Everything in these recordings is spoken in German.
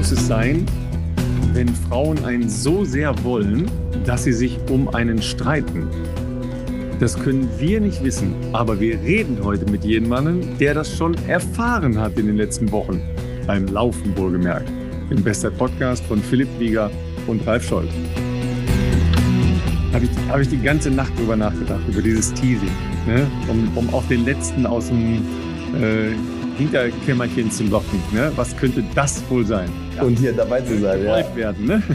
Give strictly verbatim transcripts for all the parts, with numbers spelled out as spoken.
muss es sein, wenn Frauen einen so sehr wollen, dass sie sich um einen streiten? Das können wir nicht wissen, aber wir reden heute mit jemandem, der das schon erfahren hat in den letzten Wochen. Beim Laufen wohlgemerkt. Im Bestzeit-Podcast von Philipp Wieger und Ralf Scholz. Habe ich, hab ich die ganze Nacht drüber nachgedacht, über dieses Teasing, ne? um, um auch den letzten aus dem äh, Hinterkämmerchen zu locken. Ne? Was könnte das wohl sein? Ja. Und hier dabei zu sein, ja. Werden, ne?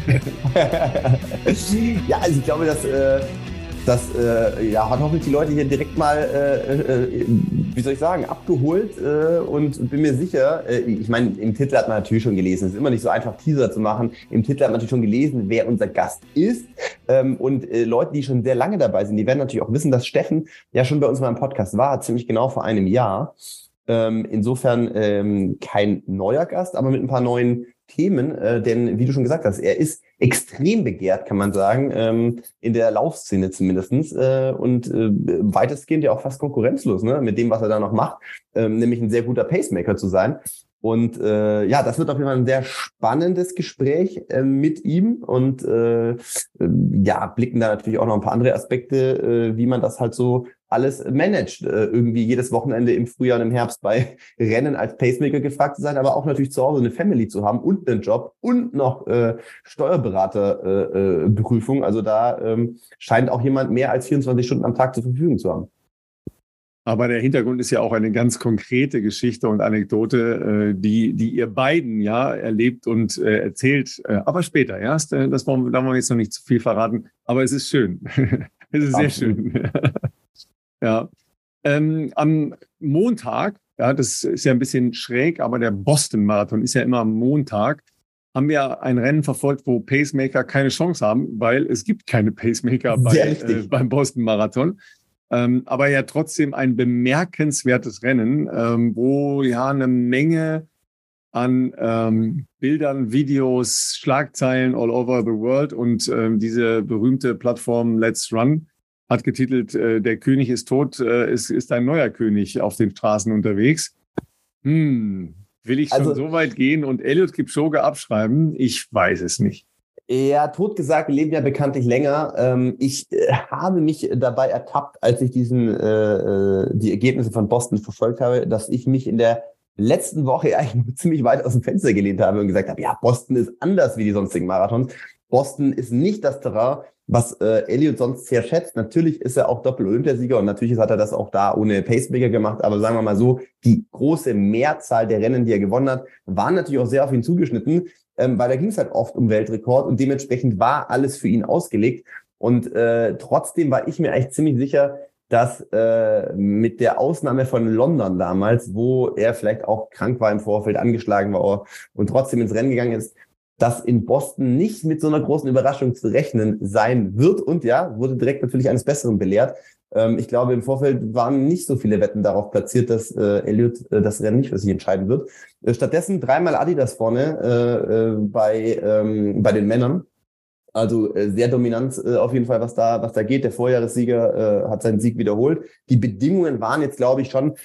Ja, also ich glaube, dass äh, das äh, ja, hat hoffentlich die Leute hier direkt mal, äh, äh, wie soll ich sagen, abgeholt äh, und bin mir sicher, äh, ich meine, im Titel hat man natürlich schon gelesen, es ist immer nicht so einfach, Teaser zu machen. Im Titel hat man natürlich schon gelesen, wer unser Gast ist. Ähm, und äh, Leute, die schon sehr lange dabei sind, die werden natürlich auch wissen, dass Steffen ja schon bei uns mal im Podcast war, ziemlich genau vor einem Jahr. Ähm, insofern ähm, kein neuer Gast, aber mit ein paar neuen Themen, äh, denn wie du schon gesagt hast, er ist extrem begehrt, kann man sagen, ähm, in der Laufszene zumindestens äh, und äh, weitestgehend ja auch fast konkurrenzlos, ne, mit dem, was er da noch macht, ähm, nämlich ein sehr guter Pacemaker zu sein. Und äh, ja, das wird auf jeden Fall ein sehr spannendes Gespräch äh, mit ihm und äh, äh, ja, blicken da natürlich auch noch ein paar andere Aspekte, äh, wie man das halt so alles managt, äh, irgendwie jedes Wochenende im Frühjahr und im Herbst bei Rennen als Pacemaker gefragt zu sein, aber auch natürlich zu Hause eine Family zu haben und einen Job und noch äh, Steuerberaterprüfung. Äh, äh, also da ähm, scheint auch jemand mehr als vierundzwanzig Stunden am Tag zur Verfügung zu haben. Aber der Hintergrund ist ja auch eine ganz konkrete Geschichte und Anekdote, die, die ihr beiden ja erlebt und erzählt. Aber später, ja, das wollen wir, da wollen wir jetzt noch nicht zu viel verraten. Aber es ist schön. Es ist sehr Absolut. Schön. Ja. Ähm, am Montag, ja, das ist ja ein bisschen schräg, aber der Boston-Marathon ist ja immer am Montag, haben wir ein Rennen verfolgt, wo Pacemaker keine Chance haben, weil es gibt keine Pacemaker bei, äh, beim Boston-Marathon. Ähm, aber ja trotzdem ein bemerkenswertes Rennen, ähm, wo ja eine Menge an ähm, Bildern, Videos, Schlagzeilen all over the world und ähm, diese berühmte Plattform Let's Run hat getitelt, äh, der König ist tot, äh, ist, ist ein neuer König auf den Straßen unterwegs. Hm, will ich schon also, so weit gehen und Eliud Kipchoge abschreiben? Ich weiß es nicht. Ja, totgesagt, wir leben ja bekanntlich länger. Ähm, ich äh, habe mich dabei ertappt, als ich diesen äh, die Ergebnisse von Boston verfolgt habe, dass ich mich in der letzten Woche eigentlich ziemlich weit aus dem Fenster gelehnt habe und gesagt habe, ja, Boston ist anders wie die sonstigen Marathons. Boston ist nicht das Terrain, was äh, Eliud sonst sehr schätzt. Natürlich ist er auch Doppel-Olympiasieger und natürlich hat er das auch da ohne Pacemaker gemacht. Aber sagen wir mal so, die große Mehrzahl der Rennen, die er gewonnen hat, waren natürlich auch sehr auf ihn zugeschnitten, ähm, weil da ging es halt oft um Weltrekord und dementsprechend war alles für ihn ausgelegt. Und äh, trotzdem war ich mir eigentlich ziemlich sicher, dass äh, mit der Ausnahme von London damals, wo er vielleicht auch krank war im Vorfeld, angeschlagen war und trotzdem ins Rennen gegangen ist, dass in Boston nicht mit so einer großen Überraschung zu rechnen sein wird. Und ja, wurde direkt natürlich eines Besseren belehrt. Ähm, ich glaube, im Vorfeld waren nicht so viele Wetten darauf platziert, dass äh, Eliud äh, das Rennen nicht für sich entscheiden wird. Äh, stattdessen dreimal Adidas vorne äh, äh, bei, ähm, bei den Männern. Also äh, sehr dominant äh, auf jeden Fall, was da, was da geht. Der Vorjahressieger äh, hat seinen Sieg wiederholt. Die Bedingungen waren jetzt, glaube ich, schon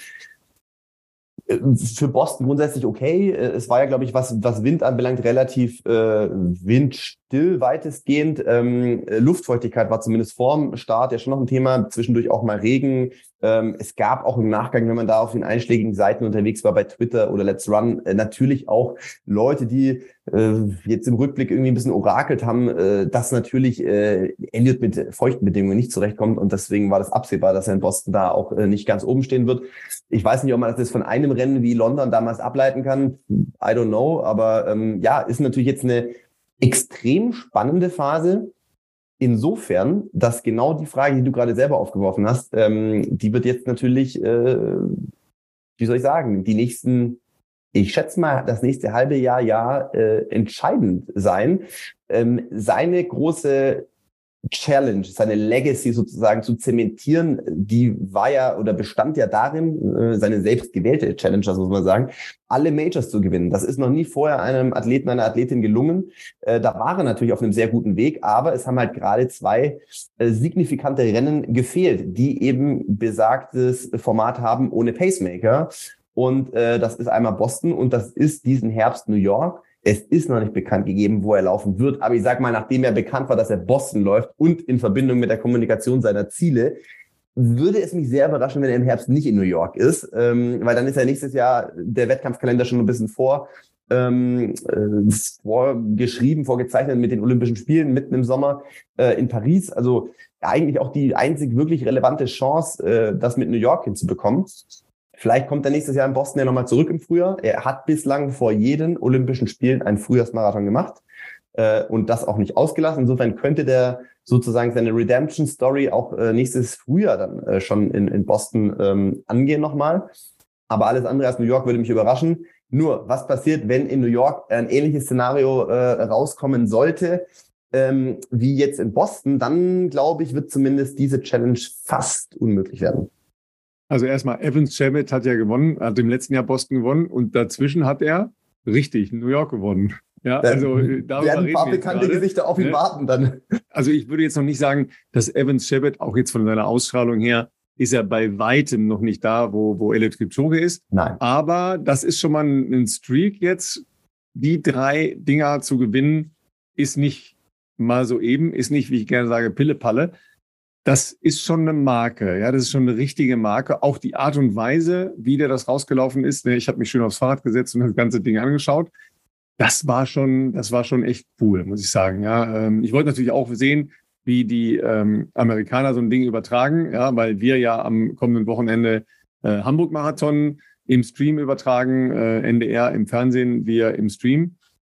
für Boston grundsätzlich okay. Es war ja, glaube ich, was, was Wind anbelangt, relativ äh, windstill weitestgehend. Ähm, Luftfeuchtigkeit war zumindest vorm Start ja schon noch ein Thema. Zwischendurch auch mal Regen. Ähm, es gab auch im Nachgang, wenn man da auf den einschlägigen Seiten unterwegs war, bei Twitter oder Let's Run, äh, natürlich auch Leute, die äh, jetzt im Rückblick irgendwie ein bisschen orakelt haben, äh, dass natürlich äh, Eliud mit feuchten Bedingungen nicht zurechtkommt und deswegen war das absehbar, dass er in Boston da auch äh, nicht ganz oben stehen wird. Ich weiß nicht, ob man das jetzt von einem Rennen wie London damals ableiten kann. I don't know, aber ähm, ja, ist natürlich jetzt eine extrem spannende Phase. Insofern, dass genau die Frage, die du gerade selber aufgeworfen hast, ähm, die wird jetzt natürlich, äh, wie soll ich sagen, die nächsten, ich schätze mal, das nächste halbe Jahr, Jahr äh, entscheidend sein. Ähm, seine große Challenge, seine Legacy sozusagen zu zementieren, die war ja oder bestand ja darin, äh, seine selbst gewählte Challenge, das muss man sagen, alle Majors zu gewinnen. Das ist noch nie vorher einem Athleten, einer Athletin gelungen. Äh, da war er natürlich auf einem sehr guten Weg, aber es haben halt gerade zwei äh, signifikante Rennen gefehlt, die eben besagtes Format haben ohne Pacemaker. Und äh, das ist einmal Boston und das ist diesen Herbst New York. Es ist noch nicht bekannt gegeben, wo er laufen wird. Aber ich sag mal, nachdem er bekannt war, dass er Boston läuft und in Verbindung mit der Kommunikation seiner Ziele, würde es mich sehr überraschen, wenn er im Herbst nicht in New York ist. Ähm, weil dann ist ja nächstes Jahr der Wettkampfkalender schon ein bisschen vor, ähm, äh, vorgeschrieben, vorgezeichnet mit den Olympischen Spielen mitten im Sommer äh, in Paris. Also eigentlich auch die einzig wirklich relevante Chance, äh, das mit New York hinzubekommen. Vielleicht kommt er nächstes Jahr in Boston ja nochmal zurück im Frühjahr. Er hat bislang vor jeden Olympischen Spielen einen Frühjahrsmarathon gemacht äh, und das auch nicht ausgelassen. Insofern könnte der sozusagen seine Redemption-Story auch äh, nächstes Frühjahr dann äh, schon in, in Boston ähm, angehen nochmal. Aber alles andere als New York würde mich überraschen. Nur, was passiert, wenn in New York ein ähnliches Szenario äh, rauskommen sollte, ähm, wie jetzt in Boston? Dann, glaube ich, wird zumindest diese Challenge fast unmöglich werden. Also erstmal, Evans Chebet hat ja gewonnen, hat im letzten Jahr Boston gewonnen und dazwischen hat er richtig New York gewonnen. Ja, also da werden ein paar bekannte Gesichter auf ihn ne? warten dann. Also ich würde jetzt noch nicht sagen, dass Evans Chebet, auch jetzt von seiner Ausstrahlung her, ist er bei weitem noch nicht da, wo, wo Eliud Kipchoge ist. Nein. Aber das ist schon mal ein Streak jetzt. Die drei Dinger zu gewinnen, ist nicht mal so eben, ist nicht, wie ich gerne sage, Pille-Palle. Das ist schon eine Marke, ja, das ist schon eine richtige Marke. Auch die Art und Weise, wie der das rausgelaufen ist. Ich habe mich schön aufs Fahrrad gesetzt und das ganze Ding angeschaut. Das war schon, das war schon echt cool, muss ich sagen. Ja, ich wollte natürlich auch sehen, wie die ähm, Amerikaner so ein Ding übertragen, ja, weil wir ja am kommenden Wochenende äh, Hamburg-Marathon im Stream übertragen, äh, N D R im Fernsehen, wir im Stream.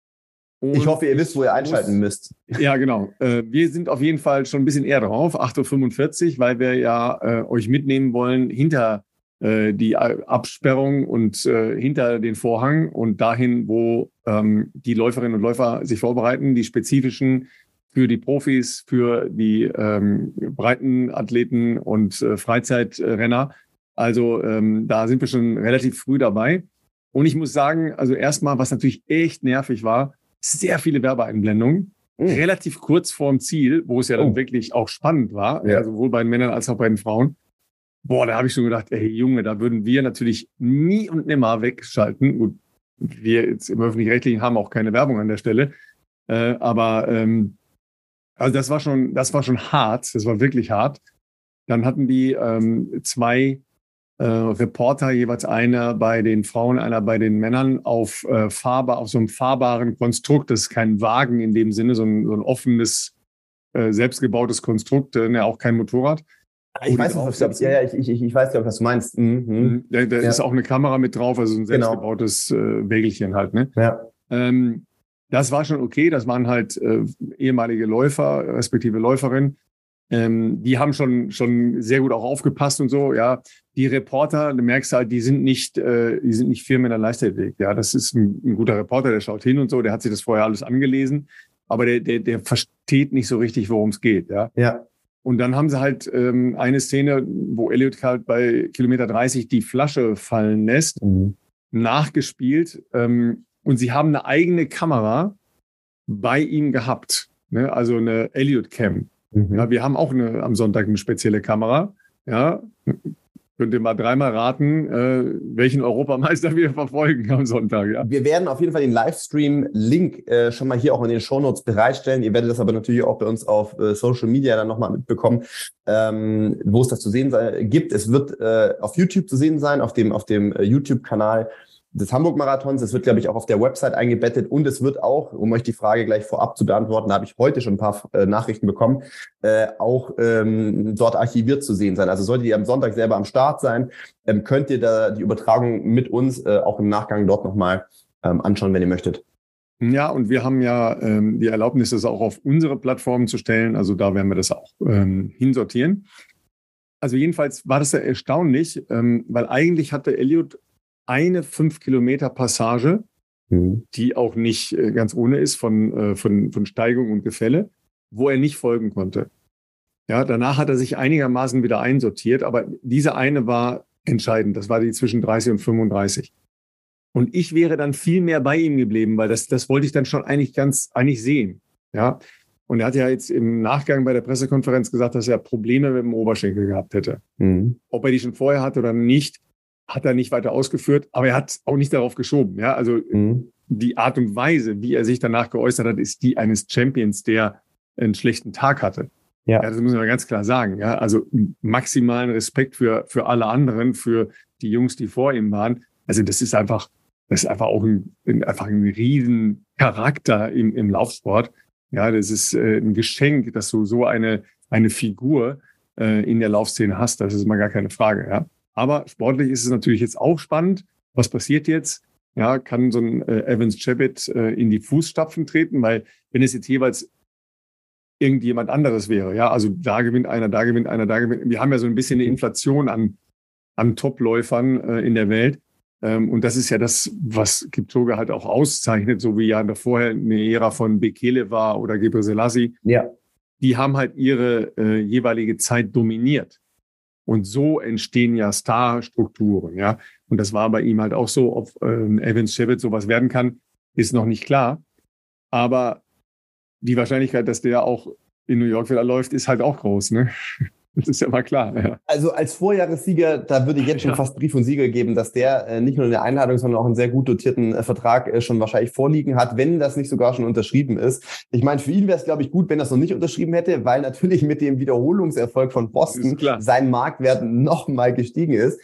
Und ich hoffe, ihr wisst, wo ihr einschalten muss, müsst. Ja, genau. Äh, wir sind auf jeden Fall schon ein bisschen eher drauf, acht Uhr fünfundvierzig, weil wir ja äh, euch mitnehmen wollen hinter äh, die Absperrung und äh, hinter den Vorhang und dahin, wo ähm, die Läuferinnen und Läufer sich vorbereiten, die spezifischen für die Profis, für die ähm, Breitenathleten und äh, Freizeitrenner. Also ähm, da sind wir schon relativ früh dabei. Und ich muss sagen, also erstmal, was natürlich echt nervig war, sehr viele Werbeeinblendungen, mhm. relativ kurz vorm Ziel, wo es ja dann oh. wirklich auch spannend war, ja. sowohl bei den Männern als auch bei den Frauen. Boah, da habe ich schon gedacht, ey Junge, da würden wir natürlich nie und nimmer wegschalten. Gut, wir jetzt im Öffentlich-Rechtlichen haben auch keine Werbung an der Stelle, äh, aber ähm, also das war schon, das war schon hart, das war wirklich hart. Dann hatten die ähm, zwei äh, Reporter, jeweils einer bei den Frauen, einer bei den Männern, auf äh, fahrbar, auf so einem fahrbaren Konstrukt. Das ist kein Wagen in dem Sinne, so ein, so ein offenes, äh, selbstgebautes Konstrukt, äh, ne, auch kein Motorrad. Ich weiß nicht, was du ja, ja, ich, ich, ich weiß ja, was du meinst. Mhm. Da, da ja. ist auch eine Kamera mit drauf, also ein selbstgebautes genau. äh, Wägelchen halt. Ne? Ja. Ähm, das war schon okay. Das waren halt äh, ehemalige Läufer, respektive Läuferinnen. Ähm, die haben schon schon sehr gut auch aufgepasst und so. Ja, die Reporter, du merkst halt, die sind nicht, äh, die sind nicht Firmen in der Leichtathletik. Ja, das ist ein, ein guter Reporter, der schaut hin und so. Der hat sich das vorher alles angelesen, aber der der, der versteht nicht so richtig, worum es geht. Ja. Ja. Und dann haben sie halt ähm, eine Szene, wo Eliud halt bei Kilometer dreißig die Flasche fallen lässt, mhm. nachgespielt. Ähm, und sie haben eine eigene Kamera bei ihm gehabt, ne? Also eine Eliud-Cam. Mhm. Ja, wir haben auch eine, am Sonntag eine spezielle Kamera. Ja, könnt ihr mal dreimal raten, äh, welchen Europameister wir verfolgen am Sonntag. Ja? Wir werden auf jeden Fall den Livestream-Link äh, schon mal hier auch in den Shownotes bereitstellen. Ihr werdet das aber natürlich auch bei uns auf äh, Social Media dann nochmal mitbekommen, ähm, wo es das zu sehen sein, gibt. Es wird äh, auf YouTube zu sehen sein, auf dem, auf dem äh, YouTube-Kanal des Hamburg-Marathons. Es wird, glaube ich, auch auf der Website eingebettet und es wird auch, um euch die Frage gleich vorab zu beantworten, da habe ich heute schon ein paar äh, Nachrichten bekommen, äh, auch ähm, dort archiviert zu sehen sein. Also solltet ihr am Sonntag selber am Start sein, ähm, könnt ihr da die Übertragung mit uns äh, auch im Nachgang dort nochmal ähm, anschauen, wenn ihr möchtet. Ja, und wir haben ja ähm, die Erlaubnis, das auch auf unsere Plattformen zu stellen. Also da werden wir das auch ähm, hinsortieren. Also jedenfalls war das ja erstaunlich, ähm, weil eigentlich hatte Eliud eine fünf Kilometer Passage, mhm. die auch nicht äh, ganz ohne ist von, äh, von, von Steigung und Gefälle, wo er nicht folgen konnte. Ja, danach hat er sich einigermaßen wieder einsortiert, aber diese eine war entscheidend. Das war die zwischen dreißig und fünfunddreißig. Und ich wäre dann viel mehr bei ihm geblieben, weil das, das wollte ich dann schon eigentlich ganz, eigentlich sehen. Ja. Und er hat ja jetzt im Nachgang bei der Pressekonferenz gesagt, dass er Probleme mit dem Oberschenkel gehabt hätte. Mhm. Ob er die schon vorher hatte oder nicht, hat er nicht weiter ausgeführt, aber er hat auch nicht darauf geschoben. Ja, also mhm. die Art und Weise, wie er sich danach geäußert hat, ist die eines Champions, der einen schlechten Tag hatte. Ja, ja das muss man ganz klar sagen. Ja, also maximalen Respekt für, für alle anderen, für die Jungs, die vor ihm waren. Also das ist einfach, das ist einfach auch ein, einfach ein riesen Charakter im, im Laufsport. Ja, das ist äh, ein Geschenk, dass du so eine, eine Figur äh, in der Laufszene hast. Das ist mal gar keine Frage. Ja. Aber sportlich ist es natürlich jetzt auch spannend. Was passiert jetzt? Ja, kann so ein äh, Evans Chebet äh, in die Fußstapfen treten? Weil wenn es jetzt jeweils irgendjemand anderes wäre, ja, also da gewinnt einer, da gewinnt einer, da gewinnt. Wir haben ja so ein bisschen eine Inflation an, an Topläufern äh, in der Welt. Ähm, und das ist ja das, was Kipchoge halt auch auszeichnet, so wie ja vorher eine Ära von Bekele war oder Gebre Selassie. Ja. Die haben halt ihre äh, jeweilige Zeit dominiert. Und so entstehen ja Starstrukturen, ja. Und das war bei ihm halt auch so, ob äh, Evans Chebet sowas werden kann, ist noch nicht klar. Aber die Wahrscheinlichkeit, dass der auch in New York wieder läuft, ist halt auch groß, ne? Das ist ja mal klar. Ja. Also als Vorjahressieger, da würde ich jetzt schon ja. fast Brief und Siegel geben, dass der äh, nicht nur eine Einladung, sondern auch einen sehr gut dotierten äh, Vertrag äh, schon wahrscheinlich vorliegen hat, wenn das nicht sogar schon unterschrieben ist. Ich meine, für ihn wäre es, glaube ich, gut, wenn er es noch nicht unterschrieben hätte, weil natürlich mit dem Wiederholungserfolg von Boston sein Marktwert noch mal gestiegen ist.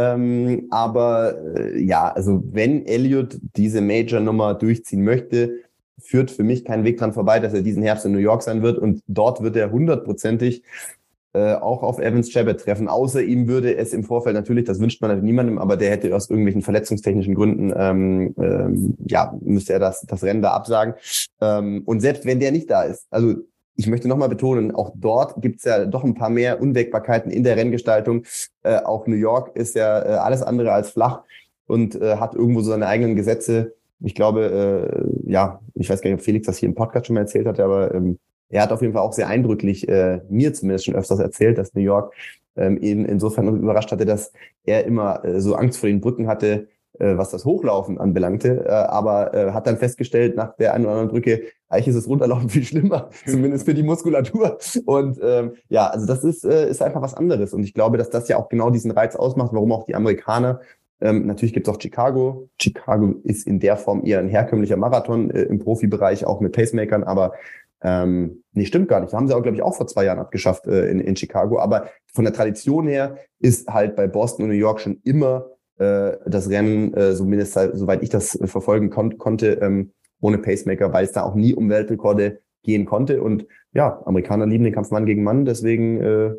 Ähm, aber äh, ja, also wenn Elliott diese Major-Nummer durchziehen möchte, führt für mich kein Weg dran vorbei, dass er diesen Herbst in New York sein wird und dort wird er hundertprozentig äh, auch auf Evans Chebet treffen. Außer ihm würde es im Vorfeld natürlich, das wünscht man niemandem, aber der hätte aus irgendwelchen verletzungstechnischen Gründen, ähm, ähm, ja, müsste er das, das Rennen da absagen. Ähm, und selbst wenn der nicht da ist, also ich möchte nochmal betonen, auch dort gibt's ja doch ein paar mehr Unwägbarkeiten in der Renngestaltung. Äh, auch New York ist ja äh, alles andere als flach und äh, hat irgendwo so seine eigenen Gesetze. Ich glaube, äh, ja, ich weiß gar nicht, ob Felix das hier im Podcast schon mal erzählt hatte, aber ähm, er hat auf jeden Fall auch sehr eindrücklich, äh, mir zumindest schon öfters erzählt, dass New York ähm, ihn insofern überrascht hatte, dass er immer äh, so Angst vor den Brücken hatte, äh, was das Hochlaufen anbelangte, äh, aber äh, hat dann festgestellt, nach der einen oder anderen Brücke, eigentlich ist es Runterlaufen viel schlimmer, zumindest für die Muskulatur. Und ähm, ja, also das ist, äh, ist einfach was anderes. Und ich glaube, dass das ja auch genau diesen Reiz ausmacht, warum auch die Amerikaner. Ähm, natürlich gibt es auch Chicago. Chicago ist in der Form eher ein herkömmlicher Marathon äh, im Profibereich, auch mit Pacemakern, aber ähm, nee, stimmt gar nicht. Das haben sie auch, glaube ich, auch vor zwei Jahren abgeschafft äh, in, in Chicago. Aber von der Tradition her ist halt bei Boston und New York schon immer äh, das Rennen, äh, zumindest halt, soweit ich das äh, verfolgen kon- konnte, ähm, ohne Pacemaker, weil es da auch nie um Weltrekorde gehen konnte. Und ja, Amerikaner lieben den Kampf Mann gegen Mann, deswegen äh,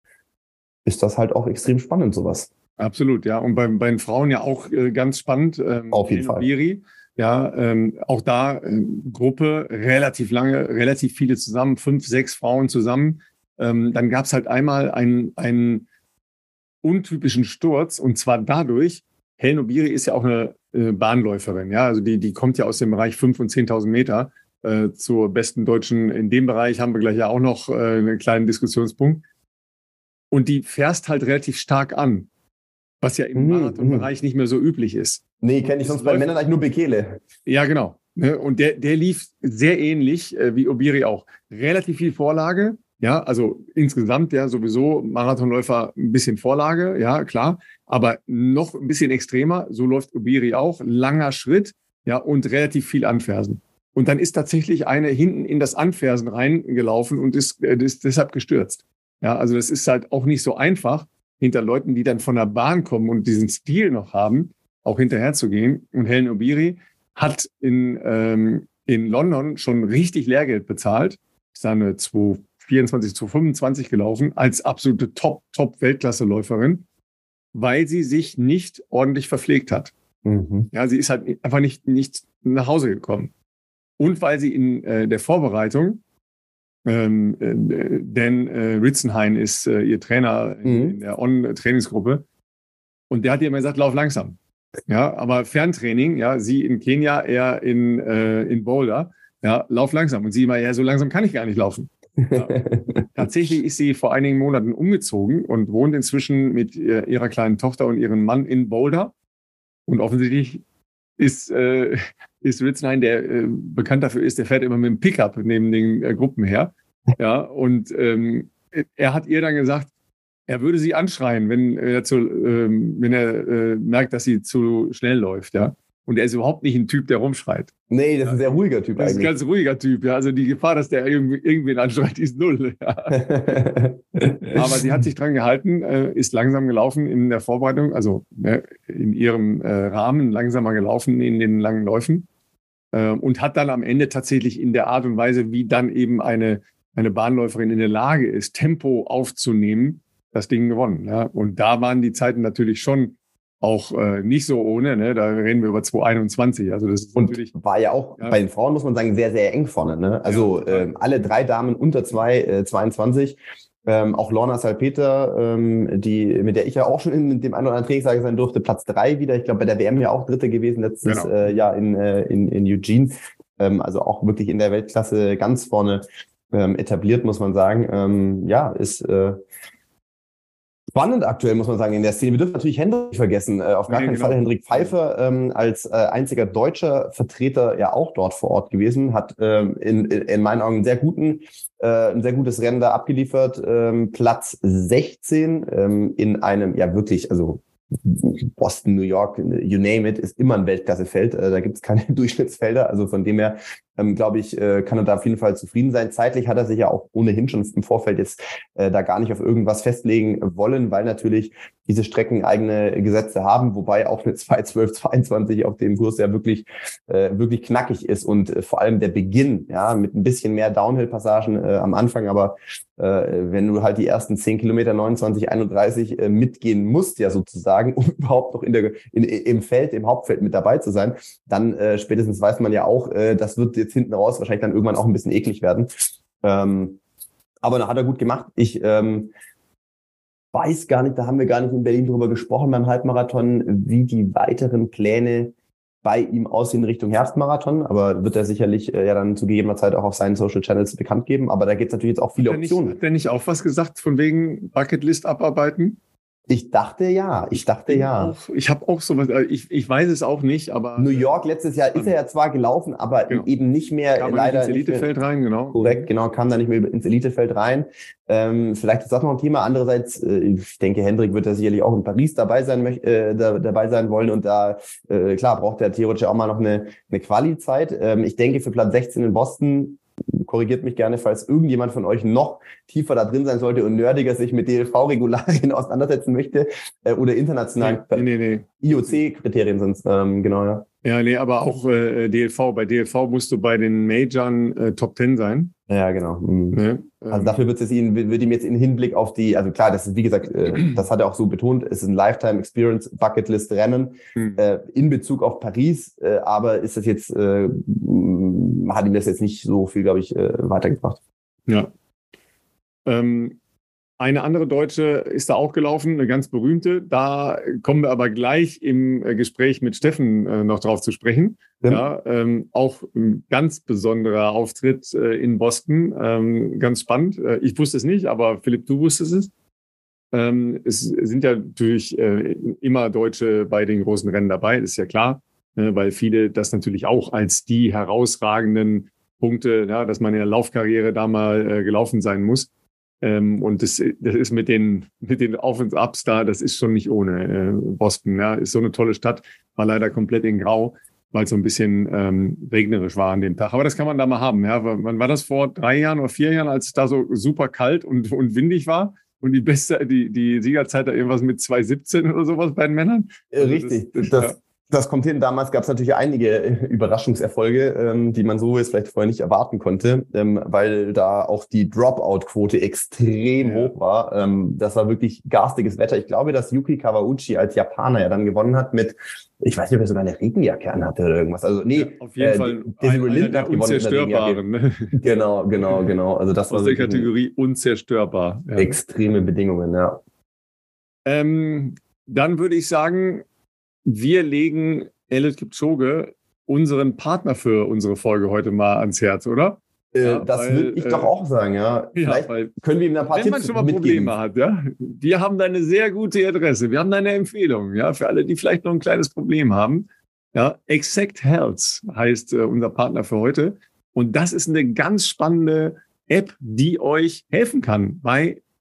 ist das halt auch extrem spannend, sowas. Absolut, ja. Und bei, bei den Frauen ja auch äh, ganz spannend. Ähm, Auf jeden Fall. Biri, ja, ähm, auch da äh, Gruppe, relativ lange, relativ viele zusammen, fünf, sechs Frauen zusammen. Ähm, dann gab es halt einmal einen, einen untypischen Sturz und zwar dadurch, Hellen Obiri ist ja auch eine äh, Bahnläuferin, ja, also die, die kommt ja aus dem Bereich fünf und zehntausend Meter äh, zur besten Deutschen. In dem Bereich haben wir gleich ja auch noch äh, einen kleinen Diskussionspunkt. Und die fährst halt relativ stark an. Was ja im Marathonbereich nicht mehr so üblich ist. Nee, kenne ich sonst bei Männern eigentlich nur Bekele. Ja, genau. Und der, der lief sehr ähnlich äh, wie Obiri auch. Relativ viel Vorlage, ja, also insgesamt ja sowieso Marathonläufer ein bisschen Vorlage, ja, klar, aber noch ein bisschen extremer, so läuft Obiri auch, langer Schritt, ja, und relativ viel Anfersen. Und dann ist tatsächlich eine hinten in das Anfersen reingelaufen und ist, äh, ist deshalb gestürzt. Ja, also das ist halt auch nicht so einfach, hinter Leuten, die dann von der Bahn kommen und diesen Stil noch haben, auch hinterher zu gehen. Und Hellen Obiri hat in, ähm, in London schon richtig Lehrgeld bezahlt. Ist da eine zwei vierundzwanzig, zwei fünfundzwanzig gelaufen, als absolute Top, Top-Weltklasse-Läuferin, weil sie sich nicht ordentlich verpflegt hat. Mhm. Ja, sie ist halt einfach nicht, nicht nach Hause gekommen. Und weil sie in äh, der Vorbereitung Ähm, äh, Dan äh, Ritzenhain ist äh, ihr Trainer in, mhm. in der On-Trainingsgruppe und der hat ihr immer gesagt, lauf langsam. Ja, aber Ferntraining, ja, sie in Kenia, er in, äh, in Boulder, ja, lauf langsam. Und sie immer, ja, so langsam kann ich gar nicht laufen. Ja. Tatsächlich ist sie vor einigen Monaten umgezogen und wohnt inzwischen mit äh, ihrer kleinen Tochter und ihrem Mann in Boulder. Und offensichtlich ist, äh, ist Ritzenhain, der äh, bekannt dafür ist, der fährt immer mit dem Pickup neben den äh, Gruppen her. Ja, und ähm, er hat ihr dann gesagt, Er würde sie anschreien, wenn er, zu, ähm, wenn er äh, merkt, dass sie zu schnell läuft, ja. Und er ist überhaupt nicht ein Typ, der rumschreit. Nee, das ist ein sehr ruhiger Typ das eigentlich. Das ist ein ganz ruhiger Typ, ja. Also die Gefahr, dass der irgendwie, irgendwen anschreit, ist null. Ja. Aber sie hat sich dran gehalten, äh, ist langsam gelaufen in der Vorbereitung, also ne, in ihrem äh, Rahmen langsamer gelaufen in den langen Läufen äh, und hat dann am Ende tatsächlich in der Art und Weise, wie dann eben eine, eine Bahnläuferin in der Lage ist, Tempo aufzunehmen, das Ding gewonnen. Ja. Und da waren die Zeiten natürlich schon auch äh, nicht so ohne, ne? Da reden wir über zwei einundzwanzig. Also das ist und natürlich, war ja auch ja. bei den Frauen, muss man sagen, sehr, sehr eng vorne. Ne? Also ja, äh, alle drei Damen unter zwei, äh, zweiundzwanzig. Ähm, auch Lorna Salpeter, ähm, die, mit der ich ja auch schon in dem einen oder anderen Trainingslager sein durfte, Platz drei wieder. Ich glaube, bei der W M ja auch Dritte gewesen letztes genau. äh, Jahr in, äh, in, in Eugene. Ähm, also auch wirklich in der Weltklasse ganz vorne ähm, etabliert, muss man sagen. Ähm, ja, ist äh, spannend aktuell, muss man sagen, in der Szene. Wir dürfen natürlich Hendrik nicht vergessen. Äh, auf gar nee, keinen genau. Fall Hendrik Pfeiffer ähm, als äh, einziger deutscher Vertreter ja auch dort vor Ort gewesen, hat ähm, in, in meinen Augen einen sehr guten, äh, ein sehr gutes Rennen da abgeliefert. Ähm, Platz sechzehn ähm, in einem, ja wirklich, also Boston, New York, you name it, ist immer ein Weltklassefeld. Äh, da gibt es keine Durchschnittsfelder. Also von dem her, ähm, glaube ich, äh, kann er da auf jeden Fall zufrieden sein. Zeitlich hat er sich ja auch ohnehin schon im Vorfeld jetzt äh, da gar nicht auf irgendwas festlegen wollen, weil natürlich diese Strecken eigene Gesetze haben, wobei auch eine zwei zwölf zweiundzwanzig auf dem Kurs ja wirklich äh, wirklich knackig ist und äh, vor allem der Beginn, ja, mit ein bisschen mehr Downhill-Passagen äh, am Anfang, aber äh, wenn du halt die ersten zehn Kilometer neunundzwanzig einunddreißig äh, mitgehen musst, ja sozusagen, um überhaupt noch in der in, im Feld, im Hauptfeld mit dabei zu sein, dann äh, spätestens weiß man ja auch, äh, das wird jetzt hinten raus wahrscheinlich dann irgendwann auch ein bisschen eklig werden. Ähm, aber da hat er gut gemacht. Ich ähm, weiß gar nicht, da haben wir gar nicht in Berlin drüber gesprochen beim Halbmarathon, wie die weiteren Pläne bei ihm aussehen Richtung Herbstmarathon, aber wird er sicherlich äh, ja dann zu gegebener Zeit auch auf seinen Social Channels bekannt geben, aber da gibt es natürlich jetzt auch viele hat Optionen. Nicht, hat der nicht auch was gesagt von wegen Bucketlist abarbeiten? Ich dachte ja, ich dachte ich ja. Auch, ich habe auch sowas, ich, ich weiß es auch nicht, aber... New York letztes Jahr ist er ja zwar gelaufen, aber genau. eben nicht mehr, kam leider nicht ins Elitefeld rein, genau. Korrekt, genau, kam da nicht mehr ins Elitefeld rein. Ähm, vielleicht ist das noch ein Thema. Andererseits, äh, ich denke, Hendrik wird da sicherlich auch in Paris dabei sein, äh, da, dabei sein wollen und da, äh, klar, braucht er theoretisch auch mal noch eine, eine Quali-Zeit. Ähm, ich denke, für Platz sechzehn in Boston, korrigiert mich gerne, falls irgendjemand von euch noch tiefer da drin sein sollte und nerdiger sich mit D L V-Regularien auseinandersetzen möchte äh, oder internationalen nee, nee, nee. I O C-Kriterien sind ähm, genau, ja. Ja, nee, aber auch äh, D L V. Bei D L V musst du bei den Majorn äh, Top Ten sein. Ja, genau. Mhm. Ne? Also ähm, dafür wird es ihn, wird ihm jetzt in Hinblick auf die, also klar, das ist, wie gesagt, äh, das hat er auch so betont, es ist ein Lifetime Experience Bucketlist Rennen mhm. äh, in Bezug auf Paris, äh, aber ist das jetzt, äh, hat ihm das jetzt nicht so viel, glaube ich, äh, weitergebracht. Ja. Ähm, Eine andere Deutsche ist da auch gelaufen, eine ganz berühmte. Da kommen wir aber gleich im Gespräch mit Steffen äh, noch drauf zu sprechen. Ja. Ja, ähm, auch ein ganz besonderer Auftritt äh, in Boston. Ähm, ganz spannend. Äh, ich wusste es nicht, aber Philipp, du wusstest es. Ähm, es sind ja natürlich äh, immer Deutsche bei den großen Rennen dabei, ist ja klar, äh, weil viele das natürlich auch als die herausragenden Punkte, ja, dass man in der Laufkarriere da mal äh, gelaufen sein muss. Ähm, und das, das ist mit den, mit den Auf- und Ups da, das ist schon nicht ohne. Äh, Boston, ja, ist so eine tolle Stadt, war leider komplett in Grau, weil es so ein bisschen ähm, regnerisch war an dem Tag. Aber das kann man da mal haben. Ja. Wann war das, vor drei Jahren oder vier Jahren, als es da so super kalt und, und windig war? Und die beste, die, die Siegerzeit da irgendwas mit zwei siebzehn oder sowas bei den Männern? Also richtig. Das, das, das, das kommt hin. Damals gab es natürlich einige Überraschungserfolge, ähm, die man so jetzt vielleicht vorher nicht erwarten konnte, ähm, weil da auch die Dropout-Quote extrem ja. hoch war. Ähm, das war wirklich garstiges Wetter. Ich glaube, dass Yuki Kawauchi als Japaner ja dann gewonnen hat mit, ich weiß nicht, ob er sogar eine Regenjacke anhatte oder irgendwas. Also nee, ja, auf jeden äh, Fall Desiree Lind hat gewonnen. Unzerstörbaren. Ne? Genau, genau, genau. Also das aus war der Kategorie unzerstörbar. Ja. Extreme Bedingungen, ja. Ähm, dann würde ich sagen, wir legen Eliud Kipchoge, unseren Partner für unsere Folge heute mal ans Herz, oder? Äh, ja, das würde ich äh, doch auch sagen, ja. Vielleicht ja, können wir ihm ein paar wenn Tipps man schon mal mitgeben. Probleme hat, ja. Wir haben da eine sehr gute Adresse. Wir haben da eine Empfehlung, ja, für alle, die vielleicht noch ein kleines Problem haben. Ja, Exact Health heißt äh, unser Partner für heute. Und das ist eine ganz spannende App, die euch helfen kann bei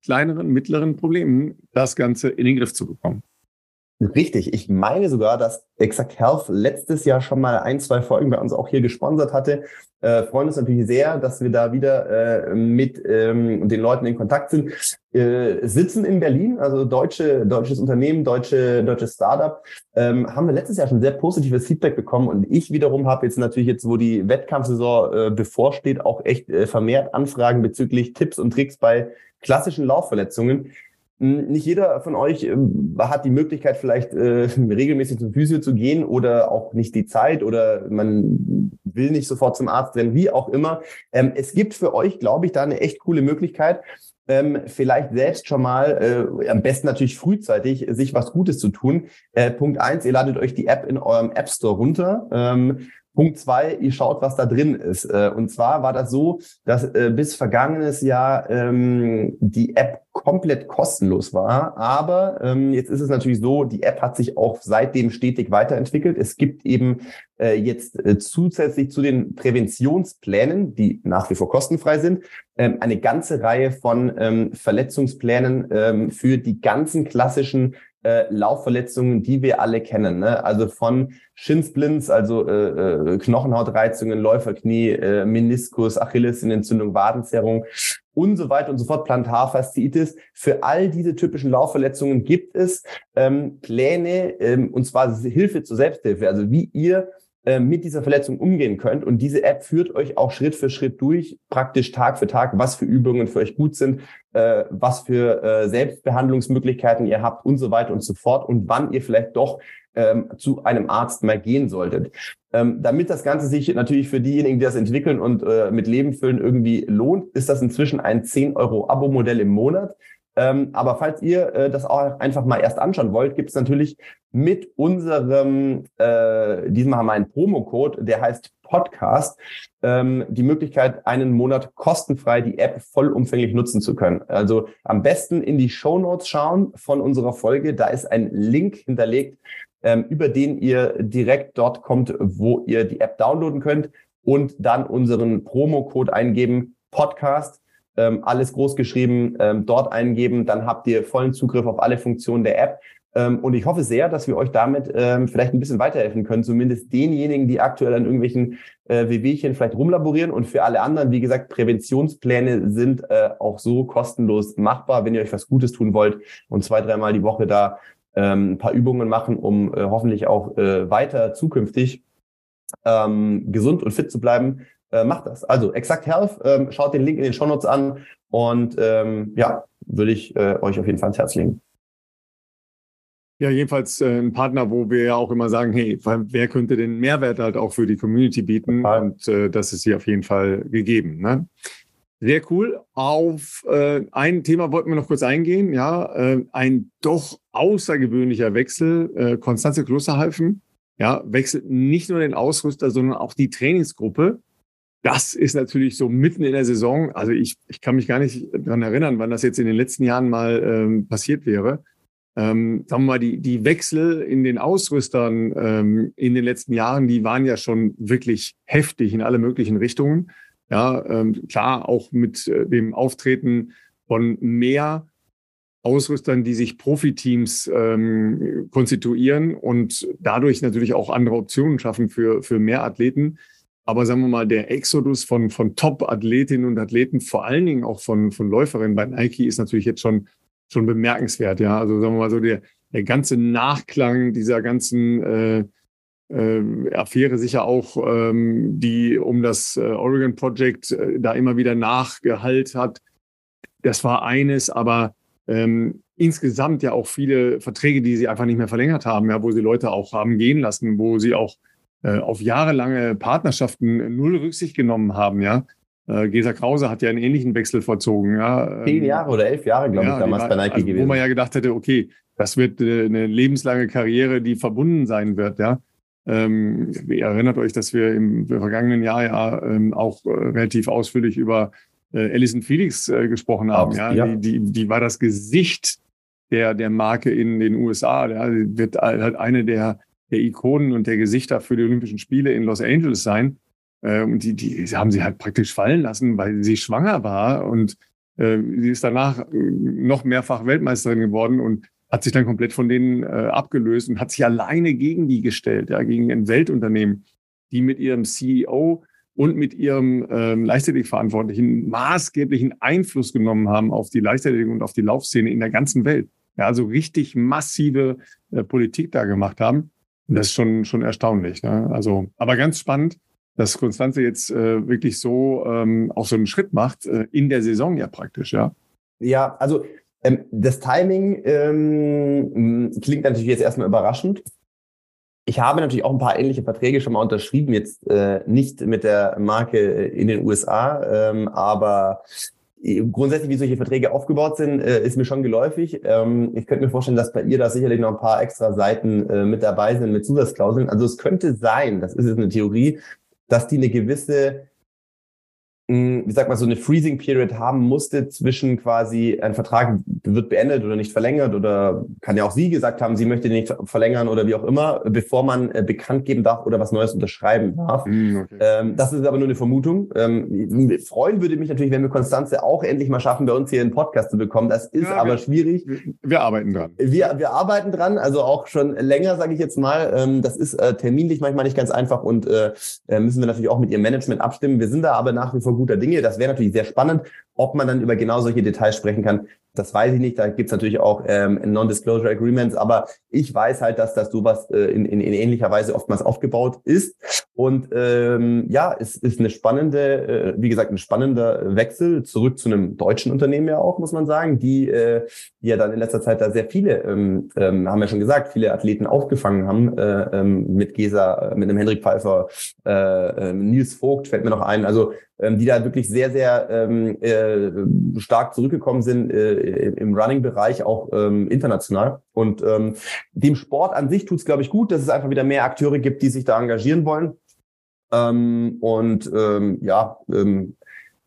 kleineren, mittleren Problemen das Ganze in den Griff zu bekommen. Richtig. Ich meine sogar, dass Exact Health letztes Jahr schon mal ein, zwei Folgen bei uns auch hier gesponsert hatte. Äh, freuen uns natürlich sehr, dass wir da wieder äh, mit ähm, den Leuten in Kontakt sind. Äh, sitzen in Berlin, also deutsche, deutsches Unternehmen, deutsche, deutsches Startup. Ähm, haben wir letztes Jahr schon sehr positives Feedback bekommen. Und ich wiederum habe jetzt natürlich jetzt, wo die Wettkampfsaison äh, bevorsteht, auch echt äh, vermehrt Anfragen bezüglich Tipps und Tricks bei klassischen Laufverletzungen. Nicht jeder von euch äh, hat die Möglichkeit, vielleicht äh, regelmäßig zum Physio zu gehen oder auch nicht die Zeit oder man will nicht sofort zum Arzt rennen, wie auch immer. Ähm, es gibt für euch, glaube ich, da eine echt coole Möglichkeit, ähm, vielleicht selbst schon mal, äh, am besten natürlich frühzeitig, sich was Gutes zu tun. Äh, Punkt eins, ihr ladet euch die App in eurem App Store runter. Ähm, Punkt zwei, ihr schaut, was da drin ist. Und zwar war das so, dass äh, bis vergangenes Jahr ähm, die App komplett kostenlos war. Aber ähm, jetzt ist es natürlich so, die App hat sich auch seitdem stetig weiterentwickelt. Es gibt eben äh, jetzt äh, zusätzlich zu den Präventionsplänen, die nach wie vor kostenfrei sind, ähm, eine ganze Reihe von ähm, Verletzungsplänen ähm, für die ganzen klassischen Äh, Laufverletzungen, die wir alle kennen, ne? Also von Shinsplints, also äh, äh, Knochenhautreizungen, Läuferknie, äh, Meniskus, Achillessehnenentzündung, Wadenzerrung und so weiter und so fort, Plantarfasziitis. Für all diese typischen Laufverletzungen gibt es ähm, Pläne, ähm, und zwar Hilfe zur Selbsthilfe, also wie ihr mit dieser Verletzung umgehen könnt. Und diese App führt euch auch Schritt für Schritt durch, praktisch Tag für Tag, was für Übungen für euch gut sind, äh, was für äh, Selbstbehandlungsmöglichkeiten ihr habt und so weiter und so fort und wann ihr vielleicht doch ähm, zu einem Arzt mal gehen solltet. Ähm, damit das Ganze sich natürlich für diejenigen, die das entwickeln und äh, mit Leben füllen, irgendwie lohnt, ist das inzwischen ein zehn Euro Abo-Modell im Monat. Ähm, aber falls ihr äh, das auch einfach mal erst anschauen wollt, gibt es natürlich mit unserem, äh, diesmal haben wir einen Promocode, der heißt Podcast, ähm, die Möglichkeit, einen Monat kostenfrei die App vollumfänglich nutzen zu können. Also am besten in die Shownotes schauen von unserer Folge. Da ist ein Link hinterlegt, ähm, über den ihr direkt dort kommt, wo ihr die App downloaden könnt und dann unseren Promocode eingeben, Podcast. Ähm, alles groß geschrieben, ähm, dort eingeben, dann habt ihr vollen Zugriff auf alle Funktionen der App. Ähm, und ich hoffe sehr, dass wir euch damit ähm, vielleicht ein bisschen weiterhelfen können, zumindest denjenigen, die aktuell an irgendwelchen äh, Wehwehchen vielleicht rumlaborieren. Und für alle anderen, wie gesagt, Präventionspläne sind äh, auch so kostenlos machbar, wenn ihr euch was Gutes tun wollt und zwei, dreimal die Woche da ähm, ein paar Übungen machen, um äh, hoffentlich auch äh, weiter zukünftig ähm, gesund und fit zu bleiben. Macht das. Also Exact Health, ähm, schaut den Link in den Shownotes an und ähm, ja, würde ich äh, euch auf jeden Fall ans Herz legen. Ja, jedenfalls äh, ein Partner, wo wir ja auch immer sagen, hey, wer könnte den Mehrwert halt auch für die Community bieten? Total. Und äh, das ist hier auf jeden Fall gegeben. Ne? Sehr cool. Auf äh, ein Thema wollten wir noch kurz eingehen. Ja, äh, ein doch außergewöhnlicher Wechsel. Äh, Constanze Klosterhalfen, ja, wechselt nicht nur den Ausrüster, sondern auch die Trainingsgruppe. Das ist natürlich so mitten in der Saison. Also ich, ich kann mich gar nicht daran erinnern, wann das jetzt in den letzten Jahren mal ähm, passiert wäre. Ähm, sagen wir mal, die, die Wechsel in den Ausrüstern ähm, in den letzten Jahren, die waren ja schon wirklich heftig in alle möglichen Richtungen. Ja, ähm, klar, auch mit äh, dem Auftreten von mehr Ausrüstern, die sich Profiteams ähm, konstituieren und dadurch natürlich auch andere Optionen schaffen für, für mehr Athleten. Aber sagen wir mal, der Exodus von, von Top-Athletinnen und Athleten, vor allen Dingen auch von, von Läuferinnen bei Nike, ist natürlich jetzt schon, schon bemerkenswert. Ja, also sagen wir mal so, der, der ganze Nachklang dieser ganzen äh, äh, Affäre, sicher auch, ähm, die um das äh, Oregon Project äh, da immer wieder nachgehallt hat. Das war eines, aber ähm, insgesamt ja auch viele Verträge, die sie einfach nicht mehr verlängert haben, ja, wo sie Leute auch haben gehen lassen, wo sie auch auf jahrelange Partnerschaften null Rücksicht genommen haben, ja. Äh, Gesa Krause hat ja einen ähnlichen Wechsel vollzogen, ja. Zehn Jahre oder elf Jahre, glaube ja, ich, damals war, bei Nike also, gewesen. Wo man ja gedacht hätte, okay, das wird äh, eine lebenslange Karriere, die verbunden sein wird, ja. Ähm, ihr erinnert euch, dass wir im vergangenen Jahr ja ähm, auch äh, relativ ausführlich über äh, Allyson Felix äh, gesprochen haben, ja. ja. Die, die, die war das Gesicht der, der Marke in den U S A, ja. Die wird halt eine der der Ikonen und der Gesichter für die Olympischen Spiele in Los Angeles sein. Und die, die haben sie halt praktisch fallen lassen, weil sie schwanger war. Und Äh, sie ist danach noch mehrfach Weltmeisterin geworden und hat sich dann komplett von denen äh, abgelöst und hat sich alleine gegen die gestellt, ja, gegen ein Weltunternehmen, die mit ihrem C E O und mit ihrem ähm, Leichtathletikverantwortlichen maßgeblichen Einfluss genommen haben auf die Leichtathletik und auf die Laufszene in der ganzen Welt. Ja, also richtig massive äh, Politik da gemacht haben. Und das ist schon, schon erstaunlich. Ne? Also, aber ganz spannend, dass Constanze jetzt äh, wirklich so ähm, auch so einen Schritt macht, äh, in der Saison ja praktisch, ja. Ja, also ähm, das Timing ähm, klingt natürlich jetzt erstmal überraschend. Ich habe natürlich auch ein paar ähnliche Verträge schon mal unterschrieben, jetzt äh, nicht mit der Marke in den U S A, ähm, aber grundsätzlich, wie solche Verträge aufgebaut sind, äh, ist mir schon geläufig. Ähm, ich könnte mir vorstellen, dass bei ihr da sicherlich noch ein paar extra Seiten äh, mit dabei sind, mit Zusatzklauseln. Also es könnte sein, das ist jetzt eine Theorie, dass die eine gewisse, wie sagt man, so eine Freezing Period haben musste zwischen quasi ein Vertrag wird beendet oder nicht verlängert oder kann ja auch sie gesagt haben, sie möchte den nicht verlängern oder wie auch immer, bevor man äh, bekannt geben darf oder was Neues unterschreiben darf. Mm, okay. ähm, das ist aber nur eine Vermutung. Ähm, freuen würde mich natürlich, wenn wir Constanze auch endlich mal schaffen, bei uns hier einen Podcast zu bekommen. Das ist ja, aber wir, schwierig. Wir, wir arbeiten dran. Wir, wir arbeiten dran, also auch schon länger, sage ich jetzt mal. Ähm, das ist äh, terminlich manchmal nicht ganz einfach und äh, müssen wir natürlich auch mit ihrem Management abstimmen. Wir sind da aber nach wie vor guter Dinge. Das wäre natürlich sehr spannend. Ob man dann über genau solche Details sprechen kann, das weiß ich nicht. Da gibt's natürlich auch ähm, Non-Disclosure Agreements. Aber ich weiß halt, dass das sowas äh, in, in, in ähnlicher Weise oftmals aufgebaut ist. Und ähm, ja, es ist eine spannende, äh, wie gesagt, ein spannender Wechsel zurück zu einem deutschen Unternehmen ja auch, muss man sagen, die, äh, die ja dann in letzter Zeit da sehr viele, ähm, ähm, haben wir schon gesagt, viele Athleten aufgefangen haben äh, ähm, mit Gesa, äh, mit einem Hendrik Pfeiffer, äh, äh, Nils Vogt fällt mir noch ein. Also ähm, die da wirklich sehr, sehr ähm, äh, stark zurückgekommen sind äh, im Running-Bereich, auch ähm, international. Und ähm, dem Sport an sich tut es, glaube ich, gut, dass es einfach wieder mehr Akteure gibt, die sich da engagieren wollen. Ähm, und ähm, ja, ähm,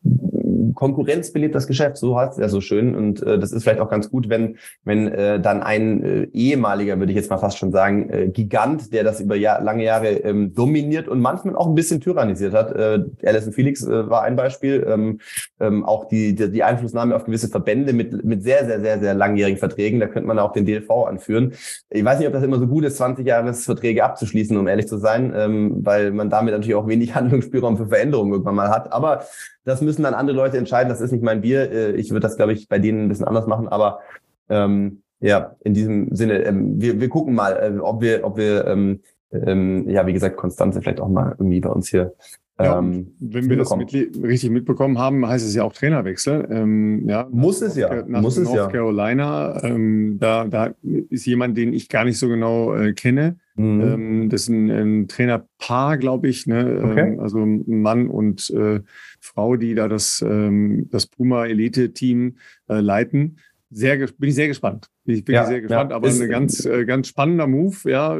Konkurrenz belebt das Geschäft, so heißt es ja so schön. Und äh, das ist vielleicht auch ganz gut, wenn wenn äh, dann ein äh, ehemaliger, würde ich jetzt mal fast schon sagen, äh, Gigant, der das über Jahr, lange Jahre ähm, dominiert und manchmal auch ein bisschen tyrannisiert hat. Äh, Allyson Felix äh, war ein Beispiel. Ähm, ähm, auch die, die die Einflussnahme auf gewisse Verbände mit mit sehr, sehr, sehr, sehr langjährigen Verträgen. Da könnte man auch den D L V anführen. Ich weiß nicht, ob das immer so gut ist, zwanzig Jahresverträge abzuschließen, um ehrlich zu sein, ähm, weil man damit natürlich auch wenig Handlungsspielraum für Veränderungen irgendwann mal hat. Aber das müssen dann andere Leute entscheiden. Das ist nicht mein Bier. Ich würde das, glaube ich, bei denen ein bisschen anders machen. Aber ähm, ja, in diesem Sinne, ähm, wir, wir gucken mal, äh, ob wir, ob wir, ähm, ähm, ja, wie gesagt, Constanze vielleicht auch mal irgendwie bei uns hier. Ja, ähm, wenn wir das mit, richtig mitbekommen haben, heißt es ja auch Trainerwechsel. Ähm, ja, muss es ja. Nach muss North es ja. Carolina. Ähm, da, da ist jemand, den ich gar nicht so genau äh, kenne. Mhm. Ähm, das ist ein, ein Trainerpaar, glaube ich. Ne? Okay. Ähm, also ein Mann und äh, Frau, die da das, ähm, das Puma-Elite-Team äh, leiten. Sehr, bin ich sehr gespannt. Ich bin ja, sehr gespannt, ja, aber ein ganz, äh, ganz spannender Move, ja.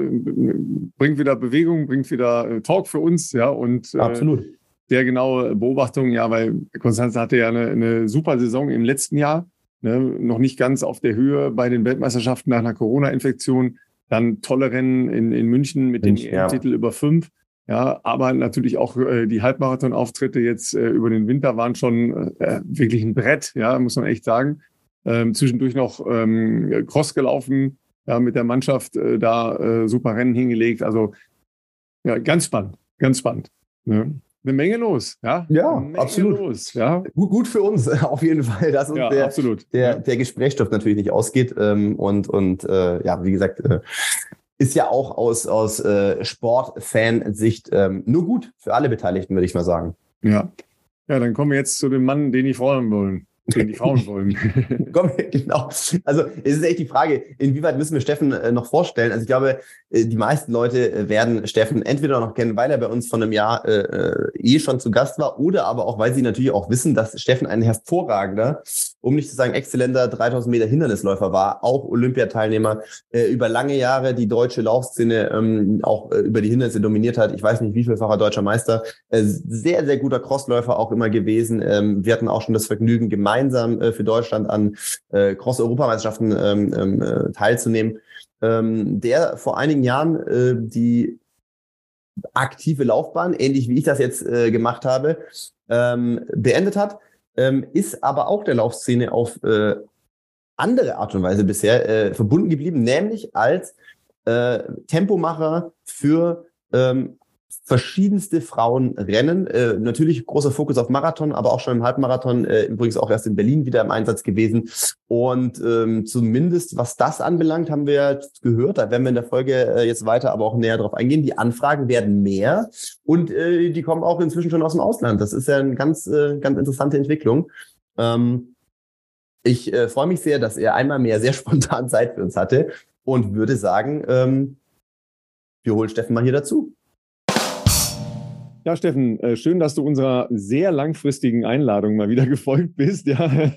Bringt wieder Bewegung, bringt wieder äh, Talk für uns, ja. Und äh, absolut. Sehr genaue Beobachtung, ja, weil Constanze hatte ja eine, eine super Saison im letzten Jahr, ne, noch nicht ganz auf der Höhe bei den Weltmeisterschaften nach einer Corona-Infektion. Dann tolle Rennen in, in München mit München, dem E M-Titel ja. über fünf. Ja, aber natürlich auch äh, die Halbmarathon-Auftritte jetzt äh, über den Winter waren schon äh, wirklich ein Brett, ja, muss man echt sagen. Ähm, zwischendurch noch ähm, Cross gelaufen, ja, mit der Mannschaft äh, da äh, super Rennen hingelegt. Also ja, ganz spannend, ganz spannend. Ne? Eine Menge los, ja. Ja, Menge absolut. Los, ja. Gut, gut für uns, auf jeden Fall, dass uns ja, der, absolut. der, Ja. der Gesprächsstoff natürlich nicht ausgeht. Ähm, und und äh, ja, wie gesagt, äh, ist ja auch aus, aus äh, Sportfansicht ähm, nur gut für alle Beteiligten, würde ich mal sagen. Ja. Ja, dann kommen wir jetzt zu dem Mann, den die Frauen wollen. Den die Frauen wollen. Komm, genau. Also es ist echt die Frage, inwieweit müssen wir Steffen äh, noch vorstellen? Also ich glaube, äh, die meisten Leute äh, werden Steffen entweder noch kennen, weil er bei uns von einem Jahr äh, eh schon zu Gast war, oder aber auch, weil sie natürlich auch wissen, dass Steffen ein hervorragender, um nicht zu sagen exzellenter dreitausend Meter Hindernisläufer war, auch Olympiateilnehmer, äh, über lange Jahre die deutsche Laufszene ähm, auch äh, über die Hindernisse dominiert hat. Ich weiß nicht, wie vielfacher deutscher Meister. Äh, sehr, sehr guter Crossläufer auch immer gewesen. Ähm, wir hatten auch schon das Vergnügen, gemeinsam äh, für Deutschland an äh, Cross-Europameisterschaften ähm, äh, teilzunehmen. Ähm, der vor einigen Jahren äh, die aktive Laufbahn, ähnlich wie ich das jetzt äh, gemacht habe, ähm, beendet hat. ähm, ist aber auch der Laufszene auf äh, andere Art und Weise bisher äh, verbunden geblieben, nämlich als äh, Tempomacher für ähm, verschiedenste Frauenrennen. Äh, natürlich großer Fokus auf Marathon, aber auch schon im Halbmarathon, äh, übrigens auch erst in Berlin wieder im Einsatz gewesen. Und ähm, zumindest was das anbelangt, haben wir jetzt gehört, da werden wir in der Folge äh, jetzt weiter aber auch näher drauf eingehen. Die Anfragen werden mehr und äh, die kommen auch inzwischen schon aus dem Ausland. Das ist ja eine ganz, äh, ganz interessante Entwicklung. Ähm, ich äh, freue mich sehr, dass er einmal mehr sehr spontan Zeit für uns hatte und würde sagen, ähm, wir holen Steffen mal hier dazu. Ja, Steffen, äh, schön, dass du unserer sehr langfristigen Einladung mal wieder gefolgt bist. Ja.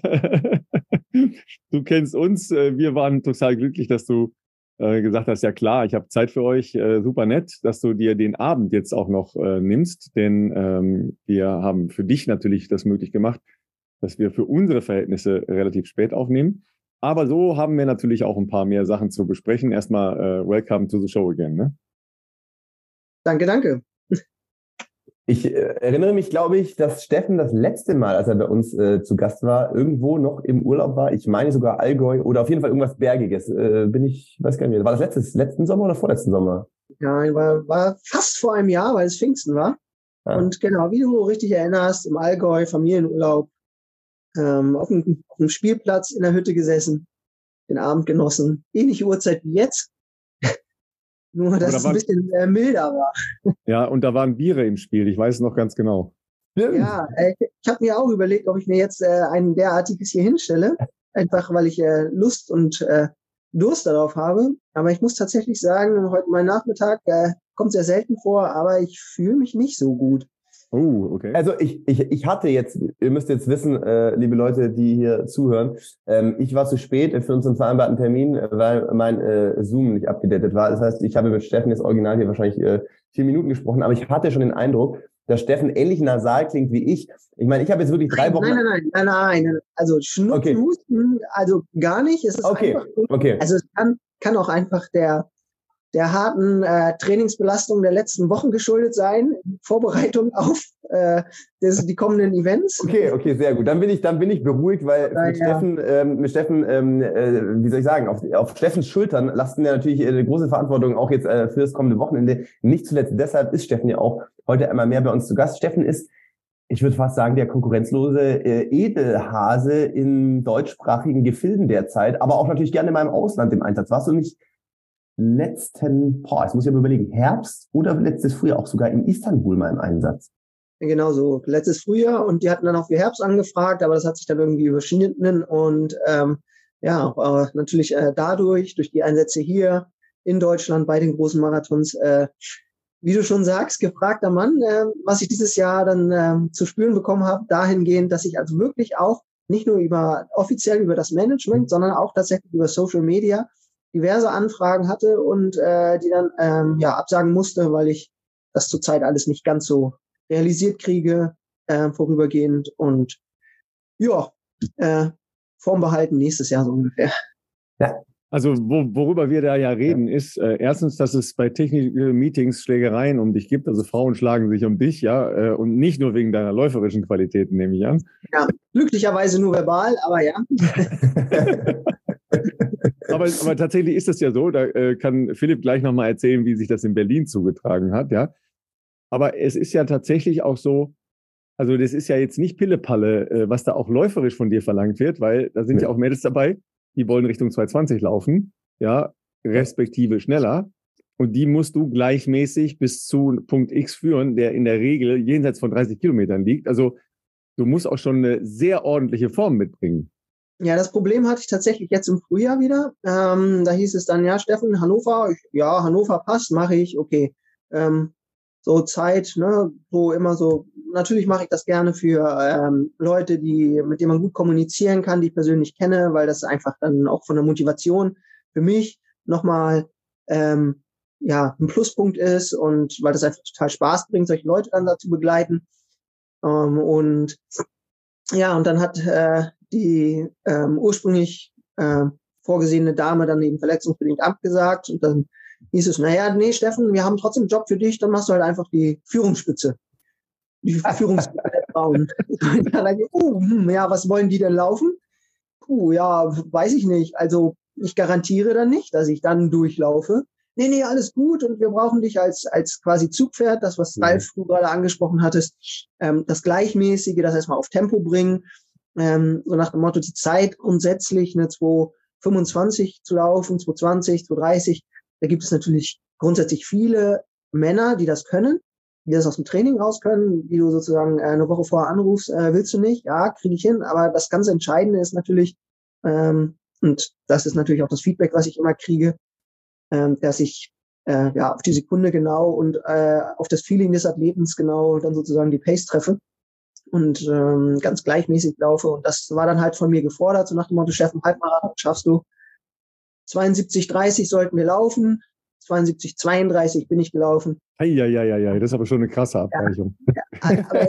Du kennst uns. Äh, wir waren total glücklich, dass du äh, gesagt hast, ja klar, ich habe Zeit für euch. Äh, super nett, dass du dir den Abend jetzt auch noch äh, nimmst, denn ähm, wir haben für dich natürlich das möglich gemacht, dass wir für unsere Verhältnisse relativ spät aufnehmen. Aber so haben wir natürlich auch ein paar mehr Sachen zu besprechen. Erstmal äh, welcome to the show again. Ne? Danke, danke. Ich äh, erinnere mich, glaube ich, dass Steffen das letzte Mal, als er bei uns äh, zu Gast war, irgendwo noch im Urlaub war. Ich meine sogar Allgäu oder auf jeden Fall irgendwas Bergiges. Äh, bin ich, weiß gar nicht mehr. War das letztes, letzten Sommer oder vorletzten Sommer? Ja, war, war fast vor einem Jahr, weil es Pfingsten war. Ah. Und genau, wie du richtig erinnerst, im Allgäu, Familienurlaub, ähm, auf, dem, auf dem Spielplatz in der Hütte gesessen, den Abend genossen. Ähnliche Uhrzeit wie jetzt. Nur, dass da es ein bisschen äh, milder war. Ja, und da waren Biere im Spiel, ich weiß es noch ganz genau. Ja, äh, ich habe mir auch überlegt, ob ich mir jetzt äh, ein derartiges hier hinstelle, einfach weil ich äh, Lust und äh, Durst darauf habe. Aber ich muss tatsächlich sagen, heute mein Nachmittag äh, kommt sehr selten vor, aber ich fühle mich nicht so gut. Oh, okay. Also ich, ich, ich hatte jetzt, ihr müsst jetzt wissen, äh, liebe Leute, die hier zuhören, ähm, ich war zu spät für unseren vereinbarten Termin, weil mein äh, Zoom nicht abgedatet war. Das heißt, ich habe mit Steffen jetzt original hier wahrscheinlich äh, vier Minuten gesprochen, aber ich hatte schon den Eindruck, dass Steffen ähnlich nasal klingt wie ich. Ich meine, ich habe jetzt wirklich drei nein, Wochen... Nein, nein, nein, nein, nein. Also Schnupfen, okay. Husten, also gar nicht. Es ist okay. einfach... Okay. Also es kann, kann auch einfach der... der harten äh, Trainingsbelastung der letzten Wochen geschuldet sein, in Vorbereitung auf äh, das, die kommenden Events. Okay, okay, sehr gut. Dann bin ich, dann bin ich beruhigt, weil ja, mit ja. Steffen, ähm, mit Steffen, ähm, äh, wie soll ich sagen, auf, auf Steffens Schultern lasten ja natürlich eine große Verantwortung auch jetzt äh, für das kommende Wochenende. Nicht zuletzt deshalb ist Steffen ja auch heute einmal mehr bei uns zu Gast. Steffen ist, ich würde fast sagen, der konkurrenzlose äh, Edelhase in deutschsprachigen Gefilden derzeit, aber auch natürlich gerne mal im Ausland im Einsatz. Warst du nicht letzten, boah, jetzt muss ich aber überlegen, Herbst oder letztes Frühjahr auch sogar in Istanbul mal im Einsatz? Genau so, letztes Frühjahr und die hatten dann auch für Herbst angefragt, aber das hat sich dann irgendwie überschnitten und ähm, ja, aber natürlich äh, dadurch, durch die Einsätze hier in Deutschland bei den großen Marathons, äh, wie du schon sagst, gefragter Mann, äh, was ich dieses Jahr dann äh, zu spüren bekommen habe, dahingehend, dass ich also wirklich auch nicht nur über offiziell über das Management, sondern auch tatsächlich über Social Media diverse Anfragen hatte und äh, die dann ähm, ja absagen musste, weil ich das zurzeit alles nicht ganz so realisiert kriege, äh, vorübergehend und ja, äh, vorbehalten nächstes Jahr so ungefähr. Ja. Also wo, worüber wir da ja reden, ja. ist äh, erstens, dass es bei technischen Meetings Schlägereien um dich gibt, also Frauen schlagen sich um dich, ja, äh, und nicht nur wegen deiner läuferischen Qualitäten, nehme ich an. Ja, glücklicherweise nur verbal, aber ja. aber, aber tatsächlich ist das ja so, da äh, kann Philipp gleich nochmal erzählen, wie sich das in Berlin zugetragen hat, ja. Aber es ist ja tatsächlich auch so, also das ist ja jetzt nicht Pillepalle, äh, was da auch läuferisch von dir verlangt wird, weil da sind ja, ja auch Mädels dabei, die wollen Richtung zwei zwanzig laufen, ja, respektive schneller. Und die musst du gleichmäßig bis zu Punkt X führen, der in der Regel jenseits von dreißig Kilometern liegt. Also du musst auch schon eine sehr ordentliche Form mitbringen. Ja, das Problem hatte ich tatsächlich jetzt im Frühjahr wieder. Ähm, da hieß es dann, ja, Steffen, Hannover, ich, ja, Hannover passt, mache ich, okay. Ähm, so Zeit, ne, so immer so, natürlich mache ich das gerne für ähm, Leute, die, mit denen man gut kommunizieren kann, die ich persönlich kenne, weil das einfach dann auch von der Motivation für mich nochmal ähm, ja, ein Pluspunkt ist und weil das einfach total Spaß bringt, solche Leute dann da zu begleiten. Ähm, und ja, und dann hat äh, die ähm, ursprünglich äh, vorgesehene Dame dann eben verletzungsbedingt abgesagt und dann hieß es, naja, nee, Steffen, wir haben trotzdem einen Job für dich, dann machst du halt einfach die Führungsspitze. Die Führungsspitze der Frauen. uh, hm, ja, was wollen die denn laufen? Puh, ja, weiß ich nicht. Also ich garantiere dann nicht, dass ich dann durchlaufe. Nee, nee, alles gut und wir brauchen dich als als quasi Zugpferd, das, was Ralf du gerade angesprochen hattest, ähm, das Gleichmäßige, das erstmal auf Tempo bringen, ähm, so nach dem Motto, die Zeit grundsätzlich eine zwei fünfundzwanzig zu laufen, zwei zwanzig, zwei dreißig, da gibt es natürlich grundsätzlich viele Männer, die das können, die das aus dem Training raus können, die du sozusagen äh, eine Woche vorher anrufst, äh, willst du nicht? Ja, kriege ich hin, aber das ganz Entscheidende ist natürlich, ähm, und das ist natürlich auch das Feedback, was ich immer kriege, ähm, dass ich äh, ja auf die Sekunde genau und äh, auf das Feeling des Athletens genau dann sozusagen die Pace treffe und ähm, ganz gleichmäßig laufe. Und das war dann halt von mir gefordert, so nach dem Motto, Chef, einen Halbmarathon schaffst du. zweiundsiebzig dreißig sollten wir laufen, zweiundsiebzig zweiunddreißig bin ich gelaufen. Ja, ja, ja, ja, das ist aber schon eine krasse Abweichung. Ja, ja, aber,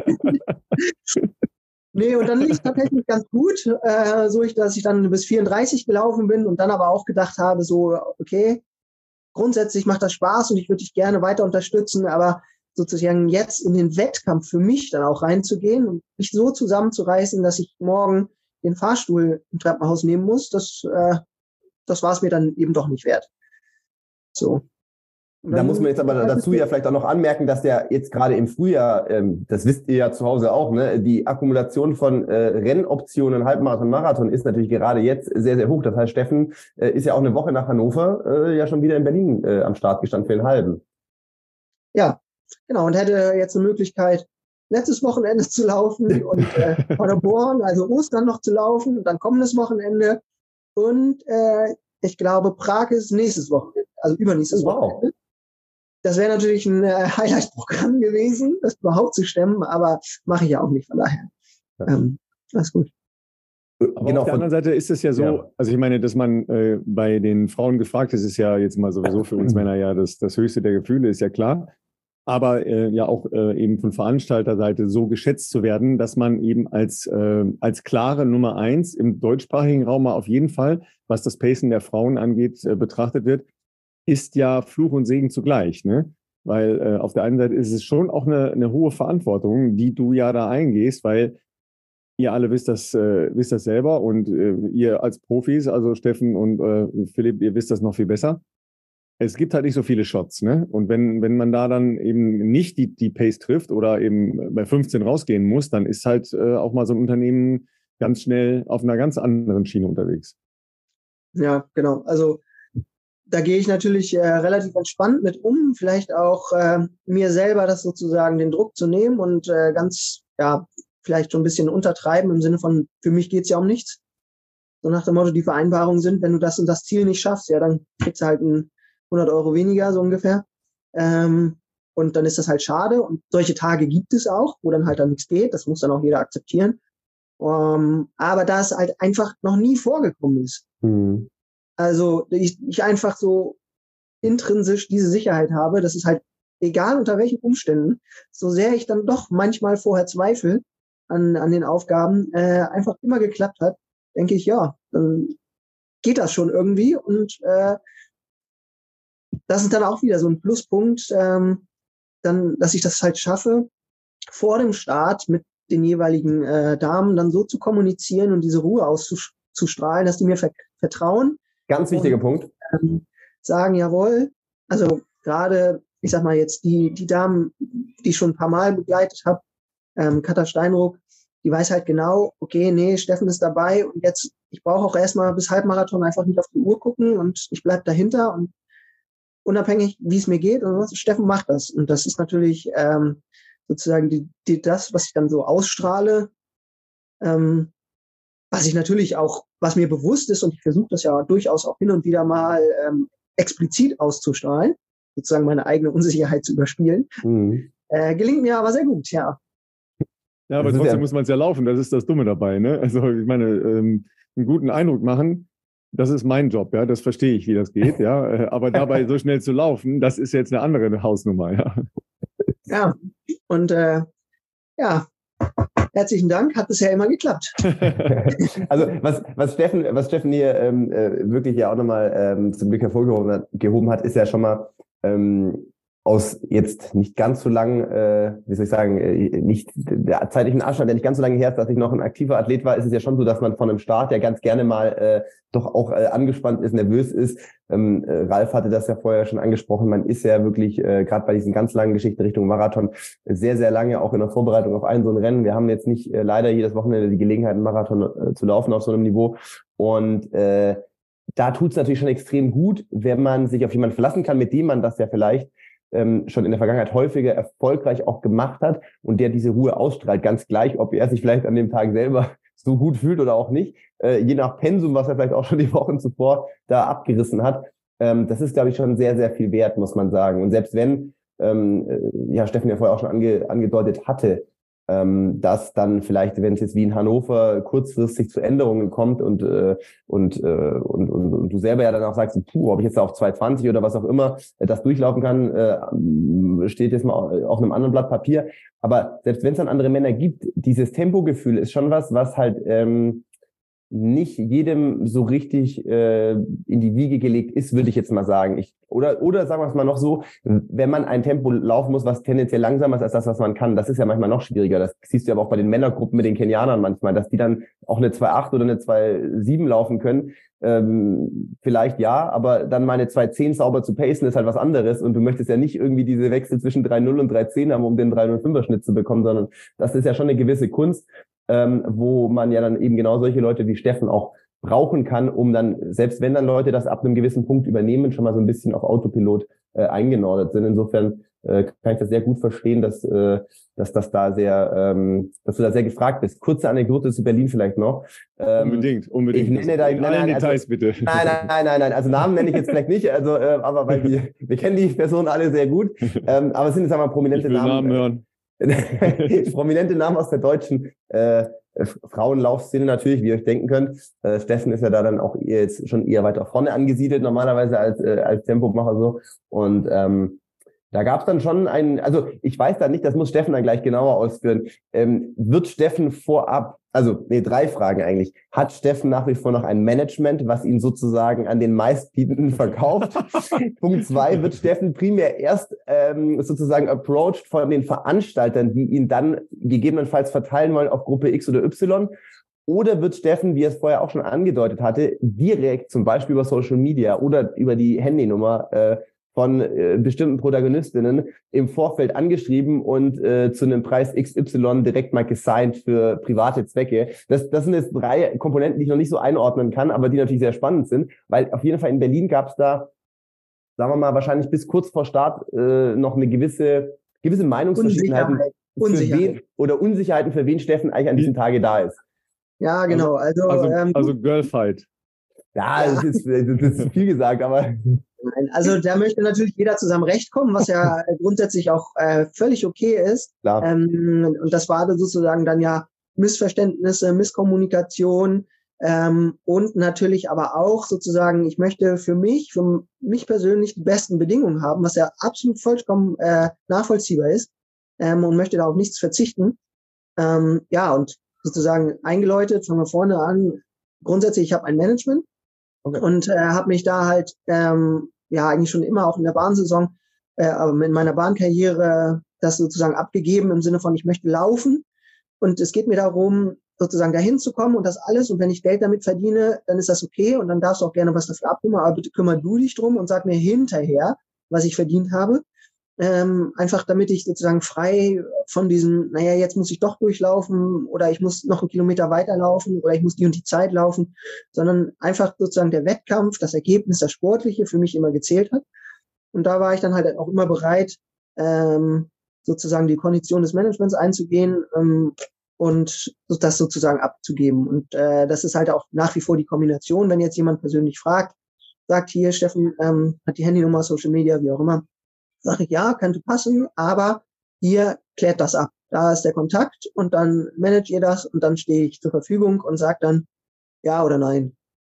nee, und dann lief es tatsächlich ganz gut, äh, so ich, dass ich dann bis vierunddreißig gelaufen bin und dann aber auch gedacht habe, so, okay, grundsätzlich macht das Spaß und ich würde dich gerne weiter unterstützen, aber sozusagen jetzt in den Wettkampf für mich dann auch reinzugehen und mich so zusammenzureißen, dass ich morgen den Fahrstuhl im Treppenhaus nehmen muss, das, äh, das war es mir dann eben doch nicht wert. So. Dann, da muss man jetzt aber dazu ja vielleicht auch noch anmerken, dass der jetzt gerade im Frühjahr, ähm, das wisst ihr ja zu Hause auch, ne, die Akkumulation von äh, Rennoptionen, Halbmarathon, Marathon ist natürlich gerade jetzt sehr, sehr hoch. Das heißt, Steffen äh, ist ja auch eine Woche nach Hannover äh, ja schon wieder in Berlin äh, am Start gestanden für den Halben. Ja, genau. Und hätte jetzt eine Möglichkeit, letztes Wochenende zu laufen und äh, Paderborn, also Ostern noch zu laufen und dann kommendes Wochenende. Und äh, ich glaube, Prag ist nächstes Wochenende, also übernächstes wow. Wochenende. Das wäre natürlich ein äh, Highlight-Programm gewesen, das überhaupt zu stemmen, aber mache ich ja auch nicht, von daher. Ähm, alles gut. Aber genau, auf der anderen Seite ist es ja so, ja. also ich meine, dass man äh, bei den Frauen gefragt ist, ist ja jetzt mal sowieso für uns Männer ja das, das höchste der Gefühle, ist ja klar. Aber äh, ja auch äh, eben von Veranstalterseite so geschätzt zu werden, dass man eben als, äh, als klare Nummer eins im deutschsprachigen Raum mal auf jeden Fall, was das Pacen der Frauen angeht, äh, betrachtet wird, ist ja Fluch und Segen zugleich, ne? Weil äh, auf der einen Seite ist es schon auch eine, eine hohe Verantwortung, die du ja da eingehst, weil ihr alle wisst das, äh, wisst das selber und äh, ihr als Profis, also Steffen und äh, Philipp, ihr wisst das noch viel besser. Es gibt halt nicht so viele Shots, ne? Und wenn, wenn man da dann eben nicht die, die Pace trifft oder eben bei fünfzehn rausgehen muss, dann ist halt äh, auch mal so ein Unternehmen ganz schnell auf einer ganz anderen Schiene unterwegs. Ja, genau. Also da gehe ich natürlich äh, relativ entspannt mit um, vielleicht auch äh, mir selber das sozusagen den Druck zu nehmen und äh, ganz, ja, vielleicht schon ein bisschen untertreiben im Sinne von, für mich geht's ja um nichts. So nach dem Motto, die Vereinbarungen sind, wenn du das und das Ziel nicht schaffst, ja, dann kriegst du halt ein hundert Euro weniger, so ungefähr. Ähm, und dann ist das halt schade. Und solche Tage gibt es auch, wo dann halt dann nichts geht. Das muss dann auch jeder akzeptieren. Um, aber da es halt einfach noch nie vorgekommen ist. Mhm. Also ich, ich einfach so intrinsisch diese Sicherheit habe, dass es halt, egal unter welchen Umständen, so sehr ich dann doch manchmal vorher zweifle an, an den Aufgaben, äh, einfach immer geklappt hat, denke ich, ja, dann geht das schon irgendwie. Und äh, das ist dann auch wieder so ein Pluspunkt, ähm, dann, dass ich das halt schaffe, vor dem Start mit den jeweiligen äh, Damen dann so zu kommunizieren und diese Ruhe auszustrahlen, dass die mir ver- vertrauen. Ganz wichtiger und, Punkt. Ähm, sagen, jawohl, also gerade, ich sag mal jetzt, die, die Damen, die ich schon ein paar Mal begleitet habe, ähm, Katha Steinruck, die weiß halt genau, okay, nee, Steffen ist dabei und jetzt, ich brauche auch erstmal bis Halbmarathon einfach nicht auf die Uhr gucken und ich bleib dahinter und unabhängig, wie es mir geht, und was, Steffen macht das. Und das ist natürlich ähm, sozusagen die, die, das, was ich dann so ausstrahle, ähm, was ich natürlich auch, was mir bewusst ist, und ich versuche das ja durchaus auch hin und wieder mal ähm, explizit auszustrahlen, sozusagen meine eigene Unsicherheit zu überspielen, mhm. äh, gelingt mir aber sehr gut, ja. Ja, aber trotzdem ja muss man es ja laufen, das ist das Dumme dabei, ne? Also ich meine, ähm, einen guten Eindruck machen, das ist mein Job, ja, das verstehe ich, wie das geht, ja, aber dabei so schnell zu laufen, das ist jetzt eine andere Hausnummer, ja. Ja, und äh, ja, herzlichen Dank, hat bisher immer geklappt. Also was, was Steffen, was Steffen hier ähm, wirklich ja auch nochmal ähm, zum Blick hervorgehoben hat, gehoben hat, ist ja schon mal ähm, aus jetzt nicht ganz so lang, äh, wie soll ich sagen, äh, nicht der zeitlichen Abstand, der nicht ganz so lange her ist, dass ich noch ein aktiver Athlet war, ist es ja schon so, dass man von einem Start, der ganz gerne mal äh, doch auch äh, angespannt ist, nervös ist. Ähm, äh, Ralf hatte das ja vorher schon angesprochen, man ist ja wirklich äh, gerade bei diesen ganz langen Geschichten Richtung Marathon sehr, sehr lange auch in der Vorbereitung auf ein so ein Rennen. Wir haben jetzt nicht äh, leider jedes Wochenende die Gelegenheit, einen Marathon äh, zu laufen auf so einem Niveau und äh, da tut es natürlich schon extrem gut, wenn man sich auf jemanden verlassen kann, mit dem man das ja vielleicht ähm, schon in der Vergangenheit häufiger erfolgreich auch gemacht hat und der diese Ruhe ausstrahlt, ganz gleich, ob er sich vielleicht an dem Tag selber so gut fühlt oder auch nicht, äh, je nach Pensum, was er vielleicht auch schon die Wochen zuvor da abgerissen hat. Ähm, das ist, glaube ich, schon sehr, sehr viel wert, muss man sagen. Und selbst wenn, ähm, ja, Steffen ja vorher auch schon ange, angedeutet hatte, ähm, dass dann vielleicht, wenn es jetzt wie in Hannover kurzfristig zu Änderungen kommt und, äh, und, äh, und, und, und du selber ja dann auch sagst, puh, ob ich jetzt auf zwei zwanzig oder was auch immer äh, das durchlaufen kann, äh, steht jetzt mal auf einem anderen Blatt Papier. Aber selbst wenn es dann andere Männer gibt, dieses Tempogefühl ist schon was, was halt ähm, nicht jedem so richtig äh, in die Wiege gelegt ist, würde ich jetzt mal sagen. Ich, oder, oder sagen wir es mal noch so, wenn man ein Tempo laufen muss, was tendenziell langsamer ist als das, was man kann, das ist ja manchmal noch schwieriger. Das siehst du aber auch bei den Männergruppen mit den Kenianern manchmal, dass die dann auch eine zwei Komma acht oder eine zwei Komma sieben laufen können. Ähm, vielleicht ja, aber dann mal eine zwei Komma zehn sauber zu pacen ist halt was anderes und du möchtest ja nicht irgendwie diese Wechsel zwischen drei Komma null und drei Komma zehn haben, um den drei Komma null fünfer Schnitt zu bekommen, sondern das ist ja schon eine gewisse Kunst. Ähm, wo man ja dann eben genau solche Leute wie Steffen auch brauchen kann, um dann, selbst wenn dann Leute das ab einem gewissen Punkt übernehmen, schon mal so ein bisschen auf Autopilot äh, eingenordet sind. Insofern äh, kann ich das sehr gut verstehen, dass, äh, dass das da sehr, ähm, dass du da sehr gefragt bist. Kurze Anekdote zu Berlin vielleicht noch. Ähm, unbedingt, unbedingt. Ich nenne da, in allen nein, Details also, bitte. Nein, nein, nein, nein, nein. Also Namen nenne ich jetzt vielleicht nicht, also, äh, aber weil die, wir kennen die Personen alle sehr gut. Ähm, aber es sind jetzt einmal prominente ich will Namen. Namen hören. Prominente Namen aus der deutschen äh, Frauenlaufszene natürlich, wie ihr euch denken könnt. Äh, Steffen ist ja da dann auch jetzt schon eher weiter vorne angesiedelt normalerweise als äh, als Tempomacher so. Und ähm, da gab es dann schon einen, also ich weiß da nicht, das muss Steffen dann gleich genauer ausführen. Ähm, wird Steffen vorab, also nee, drei Fragen eigentlich. Hat Steffen nach wie vor noch ein Management, was ihn sozusagen an den Meistbietenden verkauft? Punkt zwei, wird Steffen primär erst ähm, sozusagen approached von den Veranstaltern, die ihn dann gegebenenfalls verteilen wollen auf Gruppe X oder Y? Oder wird Steffen, wie er es vorher auch schon angedeutet hatte, direkt zum Beispiel über Social Media oder über die Handynummer äh, von äh, bestimmten Protagonistinnen im Vorfeld angeschrieben und äh, zu einem Preis X Y direkt mal gesigned für private Zwecke. Das, das sind jetzt drei Komponenten, die ich noch nicht so einordnen kann, aber die natürlich sehr spannend sind, weil auf jeden Fall in Berlin gab es da, sagen wir mal, wahrscheinlich bis kurz vor Start äh, noch eine gewisse gewisse Meinungsverschiedenheiten Unsicherheit. für Unsicherheit. wen oder Unsicherheiten, für wen Steffen eigentlich an diesem Tage da ist. Ja, genau. Also, also, ähm, also Girlfight. Ja, Ja. Das, ist, das ist viel gesagt, aber Nein, also da möchte natürlich jeder zu seinem Recht kommen, was ja grundsätzlich auch äh, völlig okay ist. klar. Ähm, und das war sozusagen dann ja Missverständnisse, Misskommunikation ähm, und natürlich aber auch sozusagen, ich möchte für mich, für mich persönlich die besten Bedingungen haben, was ja absolut vollkommen äh, nachvollziehbar ist ähm, und möchte da auf nichts verzichten. Ähm, ja, und sozusagen eingeläutet, fangen wir vorne an. Grundsätzlich, ich habe ein Management. Okay. Und äh, habe mich da halt ähm, ja eigentlich schon immer auch in der Bahnsaison, äh, aber in meiner Bahnkarriere das sozusagen abgegeben im Sinne von, ich möchte laufen und es geht mir darum, sozusagen dahin zu kommen und das alles und wenn ich Geld damit verdiene, dann ist das okay und dann darfst du auch gerne was dafür abnehmen, aber bitte kümmer du dich drum und sag mir hinterher, was ich verdient habe. Ähm, einfach damit ich sozusagen frei von diesem, naja, jetzt muss ich doch durchlaufen oder ich muss noch einen Kilometer weiterlaufen oder ich muss die und die Zeit laufen, sondern einfach sozusagen der Wettkampf, das Ergebnis, das Sportliche für mich immer gezählt hat. Und da war ich dann halt auch immer bereit, ähm, sozusagen die Kondition des Managements einzugehen ähm, und das sozusagen abzugeben. Und äh, das ist halt auch nach wie vor die Kombination, wenn jetzt jemand persönlich fragt, sagt hier, Steffen ähm, hat die Handynummer, Social Media, wie auch immer, sage ich, ja, könnte passen, aber hier klärt das ab. Da ist der Kontakt und dann managt ihr das und dann stehe ich zur Verfügung und sage dann ja oder nein.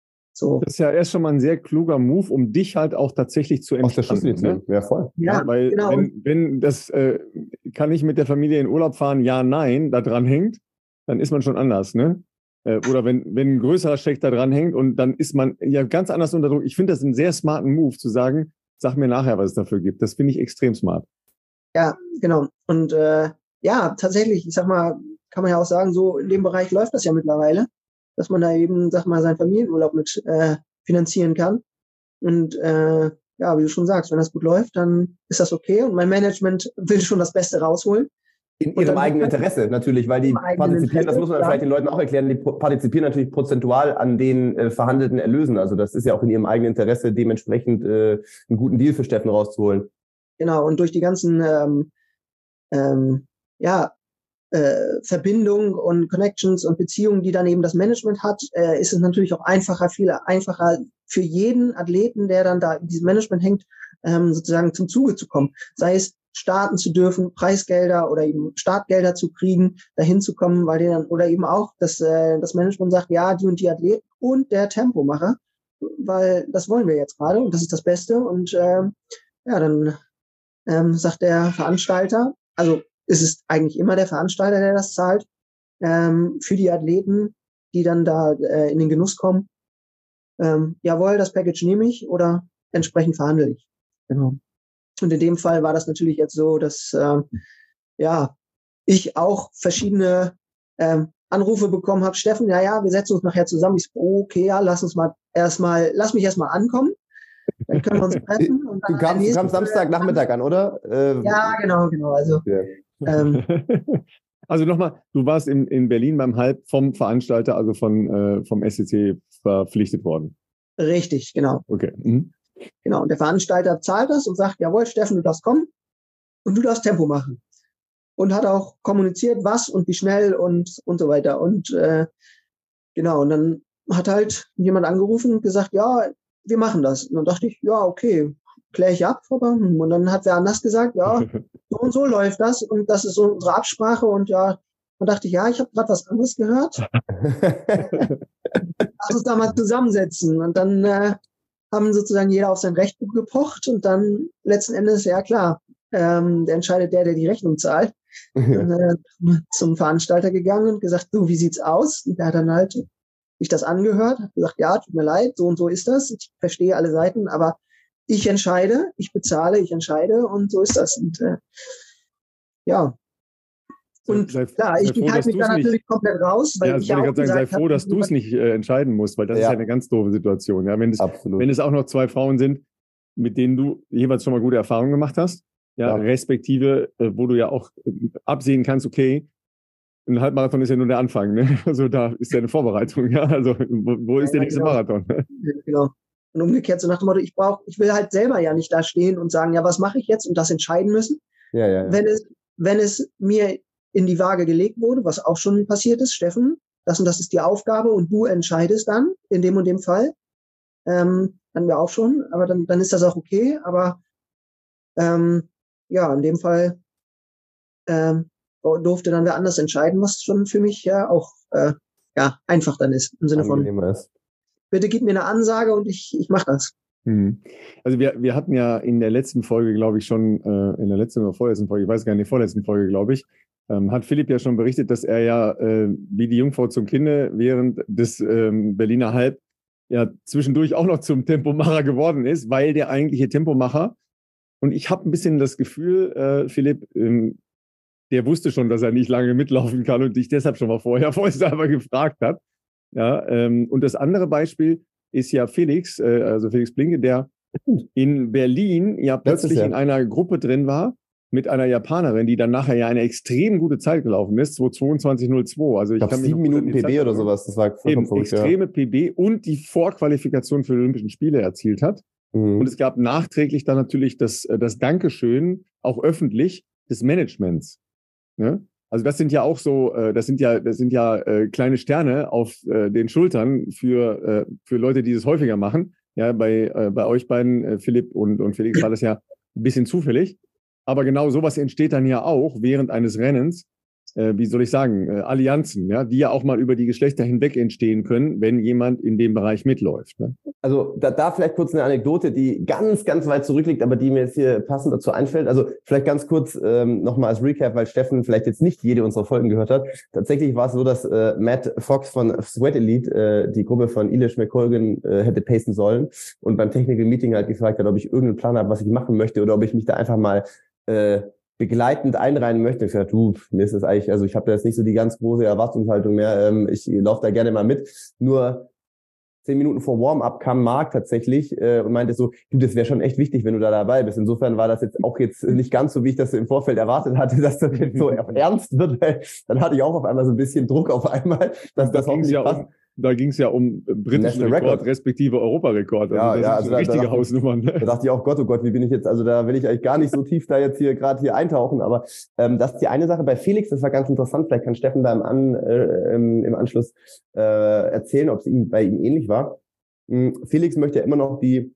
So. Das ist ja erst schon mal ein sehr kluger Move, um dich halt auch tatsächlich zu entspannen. Ne? Ja, voll. Ja, ja, weil genau. wenn, wenn das, äh, kann ich mit der Familie in Urlaub fahren, ja, nein, da dran hängt, dann ist man schon anders, ne? Äh, oder wenn, wenn ein größerer Scheck da dran hängt und dann ist man ja ganz anders unter Druck. Ich finde das einen sehr smarten Move zu sagen, sag mir nachher, was es dafür gibt. Das finde ich extrem smart. Ja, genau. Und äh, ja, tatsächlich, ich sag mal, kann man ja auch sagen, so in dem Bereich läuft das ja mittlerweile, dass man da eben, sag mal, seinen Familienurlaub mit äh, finanzieren kann. Und äh, ja, wie du schon sagst, wenn das gut läuft, dann ist das okay. Und mein Management will schon das Beste rausholen. In ihrem eigenen Interesse natürlich, weil die partizipieren, das muss man vielleicht den Leuten auch erklären, die partizipieren natürlich prozentual an den äh, verhandelten Erlösen. Also das ist ja auch in ihrem eigenen Interesse, dementsprechend äh, einen guten Deal für Steffen rauszuholen. Genau, und durch die ganzen ähm, ähm, ja, äh, Verbindungen und Connections und Beziehungen, die dann eben das Management hat, äh, ist es natürlich auch einfacher, viel einfacher für jeden Athleten, der dann da in diesem Management hängt, ähm, sozusagen zum Zuge zu kommen. Sei es starten zu dürfen, Preisgelder oder eben Startgelder zu kriegen, dahin zu kommen, weil die dann, oder eben auch, dass äh, das Management sagt, ja, die und die Athleten und der Tempomacher, weil das wollen wir jetzt gerade und das ist das Beste. Und äh, ja, dann ähm, sagt der Veranstalter, also es ist eigentlich immer der Veranstalter, der das zahlt, ähm, für die Athleten, die dann da äh, in den Genuss kommen. Ähm, jawohl, das Package nehme ich oder entsprechend verhandle ich. Genau. Und in dem Fall war das natürlich jetzt so, dass äh, ja ich auch verschiedene ähm, Anrufe bekommen habe. Steffen, ja, ja, wir setzen uns nachher zusammen. Ich so, okay, ja, lass uns mal erstmal, lass mich erstmal ankommen. Dann können wir uns treffen. Und dann du kamst, du kamst Samstagnachmittag an, oder? Ähm, ja, genau, genau. Also, ja. ähm, also nochmal, du warst in, in Berlin beim Halb vom Veranstalter, also von, äh, vom S C C verpflichtet worden. Richtig, genau. Okay. Mhm. Genau, und der Veranstalter zahlt das und sagt, jawohl, Steffen, du darfst kommen und du darfst Tempo machen. Und hat auch kommuniziert, was und wie schnell und, und so weiter. Und äh, genau, und dann hat halt jemand angerufen und gesagt, ja, wir machen das. Und dann dachte ich, ja, okay, kläre ich ab. Aber, und dann hat wer anders gesagt, ja, so und so läuft das und das ist so unsere Absprache. Und ja, dann dachte ich, ja, ich habe gerade was anderes gehört. Lass uns da mal zusammensetzen. Und dann äh, haben sozusagen jeder auf sein Recht gepocht und dann letzten Endes, ja klar, ähm, der entscheidet der, der die Rechnung zahlt. Dann äh, zum Veranstalter gegangen und gesagt, du, wie sieht's aus? Und der hat dann halt sich das angehört, hat gesagt, ja, tut mir leid, so und so ist das. Ich verstehe alle Seiten, aber ich entscheide, ich bezahle, ich entscheide und so ist das. Und äh, ja. Und sei, klar, ich halte mich da natürlich nicht, komplett raus, weil ja, ich ja auch sagen, sei froh, dass du es nicht äh, entscheiden musst, weil das ja. ist ja eine ganz doofe Situation. Ja, wenn es, wenn es auch noch zwei Frauen sind, mit denen du jeweils schon mal gute Erfahrungen gemacht hast, ja, ja. respektive, äh, wo du ja auch äh, absehen kannst, okay, ein Halbmarathon ist ja nur der Anfang, ne? Also da ist ja eine Vorbereitung, ja. Also wo, wo ist ja, der nächste genau. Marathon? Ja, genau. Und umgekehrt so nach dem Motto, ich brauche, ich will halt selber ja nicht da stehen und sagen, ja, was mache ich jetzt und das entscheiden müssen. Ja, ja, ja. Wenn es, wenn es mir in die Waage gelegt wurde, was auch schon passiert ist, Steffen, das und das ist die Aufgabe und du entscheidest dann in dem und dem Fall, ähm, dann wir auch schon, aber dann, dann ist das auch okay, aber ähm, ja, in dem Fall ähm, durfte dann wer anders entscheiden, was schon für mich ja auch äh, ja, einfach dann ist, im Sinne von, ist. Bitte gib mir eine Ansage und ich, ich mache das. Hm. Also wir, wir hatten ja in der letzten Folge, glaube ich, schon, äh, in der letzten oder vorletzten Folge, ich weiß gar nicht, in der vorletzten Folge, glaube ich, ähm, hat Philipp ja schon berichtet, dass er ja äh, wie die Jungfrau zum Kinde während des ähm, Berliner Halb ja zwischendurch auch noch zum Tempomacher geworden ist, weil der eigentliche Tempomacher, und ich habe ein bisschen das Gefühl, äh, Philipp, ähm, der wusste schon, dass er nicht lange mitlaufen kann und dich deshalb schon mal vorher vorsichtshalber gefragt hat. Ja, ähm, und das andere Beispiel ist ja Felix, äh, also Felix Blinke, der in Berlin ja plötzlich in einer Gruppe drin war mit einer Japanerin, die dann nachher ja eine extrem gute Zeit gelaufen ist, zwei zweiundzwanzig null zwei. Also ich, ich glaube sieben Minuten P B oder sowas. Das war eben verrückt, extreme ja. P B und die Vorqualifikation für die Olympischen Spiele erzielt hat. Mhm. Und es gab nachträglich dann natürlich das, das Dankeschön, auch öffentlich, des Managements. Ne? Also das sind ja auch so, das sind ja, das sind ja äh, kleine Sterne auf äh, den Schultern für äh, für Leute, die das häufiger machen. Ja, bei äh, bei euch beiden, äh, Philipp und und Felix, war das ja ein bisschen zufällig. Aber genau sowas entsteht dann ja auch während eines Rennens, äh, wie soll ich sagen, äh, Allianzen, ja, die ja auch mal über die Geschlechter hinweg entstehen können, wenn jemand in dem Bereich mitläuft. Ne? Also da, da vielleicht kurz eine Anekdote, die ganz, ganz weit zurückliegt, aber die mir jetzt hier passend dazu einfällt. Also vielleicht ganz kurz ähm, nochmal als Recap, weil Steffen vielleicht jetzt nicht jede unserer Folgen gehört hat. Tatsächlich war es so, dass äh, Matt Fox von Sweat Elite äh, die Gruppe von Elish McColgan äh, hätte pacen sollen und beim Technical Meeting halt gefragt hat, ob ich irgendeinen Plan habe, was ich machen möchte oder ob ich mich da einfach mal äh, begleitend einreihen möchte. Ich gesagt, du, mir ist das eigentlich, also ich habe da jetzt nicht so die ganz große Erwartungshaltung mehr. Ähm, ich laufe da gerne mal mit. Nur zehn Minuten vor Warm-up kam Marc tatsächlich äh, und meinte so, du, das wäre schon echt wichtig, wenn du da dabei bist. Insofern war das jetzt auch jetzt nicht ganz so, wie ich das im Vorfeld erwartet hatte, dass das jetzt so ernst wird. Weil dann hatte ich auch auf einmal so ein bisschen Druck auf einmal, dass das hoffentlich ja passt. Um, da ging es ja um britischen Rekord, Rekord, respektive Europarekord. Also ja, das ja, sind also so da, richtige da Hausnummern. Ne? Da dachte ich auch, Gott, oh Gott, wie bin ich jetzt, also da will ich eigentlich gar nicht so tief da jetzt hier gerade hier eintauchen, aber ähm, das ist die eine Sache. Bei Felix, das war ganz interessant, vielleicht kann Steffen da im, An, äh, im, im Anschluss äh, erzählen, ob es ihm bei ihm ähnlich war. Felix möchte ja immer noch die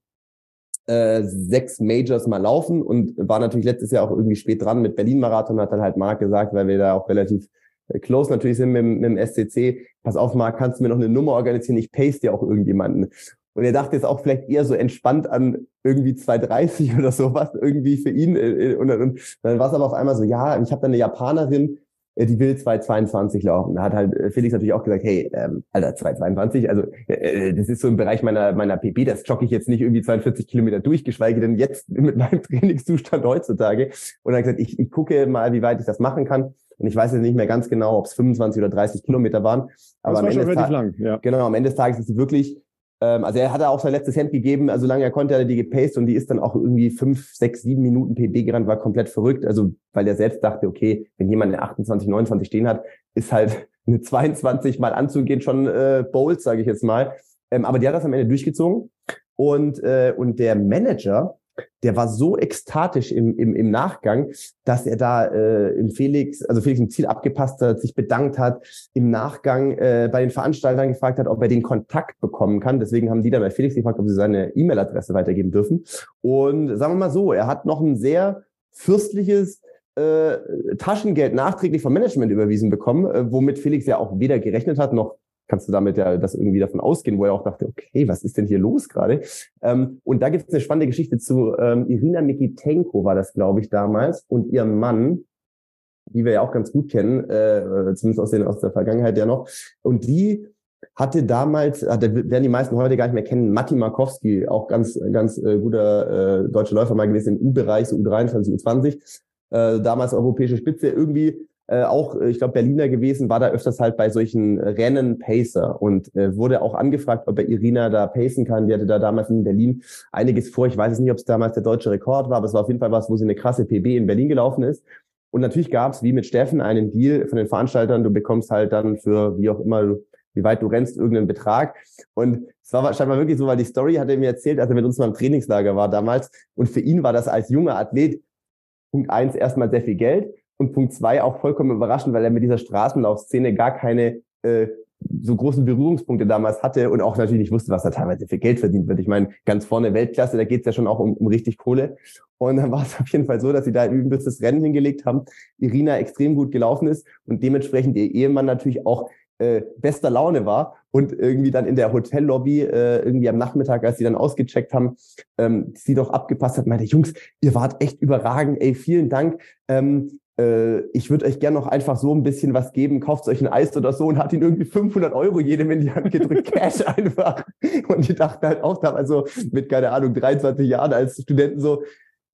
äh, sechs Majors mal laufen und war natürlich letztes Jahr auch irgendwie spät dran mit Berlin-Marathon, hat dann halt Marc gesagt, weil wir da auch relativ äh, close natürlich sind mit, mit dem S C C. Pass auf, Marc, kannst du mir noch eine Nummer organisieren? Ich pace dir auch irgendjemanden. Und er dachte jetzt auch vielleicht eher so entspannt an irgendwie zwei dreißig oder sowas irgendwie für ihn. Und, und dann war es aber auf einmal so, ja, ich habe da eine Japanerin, die will zwei zweiundzwanzig laufen. Da hat halt Felix natürlich auch gesagt, hey, ähm, Alter, zwei zweiundzwanzig, also äh, das ist so im Bereich meiner meiner P B, das jogge ich jetzt nicht irgendwie zweiundvierzig Kilometer durch, geschweige denn jetzt mit meinem Trainingszustand heutzutage. Und er hat gesagt, ich, ich gucke mal, wie weit ich das machen kann. Und ich weiß jetzt nicht mehr ganz genau, ob es fünfundzwanzig oder dreißig Kilometer waren. Aber das am war Ende schon des relativ Ta- lang, ja. Genau, am Ende des Tages ist sie wirklich, ähm, also er hat auch sein letztes Hemd gegeben, also solange er konnte, hat er die gepaced und die ist dann auch irgendwie fünf, sechs, sieben Minuten P B gerannt, war komplett verrückt. Also weil er selbst dachte, okay, wenn jemand eine achtundzwanzig, neunundzwanzig stehen hat, ist halt eine zweiundzwanzig mal anzugehen schon äh, bold, sage ich jetzt mal. Ähm, aber die hat das am Ende durchgezogen und äh, und der Manager, der war so ekstatisch im, im, im Nachgang, dass er da äh, im Felix, also Felix im Ziel abgepasst hat, sich bedankt hat, im Nachgang äh, bei den Veranstaltern gefragt hat, ob er den Kontakt bekommen kann. Deswegen haben die dann bei Felix gefragt, ob sie seine E-Mail-Adresse weitergeben dürfen. Und sagen wir mal so, er hat noch ein sehr fürstliches äh, Taschengeld nachträglich vom Management überwiesen bekommen, äh, womit Felix ja auch weder gerechnet hat, noch kannst du damit ja das irgendwie davon ausgehen, wo er auch dachte, okay, was ist denn hier los gerade? Ähm, und da gibt es eine spannende Geschichte zu ähm, Irina Mikitenko war das, glaube ich, damals, und ihrem Mann, die wir ja auch ganz gut kennen, äh, zumindest aus, den, aus der Vergangenheit ja noch. Und die hatte damals, da werden die meisten heute gar nicht mehr kennen, Matti Markowski, auch ganz ganz äh, guter äh, deutscher Läufer mal gewesen im U-Bereich, so U dreiundzwanzig, U zwanzig, äh, damals europäische Spitze, irgendwie Äh, auch, ich glaube, Berliner gewesen, war da öfters halt bei solchen Rennen Pacer und äh, wurde auch angefragt, ob er Irina da pacen kann. Die hatte da damals in Berlin einiges vor. Ich weiß es nicht, ob es damals der deutsche Rekord war, aber es war auf jeden Fall was, wo sie eine krasse P B in Berlin gelaufen ist. Und natürlich gab es, wie mit Steffen, einen Deal von den Veranstaltern. Du bekommst halt dann für, wie auch immer, wie weit du rennst, irgendeinen Betrag. Und es war scheinbar wirklich so, weil die Story hat er mir erzählt, als er mit uns mal im Trainingslager war damals. Und für ihn war das als junger Athlet Punkt eins erstmal sehr viel Geld. Und Punkt zwei auch vollkommen überraschend, weil er mit dieser Straßenlaufszene gar keine äh, so großen Berührungspunkte damals hatte und auch natürlich nicht wusste, was da teilweise für Geld verdient wird. Ich meine, ganz vorne Weltklasse, da geht's ja schon auch um, um richtig Kohle. Und dann war es auf jeden Fall so, dass sie da ein übelstes Rennen hingelegt haben. Irina extrem gut gelaufen ist und dementsprechend ihr Ehemann natürlich auch äh, bester Laune war und irgendwie dann in der Hotellobby äh, irgendwie am Nachmittag, als sie dann ausgecheckt haben, ähm, sie doch abgepasst hat, meinte, Jungs, ihr wart echt überragend, ey, vielen Dank. Ähm, ich würde euch gerne noch einfach so ein bisschen was geben, kauft euch ein Eis oder so, und hat ihn irgendwie fünfhundert Euro jedem in die Hand gedrückt, Cash einfach. Und die dachten halt auch damals so mit, keine Ahnung, dreiundzwanzig Jahren als Studenten so,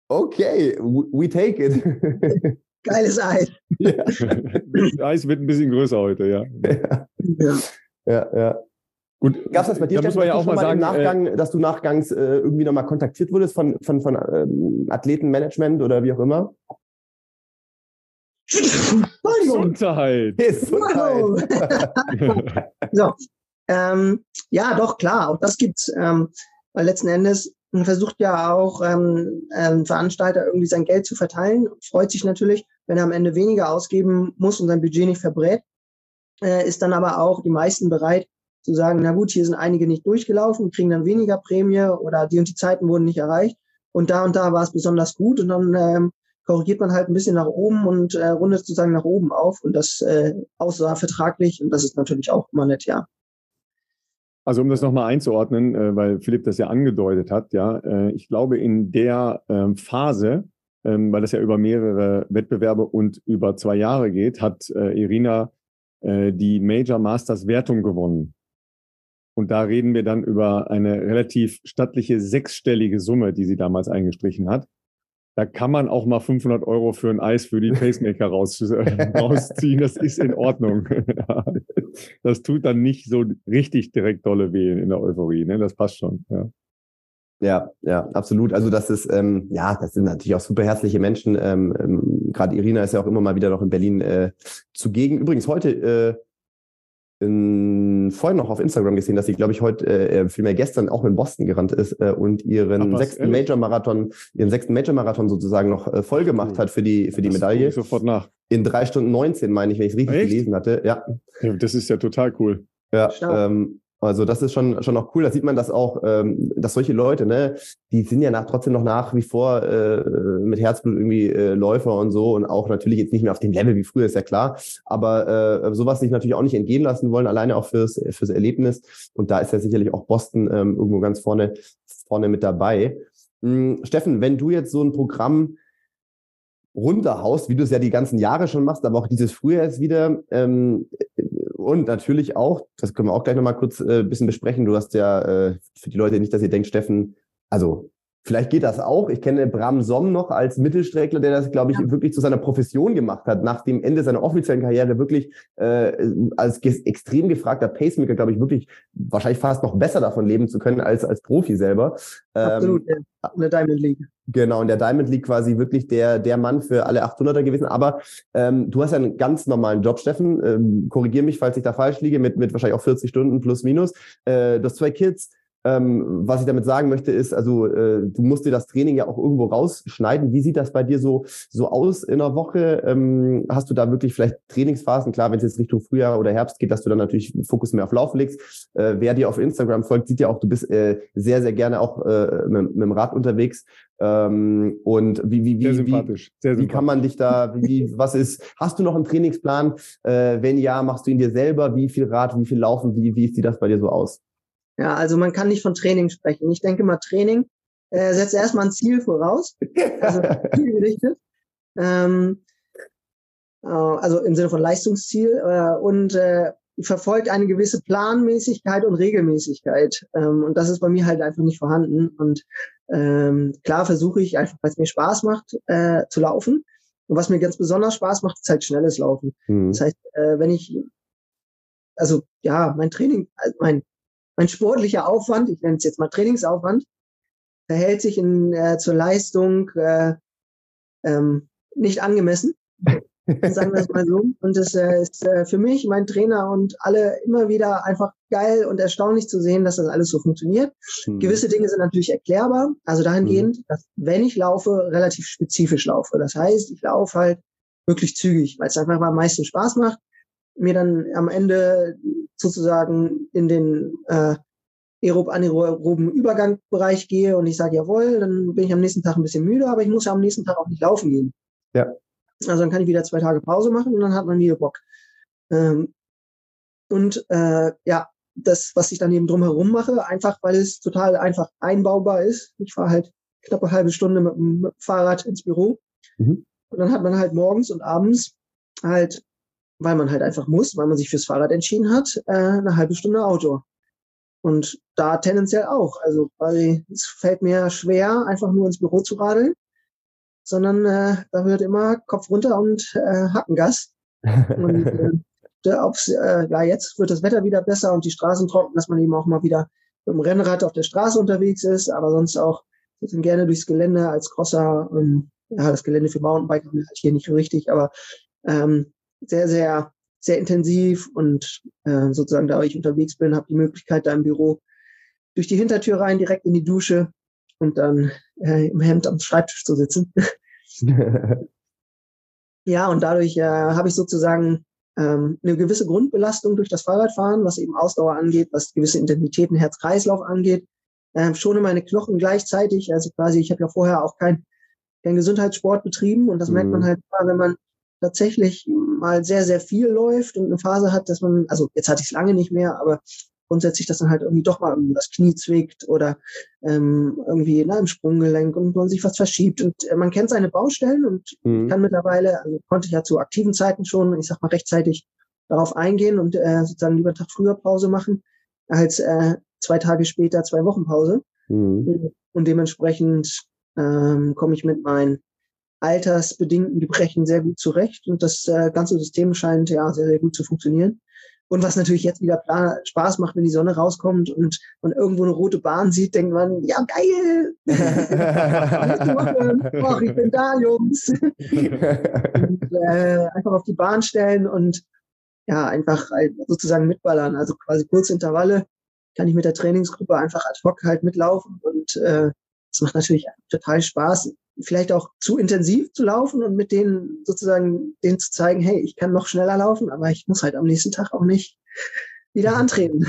okay, we take it. Geiles Eis. Ja. Das Eis wird ein bisschen größer heute, ja. Ja, ja. ja. Gut, gab es das bei dir, da muss man ja auch mal sagen, im Nachgang, äh, dass du nachgangs äh, irgendwie nochmal kontaktiert wurdest von, von, von ähm, Athletenmanagement oder wie auch immer? Gesundheit. Gesundheit. So, ähm, ja, doch, klar, auch das gibt's. Ähm, weil letzten Endes versucht ja auch ähm, ein Veranstalter irgendwie sein Geld zu verteilen, freut sich natürlich, wenn er am Ende weniger ausgeben muss und sein Budget nicht verbrät, äh, ist dann aber auch die meisten bereit zu sagen, na gut, hier sind einige nicht durchgelaufen, kriegen dann weniger Prämie oder die und die Zeiten wurden nicht erreicht und da und da war es besonders gut und dann ähm, korrigiert man halt ein bisschen nach oben und äh, rundet sozusagen nach oben auf und das äh, außer vertraglich und das ist natürlich auch immer nett, ja. Also um das nochmal einzuordnen, äh, weil Philipp das ja angedeutet hat, ja, äh, ich glaube in der ähm, Phase, ähm, weil das ja über mehrere Wettbewerbe und über zwei Jahre geht, hat äh, Irina äh, die Major Masters Wertung gewonnen. Und da reden wir dann über eine relativ stattliche sechsstellige Summe, die sie damals eingestrichen hat. Da kann man auch mal fünfhundert Euro für ein Eis für die Pacemaker raus, äh, rausziehen. Das ist in Ordnung. Das tut dann nicht so richtig direkt dolle weh in der Euphorie. Ne? Das passt schon. Ja. Ja, ja, absolut. Also das ist, ähm, ja, das sind natürlich auch super herzliche Menschen. Ähm, ähm, Gerade Irina ist ja auch immer mal wieder noch in Berlin äh, zugegen. Übrigens heute äh, in, vorhin noch auf Instagram gesehen, dass sie, glaube ich, heute, äh, vielmehr gestern auch in Boston gerannt ist äh, und ihren Ach, sechsten Major-Marathon, ihren sechsten Major-Marathon sozusagen noch äh, voll gemach cool. hat für die für die das Medaille. Sofort nach. In drei Stunden neunzehn, meine ich, wenn ich es richtig Echt? gelesen hatte. Ja. ja. Das ist ja total cool. Ja, ähm, also das ist schon schon auch cool. Da sieht man das auch, ähm, dass solche Leute, ne, die sind ja nach, trotzdem noch nach wie vor äh, mit Herzblut irgendwie äh, Läufer und so und auch natürlich jetzt nicht mehr auf dem Level wie früher, ist ja klar. Aber äh, sowas sich natürlich auch nicht entgehen lassen wollen, alleine auch fürs fürs Erlebnis. Und da ist ja sicherlich auch Boston ähm, irgendwo ganz vorne vorne mit dabei. Hm, Steffen, wenn du jetzt so ein Programm runterhaust, wie du es ja die ganzen Jahre schon machst, aber auch dieses Frühjahr jetzt wieder, ähm, und natürlich auch, das können wir auch gleich nochmal kurz ein äh, bisschen besprechen, du hast ja, äh, für die Leute nicht, dass ihr denkt, Steffen, also vielleicht geht das auch, ich kenne Bram Somm noch als Mittelstreckler, der das, glaube ich, ja. wirklich zu seiner Profession gemacht hat, nach dem Ende seiner offiziellen Karriere wirklich äh, als ge- extrem gefragter Pacemaker, glaube ich, wirklich wahrscheinlich fast noch besser davon leben zu können als als Profi selber. Absolut, ähm, ja. In der Diamond League. Genau, in der Diamond League quasi wirklich der der Mann für alle achthunderter gewesen. Aber ähm, du hast ja einen ganz normalen Job, Steffen. Ähm, korrigier mich, falls ich da falsch liege, mit mit wahrscheinlich auch vierzig Stunden plus minus. Äh, du hast zwei Kids. Ähm, was ich damit sagen möchte, ist, also äh, du musst dir das Training ja auch irgendwo rausschneiden. Wie sieht das bei dir so so aus in der Woche? Ähm, hast du da wirklich vielleicht Trainingsphasen? Klar, wenn es jetzt Richtung Frühjahr oder Herbst geht, dass du dann natürlich Fokus mehr auf Laufen legst. Äh, wer dir auf Instagram folgt, sieht ja auch, du bist äh, sehr, sehr gerne auch äh, mit, mit dem Rad unterwegs. Ähm, und wie wie wie sehr sympathisch. Sehr wie, wie kann man dich da? Wie was ist? Hast du noch einen Trainingsplan? Äh, wenn ja, machst du ihn dir selber? Wie viel Rad? Wie viel Laufen? Wie wie sieht das bei dir so aus? Ja, also man kann nicht von Training sprechen. Ich denke mal, Training äh, setzt erstmal ein Ziel voraus, also zielgerichtet, ähm, äh, also im Sinne von Leistungsziel äh, und äh, verfolgt eine gewisse Planmäßigkeit und Regelmäßigkeit. Ähm, und das ist bei mir halt einfach nicht vorhanden. Und ähm, klar versuche ich einfach, weil es mir Spaß macht, äh, zu laufen. Und was mir ganz besonders Spaß macht, ist halt schnelles Laufen. Mhm. Das heißt, äh, wenn ich, also ja, mein Training, mein Mein sportlicher Aufwand, ich nenne es jetzt mal Trainingsaufwand, verhält sich in, äh, zur Leistung äh, ähm, nicht angemessen, sagen wir es mal so. Und das äh, ist äh, für mich, mein Trainer und alle immer wieder einfach geil und erstaunlich zu sehen, dass das alles so funktioniert. Mhm. Gewisse Dinge sind natürlich erklärbar, also dahingehend, mhm. dass wenn ich laufe, relativ spezifisch laufe. Das heißt, ich laufe halt wirklich zügig, weil es einfach am meisten Spaß macht, mir dann am Ende sozusagen in den äh, aerob-anaeroben Übergangsbereich gehe und ich sage, jawohl, dann bin ich am nächsten Tag ein bisschen müde, aber ich muss ja am nächsten Tag auch nicht laufen gehen. Ja. Also dann kann ich wieder zwei Tage Pause machen und dann hat man wieder Bock. Ähm, und äh, ja, das, was ich dann eben drumherum mache, einfach weil es total einfach einbaubar ist. Ich fahre halt knapp eine halbe Stunde mit dem Fahrrad ins Büro. Mhm. Und dann hat man halt morgens und abends halt, weil man halt einfach muss, weil man sich fürs Fahrrad entschieden hat, äh, eine halbe Stunde Auto. Und da tendenziell auch. Also weil es fällt mir schwer, einfach nur ins Büro zu radeln, sondern äh, da wird immer Kopf runter und äh, Hackengas. Und äh, ob's, äh, ja, jetzt wird das Wetter wieder besser und die Straßen trocken, dass man eben auch mal wieder mit dem Rennrad auf der Straße unterwegs ist, aber sonst auch gerne durchs Gelände als Crosser. Ähm, ja, das Gelände für Mountainbiker ist halt hier nicht richtig, aber ähm, sehr, sehr, sehr intensiv und äh, sozusagen, da ich unterwegs bin, habe die Möglichkeit, da im Büro durch die Hintertür rein, direkt in die Dusche und dann äh, im Hemd am Schreibtisch zu sitzen. Ja, und dadurch äh, habe ich sozusagen ähm, eine gewisse Grundbelastung durch das Fahrradfahren, was eben Ausdauer angeht, was gewisse Intensitäten, Herz-Kreislauf angeht. Ähm, schone meine Knochen gleichzeitig, also quasi, ich habe ja vorher auch kein kein Gesundheitssport betrieben und das mhm. merkt man halt mal, wenn man tatsächlich mal sehr, sehr viel läuft und eine Phase hat, dass man, also jetzt hatte ich es lange nicht mehr, aber grundsätzlich, dass dann halt irgendwie doch mal irgendwie das Knie zwickt oder ähm, irgendwie na, im Sprunggelenk und man sich was verschiebt und äh, man kennt seine Baustellen und mhm. kann mittlerweile, also konnte ich ja zu aktiven Zeiten schon, ich sag mal rechtzeitig darauf eingehen und äh, sozusagen lieber einen Tag früher Pause machen, als äh, zwei Tage später zwei Wochen Pause. Mhm. Und dementsprechend ähm, komme ich mit meinen altersbedingten Gebrechen sehr gut zurecht und das äh, ganze System scheint ja sehr, sehr gut zu funktionieren. Und was natürlich jetzt wieder Spaß macht, wenn die Sonne rauskommt und man irgendwo eine rote Bahn sieht, denkt man, ja geil! Ach, ich bin da, Jungs! und, äh, einfach auf die Bahn stellen und ja, einfach halt sozusagen mitballern. Also quasi kurze Intervalle kann ich mit der Trainingsgruppe einfach ad hoc halt mitlaufen und äh, das macht natürlich total Spaß, vielleicht auch zu intensiv zu laufen und mit denen sozusagen denen zu zeigen, hey, ich kann noch schneller laufen, aber ich muss halt am nächsten Tag auch nicht wieder antreten.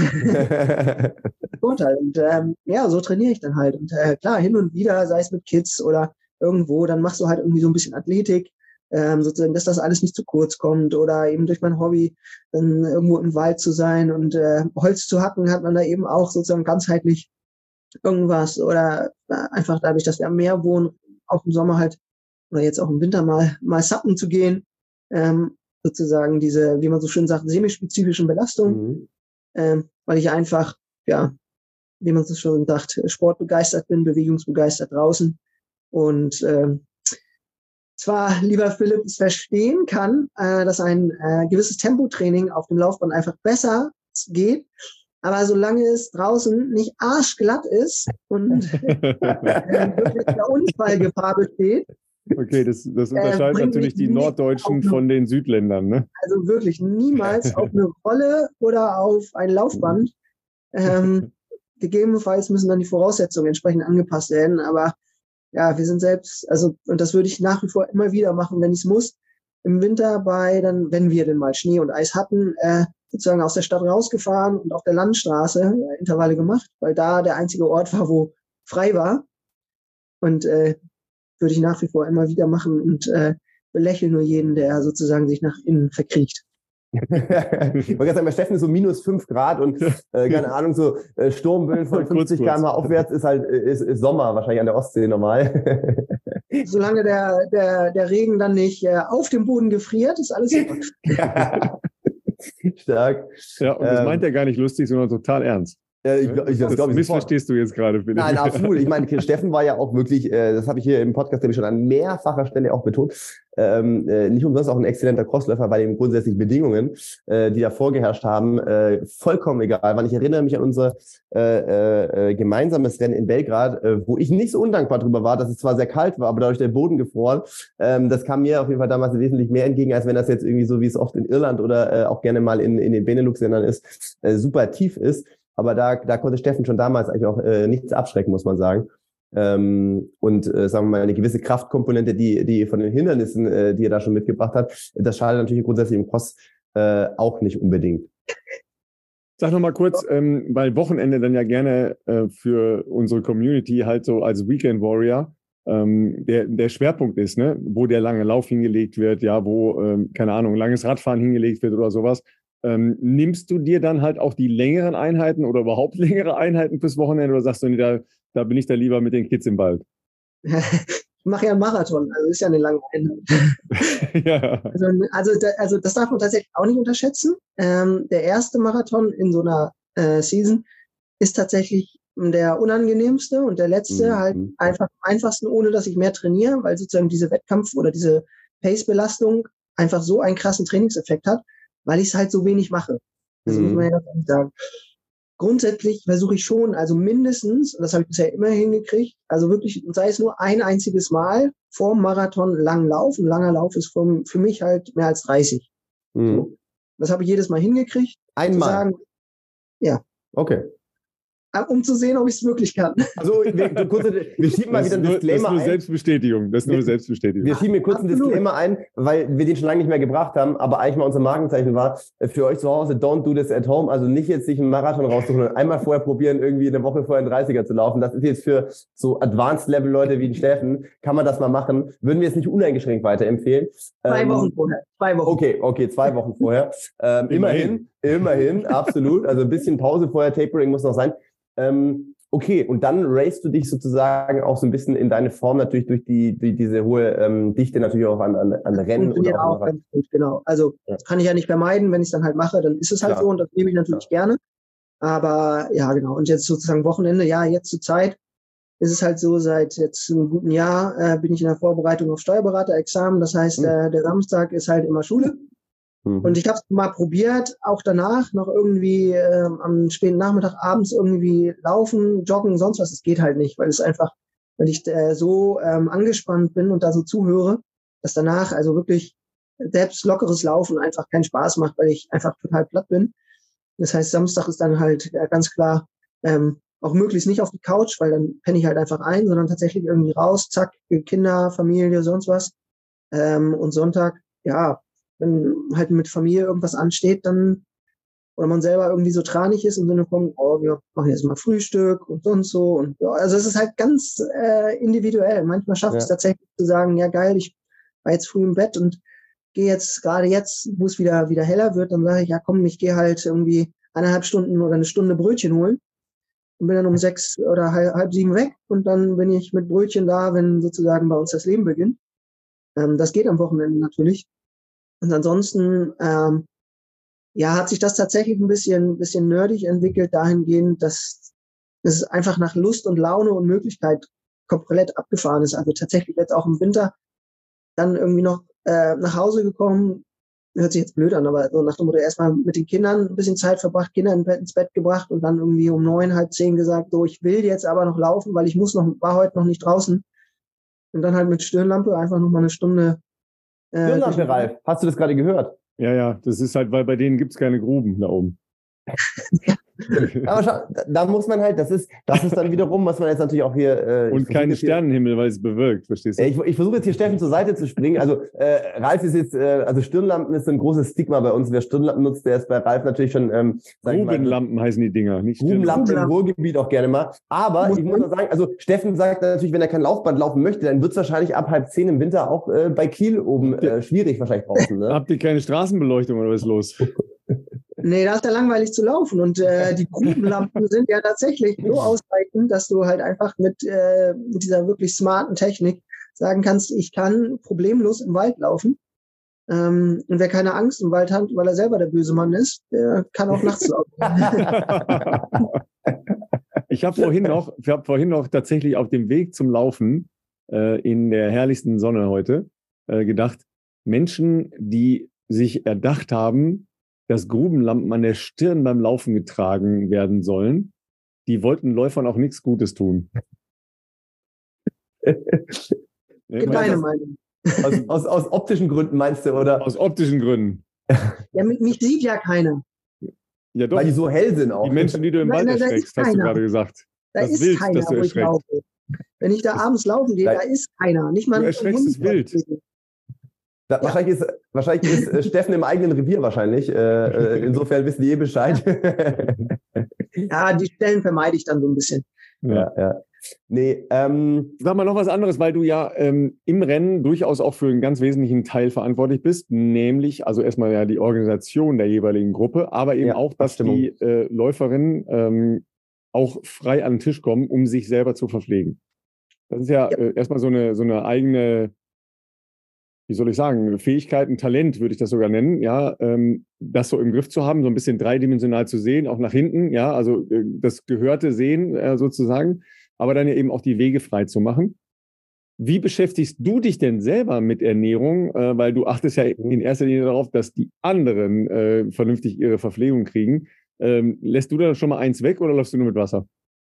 Vorteil. Und ähm, ja, so trainiere ich dann halt. Und äh, klar, hin und wieder, sei es mit Kids oder irgendwo, dann machst du halt irgendwie so ein bisschen Athletik, ähm, sozusagen, dass das alles nicht zu kurz kommt oder eben durch mein Hobby dann irgendwo im Wald zu sein und äh, Holz zu hacken, hat man da eben auch sozusagen ganzheitlich irgendwas oder äh, einfach dadurch, dass wir am Meer wohnen, auch im Sommer halt oder jetzt auch im Winter mal mal sappen zu gehen, ähm, sozusagen diese, wie man so schön sagt, semispezifischen Belastungen, mhm. ähm, weil ich einfach, ja, wie man so schon sagt, sportbegeistert bin, bewegungsbegeistert draußen und ähm, zwar, lieber Philipp, es verstehen kann, äh, dass ein äh, gewisses Tempotraining auf dem Laufband einfach besser geht, aber solange es draußen nicht arschglatt ist und äh, wirklich der Unfallgefahr besteht. Okay, das, das unterscheidet äh, natürlich die Norddeutschen eine, von den Südländern, ne? Also wirklich niemals auf eine Rolle oder auf ein Laufband. Ähm, gegebenenfalls müssen dann die Voraussetzungen entsprechend angepasst werden, aber ja, wir sind selbst, also, und das würde ich nach wie vor immer wieder machen, wenn ich es muss, im Winter bei, dann, wenn wir denn mal Schnee und Eis hatten, äh, sozusagen aus der Stadt rausgefahren und auf der Landstraße äh, Intervalle gemacht, weil da der einzige Ort war, wo frei war. Und äh, würde ich nach wie vor immer wieder machen und äh, belächle nur jeden, der sozusagen sich nach innen verkriecht. Ich wollte gerade sagen, bei Steffen ist so minus fünf Grad und äh, keine Ahnung, so äh, Sturmböen von fünfzig Kilometer pro Stunde aufwärts ist halt ist, ist Sommer wahrscheinlich an der Ostsee normal. Solange der, der, der Regen dann nicht äh, auf dem Boden gefriert, ist alles super. Stark. Ja, und das ähm, meint er gar nicht lustig, sondern total ernst. Äh, ich, ich, das das missverstehst du jetzt gerade, Philipp. Nein, absolut. Ich meine, Steffen war ja auch wirklich, äh, das habe ich hier im Podcast nämlich schon an mehrfacher Stelle auch betont, ähm, äh, nicht umsonst auch ein exzellenter Crossläufer bei den grundsätzlichen Bedingungen, äh, die da vorgeherrscht haben, äh, vollkommen egal. Weil ich erinnere mich an unser äh, äh, gemeinsames Rennen in Belgrad, äh, wo ich nicht so undankbar drüber war, dass es zwar sehr kalt war, aber dadurch der Boden gefroren. Ähm, das kam mir auf jeden Fall damals wesentlich mehr entgegen, als wenn das jetzt irgendwie so, wie es oft in Irland oder äh, auch gerne mal in, in den Benelux-Ländern ist, äh, super tief ist. Aber da, da konnte Steffen schon damals eigentlich auch äh, nichts abschrecken, muss man sagen. Ähm, und äh, sagen wir mal, eine gewisse Kraftkomponente, die, die von den Hindernissen, äh, die er da schon mitgebracht hat, das schadet natürlich grundsätzlich im Cross äh, auch nicht unbedingt. Sag noch mal kurz, ähm, weil Wochenende dann ja gerne äh, für unsere Community halt so als Weekend Warrior ähm, der, der Schwerpunkt ist, ne? Wo der lange Lauf hingelegt wird, ja, wo, ähm, keine Ahnung, langes Radfahren hingelegt wird oder sowas. Ähm, nimmst du dir dann halt auch die längeren Einheiten oder überhaupt längere Einheiten fürs Wochenende oder sagst du, nee, da, da bin ich da lieber mit den Kids im Wald? Ich mache ja einen Marathon, also ist ja eine lange Einheit. Ja. Also, also, also das darf man tatsächlich auch nicht unterschätzen. Ähm, der erste Marathon in so einer äh, Season ist tatsächlich der unangenehmste und der letzte mhm. halt einfach am einfachsten, ohne dass ich mehr trainiere, weil sozusagen diese Wettkampf- oder diese Pace-Belastung einfach so einen krassen Trainingseffekt hat, weil ich es halt so wenig mache. Also mhm. muss man ja ganz ehrlich sagen. Grundsätzlich versuche ich schon, also mindestens, und das habe ich bisher immer hingekriegt, also wirklich, sei es nur ein einziges Mal vor dem Marathon lang laufen. Ein langer Lauf ist für, für mich halt mehr als dreißig. Mhm. So. Das habe ich jedes Mal hingekriegt. Einmal? Sagen, ja. Okay. um zu sehen, ob ich es wirklich kann. Also wir, du, kurz, wir schieben mal wieder einen nur, Disclaimer ein. Das ist nur Selbstbestätigung. Das ist nur eine Selbstbestätigung. Wir schieben hier kurz einen Absolut. Disclaimer ein, weil wir den schon lange nicht mehr gebracht haben, aber eigentlich mal unser Markenzeichen war, für euch zu Hause, don't do this at home, also nicht jetzt sich einen Marathon raussuchen und einmal vorher probieren, irgendwie eine Woche vorher einen dreißiger zu laufen. Das ist jetzt für so Advanced-Level-Leute wie den Steffen, kann man das mal machen. Würden wir es nicht uneingeschränkt weiterempfehlen. Zwei ähm, Wochen vorher. Zwei Wochen. Okay, okay, zwei Wochen vorher. Ähm, immerhin, immerhin, absolut. Also ein bisschen Pause vorher, Tapering muss noch sein. Ähm, Okay, und dann racest du dich sozusagen auch so ein bisschen in deine Form natürlich durch die, die diese hohe ähm, Dichte natürlich auch an, an, an Rennen. Funktioniert auch ganz gut, genau. Also ja. Das kann ich ja nicht vermeiden, wenn ich es dann halt mache, dann ist es halt Klar. so und das nehme ich natürlich Klar. gerne. Aber ja, genau. Und jetzt sozusagen Wochenende, ja, jetzt zur Zeit ist es halt so, seit jetzt einem guten Jahr äh, bin ich in der Vorbereitung auf Steuerberaterexamen. Das heißt, mhm. äh, der Samstag ist halt immer Schule. Und ich habe es mal probiert, auch danach noch irgendwie äh, am späten Nachmittag, abends irgendwie laufen, joggen, sonst was. Es geht halt nicht, weil es einfach, weil ich äh, so ähm, angespannt bin und da so zuhöre, dass danach also wirklich selbst lockeres Laufen einfach keinen Spaß macht, weil ich einfach total platt bin. Das heißt, Samstag ist dann halt äh, ganz klar ähm, auch möglichst nicht auf die Couch, weil dann penne ich halt einfach ein, sondern tatsächlich irgendwie raus, zack, Kinder, Familie, sonst was. Ähm, und Sonntag, ja, wenn halt mit Familie irgendwas ansteht, dann, oder man selber irgendwie so tranig ist im Sinne von, oh, wir machen jetzt mal Frühstück und sonst so. Und ja, also es ist halt ganz äh, individuell. Manchmal schafft ja. es tatsächlich zu sagen, ja geil, ich war jetzt früh im Bett und gehe jetzt, gerade jetzt, wo es wieder, wieder heller wird, dann sage ich, ja komm, ich gehe halt irgendwie eineinhalb Stunden oder eine Stunde Brötchen holen und bin dann um sechs oder halb, halb sieben weg und dann bin ich mit Brötchen da, wenn sozusagen bei uns das Leben beginnt. Ähm, das geht am Wochenende natürlich. Und ansonsten, ähm, ja, hat sich das tatsächlich ein bisschen, bisschen nerdig entwickelt, dahingehend, dass es einfach nach Lust und Laune und Möglichkeit komplett abgefahren ist. Also tatsächlich jetzt auch im Winter dann irgendwie noch äh, nach Hause gekommen, hört sich jetzt blöd an, aber so nach dem Motto erstmal mit den Kindern ein bisschen Zeit verbracht, Kinder ins Bett gebracht und dann irgendwie um neun, halb zehn gesagt, so, ich will jetzt aber noch laufen, weil ich muss noch, war heute noch nicht draußen. Und dann halt mit Stirnlampe einfach noch mal eine Stunde. Äh, Stirnlampe, Ralf, hast du das gerade gehört? Ja, ja, das ist halt, weil bei denen gibt's keine Gruben da oben. Aber schau, da muss man halt, das ist, das ist dann wiederum, was man jetzt natürlich auch hier... Äh, und keinen Sternenhimmel, weil es bewirkt, verstehst du? Ich, ich versuche jetzt hier Steffen zur Seite zu springen. Also äh, Ralf ist jetzt, äh, also Stirnlampen ist so ein großes Stigma bei uns. Wer Stirnlampen nutzt, der ist bei Ralf natürlich schon... Ähm, Grubenlampen heißen die Dinger, nicht Grubenlampen im Ruhrgebiet auch gerne mal. Aber ich muss mal sagen, also Steffen sagt natürlich, wenn er kein Laufband laufen möchte, dann wird es wahrscheinlich ab halb zehn im Winter auch äh, bei Kiel oben äh, schwierig wahrscheinlich draußen. Ne? Habt ihr keine Straßenbeleuchtung oder was ist los? Nee, da ist ja langweilig zu laufen und äh, die Grubenlampen sind ja tatsächlich so ausreichend, dass du halt einfach mit, äh, mit dieser wirklich smarten Technik sagen kannst, ich kann problemlos im Wald laufen. Ähm, und wer keine Angst im Wald hat, weil er selber der böse Mann ist, der kann auch nachts laufen. Ich habe vorhin noch, ich habe vorhin noch tatsächlich auf dem Weg zum Laufen äh, in der herrlichsten Sonne heute äh, gedacht, Menschen, die sich erdacht haben, dass Grubenlampen an der Stirn beim Laufen getragen werden sollen, die wollten Läufern auch nichts Gutes tun. Meine Meinung. Aus, aus, aus optischen Gründen meinst du, oder? Aus optischen Gründen. Ja, mich sieht ja keiner. Ja, doch. Weil die so hell sind auch. Die Menschen, die du im Wald erschreckst, hast du gerade gesagt. Da das ist Wild, keiner, das du wo ich laufe. Wenn ich da abends laufen gehe, da ist keiner. Nicht mal du erschreckst das Wild. Da, ja. Wahrscheinlich ist, wahrscheinlich ist äh, Steffen im eigenen Revier wahrscheinlich. Äh, äh, insofern wissen die eh Bescheid. Ja, die Stellen vermeide ich dann so ein bisschen. Ja, ja. Nee, ähm, Sag mal noch was anderes, weil du ja ähm, im Rennen durchaus auch für einen ganz wesentlichen Teil verantwortlich bist, nämlich also erstmal ja die Organisation der jeweiligen Gruppe, aber eben ja, auch, dass Abstimmung. die äh, Läuferinnen ähm, auch frei an den Tisch kommen, um sich selber zu verpflegen. Das ist ja, ja. Äh, erstmal so eine, so eine eigene, wie soll ich sagen, Fähigkeit, ein Talent, würde ich das sogar nennen, ja, ähm, das so im Griff zu haben, so ein bisschen dreidimensional zu sehen, auch nach hinten, ja, also äh, das gehörte Sehen äh, sozusagen, aber dann ja eben auch die Wege frei zu machen. Wie beschäftigst du dich denn selber mit Ernährung? Äh, weil du achtest ja in erster Linie darauf, dass die anderen äh, vernünftig ihre Verpflegung kriegen. Ähm, lässt du da schon mal eins weg oder läufst du nur mit Wasser?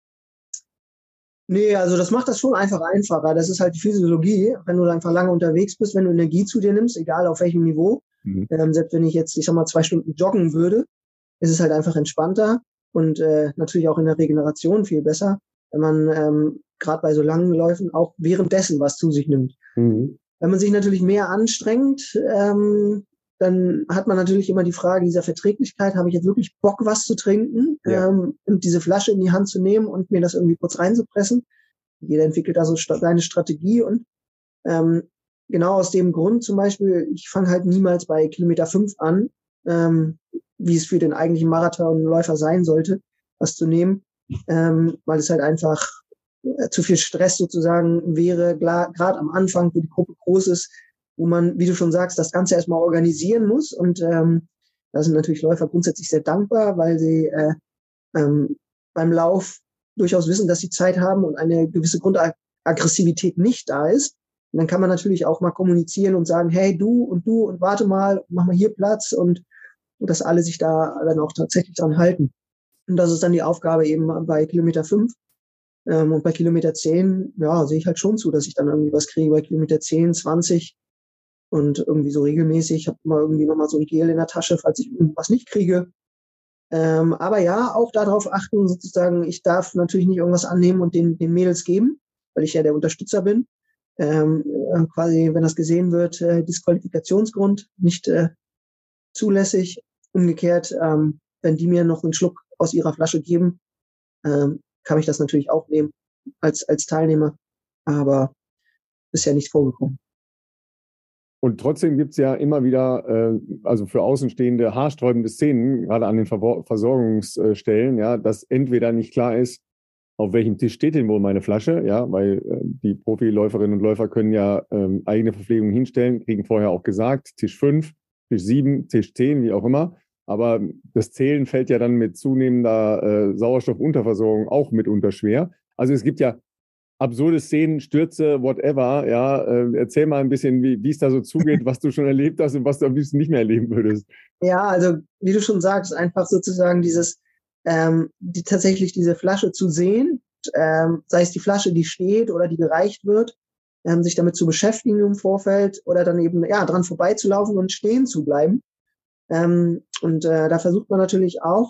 Nee, also das macht das schon einfach einfacher. Das ist halt die Physiologie. Wenn du einfach lange unterwegs bist, wenn du Energie zu dir nimmst, egal auf welchem Niveau, mhm. ähm, selbst wenn ich jetzt, ich sag mal, zwei Stunden joggen würde, ist es halt einfach entspannter. und äh, natürlich auch in der Regeneration viel besser, wenn man ähm, gerade bei so langen Läufen auch währenddessen was zu sich nimmt. Mhm. Wenn man sich natürlich mehr anstrengt, ähm, dann hat man natürlich immer die Frage dieser Verträglichkeit, habe ich jetzt wirklich Bock, was zu trinken, ja. ähm, und diese Flasche in die Hand zu nehmen und mir das irgendwie kurz reinzupressen. Jeder entwickelt da so seine Strategie und ähm, genau aus dem Grund zum Beispiel, ich fange halt niemals bei Kilometer fünf an, ähm, wie es für den eigentlichen Marathonläufer sein sollte, was zu nehmen, ähm, weil es halt einfach äh, zu viel Stress sozusagen wäre, gerade am Anfang, wo die Gruppe groß ist, wo man, wie du schon sagst, das Ganze erstmal organisieren muss. Und ähm, da sind natürlich Läufer grundsätzlich sehr dankbar, weil sie äh, ähm, beim Lauf durchaus wissen, dass sie Zeit haben und eine gewisse Grundaggressivität nicht da ist. Und dann kann man natürlich auch mal kommunizieren und sagen, hey, du und du und warte mal, mach mal hier Platz und, und dass alle sich da dann auch tatsächlich dran halten. Und das ist dann die Aufgabe eben bei Kilometer fünf. Ähm, und bei Kilometer zehn, ja, sehe ich halt schon zu, dass ich dann irgendwie was kriege bei Kilometer zehn, zwanzig und irgendwie so regelmäßig. Ich habe immer irgendwie nochmal so ein Gel in der Tasche, falls ich irgendwas nicht kriege. Ähm, aber ja, auch darauf achten, sozusagen, ich darf natürlich nicht irgendwas annehmen und den, den Mädels geben, weil ich ja der Unterstützer bin. Ähm, äh, quasi, wenn das gesehen wird, äh, Disqualifikationsgrund, nicht äh, zulässig. Umgekehrt, ähm, wenn die mir noch einen Schluck aus ihrer Flasche geben, ähm, kann ich das natürlich auch nehmen als, als Teilnehmer. Aber ist ja nicht vorgekommen. Und trotzdem gibt es ja immer wieder, äh, also für Außenstehende, haarsträubende Szenen, gerade an den Ver- Versorgungsstellen, ja, dass entweder nicht klar ist, auf welchem Tisch steht denn wohl meine Flasche, ja, weil äh, die Profiläuferinnen und Läufer können ja ähm, eigene Verpflegung hinstellen, kriegen vorher auch gesagt, Tisch fünf, Tisch sieben, Tisch zehn, wie auch immer. Aber das Zählen fällt ja dann mit zunehmender äh, Sauerstoffunterversorgung auch mitunter schwer. Also es gibt ja absurde Szenen, Stürze, whatever, ja. Äh, erzähl mal ein bisschen, wie es da so zugeht, was du schon erlebt hast und was du am liebsten nicht mehr erleben würdest. Ja, also wie du schon sagst, einfach sozusagen dieses, ähm, die, tatsächlich diese Flasche zu sehen, ähm, sei es die Flasche, die steht oder die gereicht wird, ähm, sich damit zu beschäftigen im Vorfeld oder dann eben, ja, dran vorbeizulaufen und stehen zu bleiben. Ähm, und äh, da versucht man natürlich auch,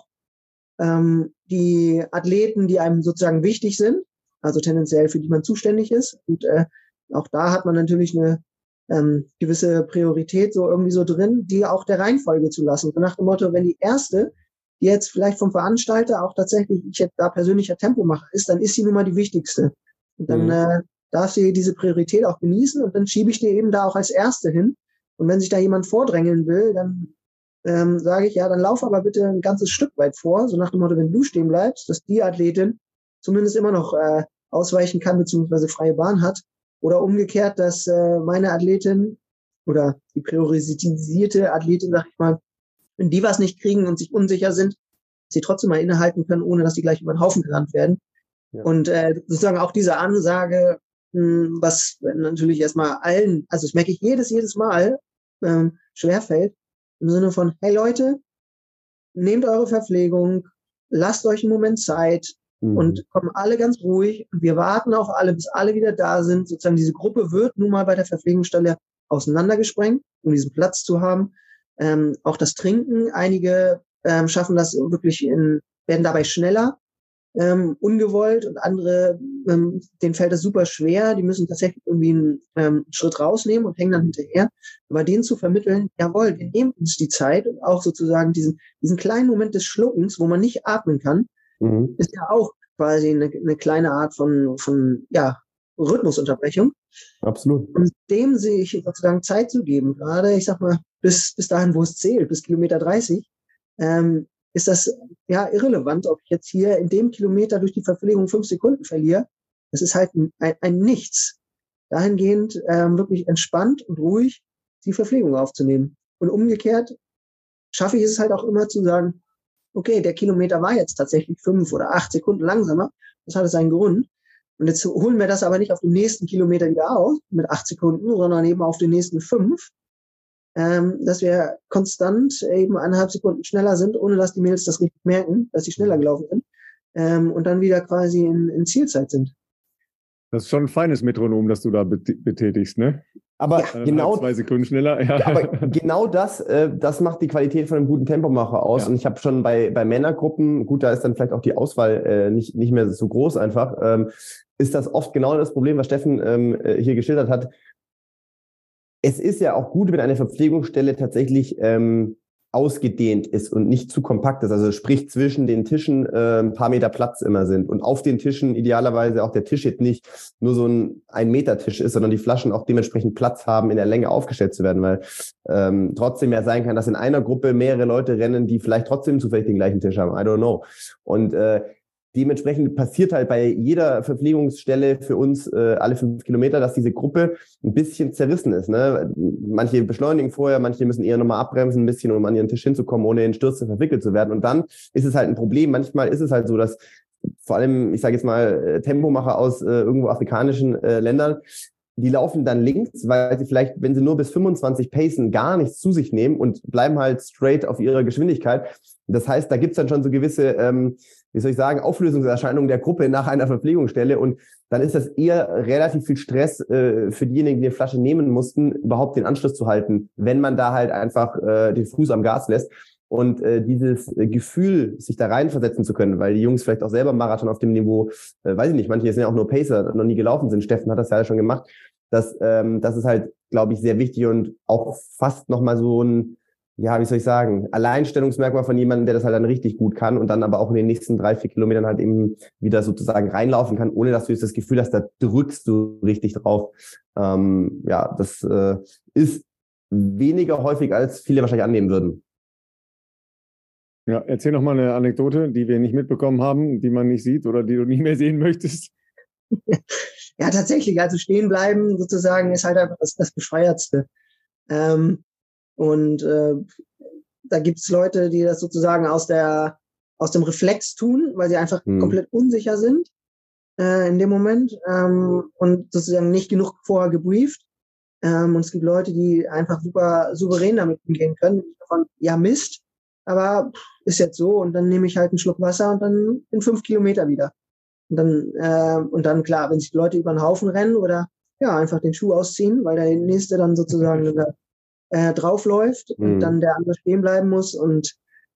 ähm, die Athleten, die einem sozusagen wichtig sind, also tendenziell für die man zuständig ist. Und äh, auch da hat man natürlich eine ähm, gewisse Priorität so irgendwie so drin, die auch der Reihenfolge zu lassen. So nach dem Motto, wenn die erste, die jetzt vielleicht vom Veranstalter auch tatsächlich, ich jetzt da persönlicher Tempomacher ist, dann ist sie nun mal die wichtigste. Und dann mhm. äh, darf sie diese Priorität auch genießen und dann schiebe ich die eben da auch als Erste hin. Und wenn sich da jemand vordrängeln will, dann ähm, sage ich, ja, dann lauf aber bitte ein ganzes Stück weit vor, so nach dem Motto, wenn du stehen bleibst, dass die Athletin zumindest immer noch äh, ausweichen kann, beziehungsweise freie Bahn hat. Oder umgekehrt, dass äh, meine Athletin oder die priorisierte Athletin, sag ich mal, wenn die was nicht kriegen und sich unsicher sind, sie trotzdem mal innehalten können, ohne dass sie gleich über den Haufen gerannt werden. Ja. Und äh, sozusagen auch diese Ansage, mh, was natürlich erstmal allen, also das merke ich jedes, jedes Mal, ähm, schwerfällt, im Sinne von, hey Leute, nehmt eure Verpflegung, lasst euch einen Moment Zeit, mhm. und kommen alle ganz ruhig. Und wir warten auch alle, bis alle wieder da sind. Sozusagen diese Gruppe wird nun mal bei der Verpflegungsstelle auseinandergesprengt, um diesen Platz zu haben. Ähm, auch das Trinken, einige ähm, schaffen das wirklich in, werden dabei schneller, ähm, ungewollt, und andere, ähm, denen fällt das super schwer. Die müssen tatsächlich irgendwie einen ähm, Schritt rausnehmen und hängen dann hinterher. Aber denen zu vermitteln, jawohl, wir nehmen uns die Zeit und auch sozusagen diesen, diesen kleinen Moment des Schluckens, wo man nicht atmen kann, mhm. ist ja auch quasi eine, eine kleine Art von, von ja, Rhythmusunterbrechung. Absolut. Und dem sehe ich sozusagen Zeit zu geben, gerade, ich sag mal, bis, bis dahin, wo es zählt, bis Kilometer dreißig, ähm, ist das ja irrelevant, ob ich jetzt hier in dem Kilometer durch die Verpflegung fünf Sekunden verliere. Das ist halt ein, ein, ein Nichts. Dahingehend ähm, wirklich entspannt und ruhig die Verpflegung aufzunehmen. Und umgekehrt schaffe ich es halt auch immer zu sagen, okay, der Kilometer war jetzt tatsächlich fünf oder acht Sekunden langsamer. Das hatte seinen Grund. Und jetzt holen wir das aber nicht auf den nächsten Kilometer wieder aus mit acht Sekunden, sondern eben auf den nächsten fünf. Ähm, dass wir konstant eben eineinhalb Sekunden schneller sind, ohne dass die Mädels das richtig merken, dass sie schneller gelaufen sind, ähm, und dann wieder quasi in, in Zielzeit sind. Das ist schon ein feines Metronom, das du da betätigst, ne? Aber ja, genau zwei Sekunden schneller. Ja. Ja, aber genau das, äh, das macht die Qualität von einem guten Tempomacher aus. Ja. Und ich habe schon bei bei Männergruppen, gut, da ist dann vielleicht auch die Auswahl äh, nicht nicht mehr so groß einfach, ähm, ist das oft genau das Problem, was Steffen ähm, hier geschildert hat. Es ist ja auch gut, wenn eine Verpflegungsstelle tatsächlich ähm, ausgedehnt ist und nicht zu kompakt ist. Also sprich zwischen den Tischen äh, ein paar Meter Platz immer sind und auf den Tischen idealerweise auch der Tisch jetzt nicht nur so ein ein Meter Tisch ist, sondern die Flaschen auch dementsprechend Platz haben, in der Länge aufgestellt zu werden, weil ähm, trotzdem ja sein kann, dass in einer Gruppe mehrere Leute rennen, die vielleicht trotzdem zufällig den gleichen Tisch haben. I don't know. Und äh, dementsprechend passiert halt bei jeder Verpflegungsstelle für uns äh, alle fünf Kilometer, dass diese Gruppe ein bisschen zerrissen ist. Ne? Manche beschleunigen vorher, manche müssen eher nochmal abbremsen ein bisschen, um an ihren Tisch hinzukommen, ohne in Stürze verwickelt zu werden. Und dann ist es halt ein Problem. Manchmal ist es halt so, dass vor allem, ich sage jetzt mal, Tempomacher aus äh, irgendwo afrikanischen äh, Ländern, die laufen dann links, weil sie vielleicht, wenn sie nur bis fünfundzwanzig pacen, gar nichts zu sich nehmen und bleiben halt straight auf ihrer Geschwindigkeit. Das heißt, da gibt's dann schon so gewisse, ähm, wie soll ich sagen, Auflösungserscheinungen der Gruppe nach einer Verpflegungsstelle. Und dann ist das eher relativ viel Stress äh, für diejenigen, die eine Flasche nehmen mussten, überhaupt den Anschluss zu halten, wenn man da halt einfach äh, den Fuß am Gas lässt. Und äh, dieses äh, Gefühl, sich da reinversetzen zu können, weil die Jungs vielleicht auch selber Marathon auf dem Niveau, äh, weiß ich nicht, manche sind ja auch nur Pacer, noch nie gelaufen sind. Steffen hat das ja schon gemacht. Das, ähm, das ist halt, glaube ich, sehr wichtig und auch fast nochmal so ein, ja, wie soll ich sagen, Alleinstellungsmerkmal von jemandem, der das halt dann richtig gut kann und dann aber auch in den nächsten drei, vier Kilometern halt eben wieder sozusagen reinlaufen kann, ohne dass du jetzt das Gefühl hast, da drückst du richtig drauf. Ähm, ja, das äh, ist weniger häufig, als viele wahrscheinlich annehmen würden. Ja, erzähl noch mal eine Anekdote, die wir nicht mitbekommen haben, die man nicht sieht oder die du nicht mehr sehen möchtest. Ja, tatsächlich, also stehen bleiben sozusagen ist halt einfach das, das Bescheuertste. Ähm, und äh, da gibt's Leute, die das sozusagen aus der aus dem Reflex tun, weil sie einfach hm. komplett unsicher sind äh, in dem Moment ähm, und sozusagen nicht genug vorher gebrieft. Ähm, und es gibt Leute, die einfach super souverän damit umgehen können. Davon, ja, Mist, aber ist jetzt so und dann nehme ich halt einen Schluck Wasser und dann in fünf Kilometer wieder. Und dann, äh, und dann klar, wenn sich die Leute über den Haufen rennen oder ja, einfach den Schuh ausziehen, weil der nächste dann sozusagen da, äh, draufläuft mhm. und dann der andere stehen bleiben muss. Und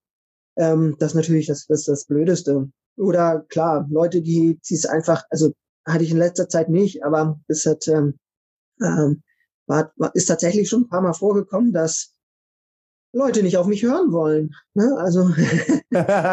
ähm, das ist natürlich das, das, das Blödeste. Oder klar, Leute, die es einfach, also hatte ich in letzter Zeit nicht, aber es hat ähm, ähm, war, war, ist tatsächlich schon ein paar Mal vorgekommen, dass Leute nicht auf mich hören wollen. Ne? Also ich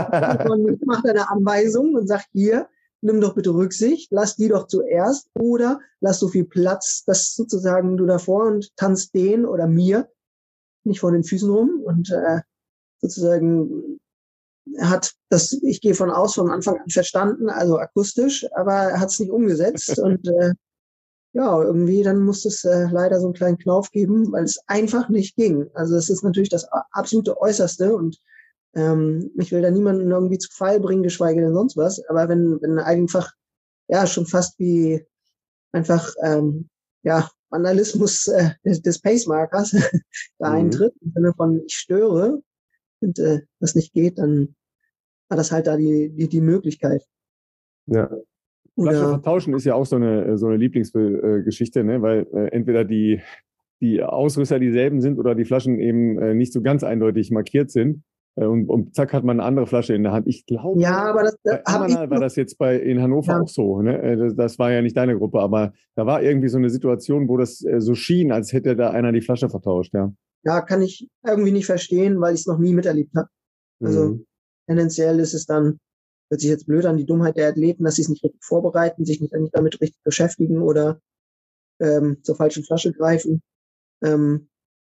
mache eine Anweisung und sage hier, nimm doch bitte Rücksicht, lass die doch zuerst oder lass so viel Platz, dass sozusagen du davor und tanzt den oder mir nicht vor den Füßen rum und äh, sozusagen er hat das, ich gehe von aus, von Anfang an verstanden, also akustisch, aber er hat es nicht umgesetzt und äh, ja, irgendwie dann musste es äh, leider so einen kleinen Knauf geben, weil es einfach nicht ging. Also es ist natürlich das absolute Äußerste und ähm, ich will da niemanden irgendwie zu Fall bringen, geschweige denn sonst was. Aber wenn, wenn einfach, ja, schon fast wie einfach, ähm, ja, Vandalismus äh, des, des Pacemakers da mhm. eintritt, im Sinne von ich störe und äh, das nicht geht, dann war das halt da die, die, die Möglichkeit. Ja. Flasche vertauschen ist ja auch so eine, so eine Lieblingsgeschichte, ne? Weil äh, entweder die, die Ausrüster dieselben sind oder die Flaschen eben äh, nicht so ganz eindeutig markiert sind. Äh, und, und zack hat man eine andere Flasche in der Hand. Ich glaube, ja, aber das, das bei Amanal war das jetzt bei in Hannover ja. auch so. Ne? Das, das war ja nicht deine Gruppe, aber da war irgendwie so eine Situation, wo das äh, so schien, als hätte da einer die Flasche vertauscht. Ja, ja kann ich irgendwie nicht verstehen, weil ich es noch nie miterlebt habe. Also mhm. tendenziell ist es dann, hört sich jetzt blöd an, die Dummheit der Athleten, dass sie es nicht richtig vorbereiten, sich nicht, nicht damit richtig beschäftigen oder ähm, zur falschen Flasche greifen. Ähm,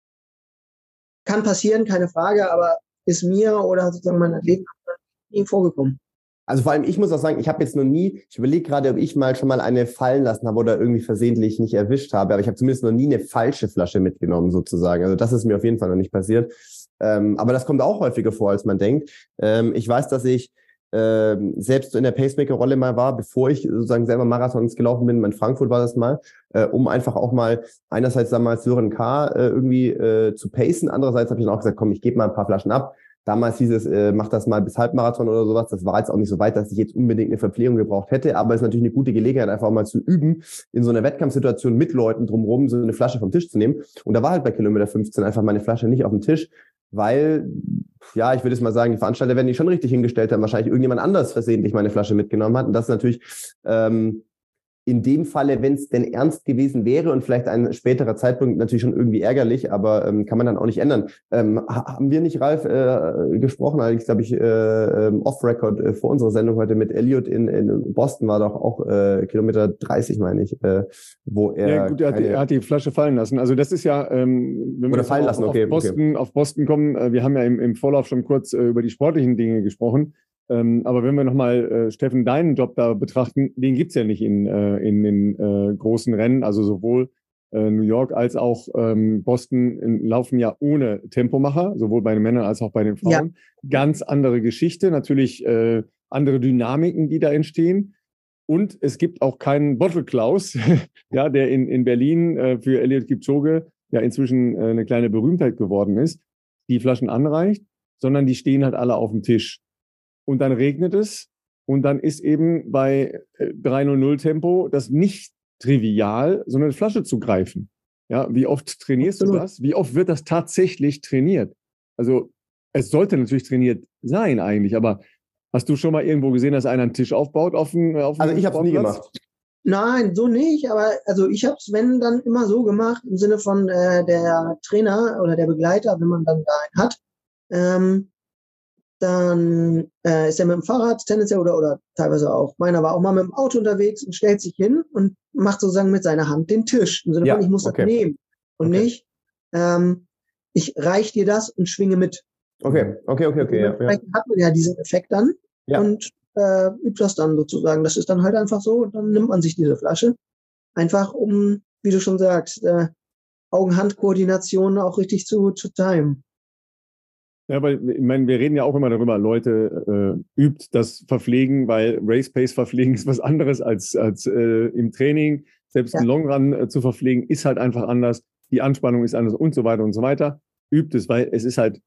kann passieren, keine Frage, aber ist mir oder sozusagen meinen Athleten nie vorgekommen. Also vor allem, ich muss auch sagen, ich habe jetzt noch nie, ich überlege gerade, ob ich mal schon mal eine fallen lassen habe oder irgendwie versehentlich nicht erwischt habe, aber ich habe zumindest noch nie eine falsche Flasche mitgenommen sozusagen. Also das ist mir auf jeden Fall noch nicht passiert. Ähm, aber das kommt auch häufiger vor, als man denkt. Ähm, ich weiß, dass ich Ähm, selbst in der Pacemaker-Rolle mal war, bevor ich sozusagen selber Marathons gelaufen bin, in Frankfurt war das mal, äh, um einfach auch mal einerseits damals Sören K. Äh, irgendwie äh, zu pacen, andererseits habe ich dann auch gesagt, komm, ich gebe mal ein paar Flaschen ab, Damals hieß es, äh, mach das mal bis Halbmarathon oder sowas. Das war jetzt auch nicht so weit, dass ich jetzt unbedingt eine Verpflegung gebraucht hätte. Aber es ist natürlich eine gute Gelegenheit, einfach auch mal zu üben, in so einer Wettkampfsituation mit Leuten drumherum so eine Flasche vom Tisch zu nehmen. Und da war halt bei Kilometer fünfzehn einfach meine Flasche nicht auf dem Tisch, weil, ja, ich würde jetzt mal sagen, die Veranstalter werden die schon richtig hingestellt haben. Wahrscheinlich irgendjemand anders versehentlich meine Flasche mitgenommen hat. Und das ist natürlich ähm, in dem Falle, wenn es denn ernst gewesen wäre und vielleicht ein späterer Zeitpunkt, natürlich schon irgendwie ärgerlich, aber ähm, kann man dann auch nicht ändern. Ähm, haben wir nicht, Ralf, äh, gesprochen, allerdings glaube ich äh, off-Record äh, vor unserer Sendung heute mit Elliot in, in Boston, war doch auch äh, Kilometer dreißig, meine ich, äh, wo er... Ja gut, er hat, die, er hat die Flasche fallen lassen. Also das ist ja... Ähm, wenn wir oder fallen auf, lassen, okay. Auf Boston, okay. auf Boston kommen, äh, wir haben ja im, im Vorlauf schon kurz äh, über die sportlichen Dinge gesprochen. Ähm, aber wenn wir nochmal, äh, Steffen, deinen Job da betrachten, den gibt's ja nicht in, äh, in den äh, großen Rennen. Also sowohl äh, New York als auch ähm, Boston in, laufen ja ohne Tempomacher, sowohl bei den Männern als auch bei den Frauen. Ja. Ganz andere Geschichte, natürlich äh, andere Dynamiken, die da entstehen. Und es gibt auch keinen Bottle Klaus, ja, der in, in Berlin äh, für Eliud Kipchoge ja inzwischen äh, eine kleine Berühmtheit geworden ist, die Flaschen anreicht, sondern die stehen halt alle auf dem Tisch. Und dann regnet es und dann ist eben bei drei null null Tempo das nicht trivial, so eine Flasche zu greifen. Ja, wie oft trainierst Absolut. du das? Wie oft wird das tatsächlich trainiert? Also es sollte natürlich trainiert sein eigentlich, aber hast du schon mal irgendwo gesehen, dass einer einen Tisch aufbaut auf dem auf Also ich habe es nie gemacht. Nein, so nicht, aber also ich habe es, wenn, dann immer so gemacht, im Sinne von äh, der Trainer oder der Begleiter, wenn man dann da einen hat, ähm, dann äh, ist er mit dem Fahrrad tendenziell oder, oder teilweise auch, meiner war auch mal mit dem Auto unterwegs und stellt sich hin und macht sozusagen mit seiner Hand den Tisch. Im Sinne ja, von, ich muss okay. das nehmen und okay. nicht, ähm, ich reich dir das und schwinge mit. Okay, okay, okay, okay. Ja, vielleicht ja. hat man ja diesen Effekt dann ja. und äh, übt das dann sozusagen. Das ist dann halt einfach so und dann nimmt man sich diese Flasche. Einfach um, wie du schon sagst, äh, Augen-Hand-Koordination auch richtig zu, zu timen. Ja, weil ich meine, wir reden ja auch immer darüber, Leute äh, übt das Verpflegen, weil Race Pace verpflegen ist was anderes als, als äh, im Training. Selbst ja. ein Long Run äh, zu verpflegen ist halt einfach anders. Die Anspannung ist anders und so weiter und so weiter. Übt es, weil es ist halt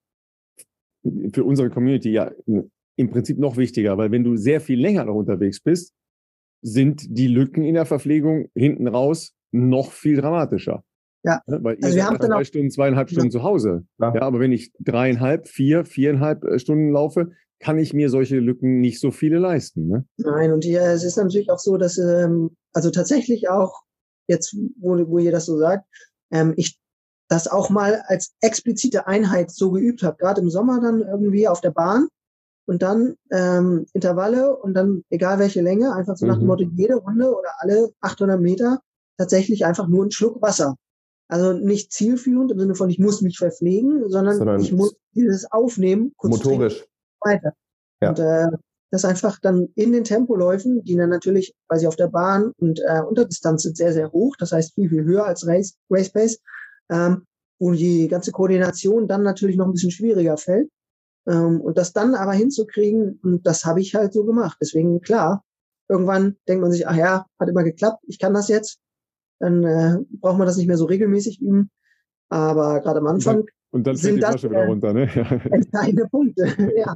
für unsere Community ja im Prinzip noch wichtiger, weil wenn du sehr viel länger noch unterwegs bist, sind die Lücken in der Verpflegung hinten raus noch viel dramatischer. Ja, ja, weil also ihr seid drei Stunden, zweieinhalb Stunden ja. zu Hause. Ja. ja, aber wenn ich dreieinhalb, vier, viereinhalb Stunden laufe, kann ich mir solche Lücken nicht so viele leisten. Ne? Nein, und ja, es ist natürlich auch so, dass ähm, also tatsächlich auch jetzt, wo, wo ihr das so sagt, ähm, ich das auch mal als explizite Einheit so geübt habe, gerade im Sommer dann irgendwie auf der Bahn und dann ähm, Intervalle und dann egal welche Länge, einfach so mhm. nach dem Motto, jede Runde oder alle achthundert Meter tatsächlich einfach nur einen Schluck Wasser. Also nicht zielführend im Sinne von, ich muss mich verpflegen, sondern, sondern ich muss dieses aufnehmen, kurz motorisch weiter. Ja. Und äh, das einfach dann in den Tempoläufen, die dann natürlich, weil sie auf der Bahn und äh, Unterdistanz sind, sehr, sehr hoch, das heißt viel, viel höher als Race, Race Pace, ähm, wo die ganze Koordination dann natürlich noch ein bisschen schwieriger fällt. Ähm, und das dann aber hinzukriegen, und das habe ich halt so gemacht. Deswegen, klar, irgendwann denkt man sich, ach ja, hat immer geklappt, ich kann das jetzt. Dann äh, braucht man das nicht mehr so regelmäßig üben. Aber gerade am Anfang und dann, und dann sind die das Flasche wieder runter, ne? entscheidende Punkte. Ja.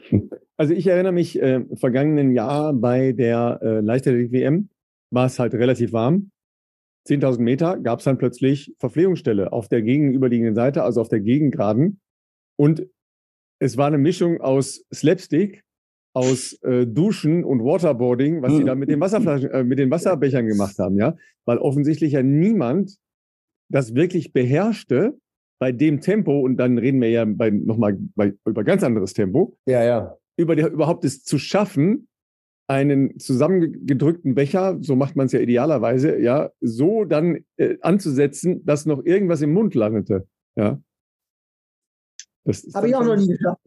Also ich erinnere mich, äh, vergangenen Jahr bei der äh, Leichtathletik-W M war es halt relativ warm. zehntausend Meter gab es dann plötzlich Verpflegungsstelle auf der gegenüberliegenden Seite, also auf der Gegengraden. Und es war eine Mischung aus Slapstick, aus äh, Duschen und Waterboarding, was sie da mit den Wasserflaschen, äh, mit den Wasserbechern gemacht haben, ja, weil offensichtlich ja niemand das wirklich beherrschte bei dem Tempo, und dann reden wir ja bei nochmal bei, über ganz anderes Tempo, ja, ja, über der, überhaupt es zu schaffen, einen zusammengedrückten Becher, so macht man es ja idealerweise, ja, so dann äh, anzusetzen, dass noch irgendwas im Mund landete, ja. Habe ich auch noch nie geschafft.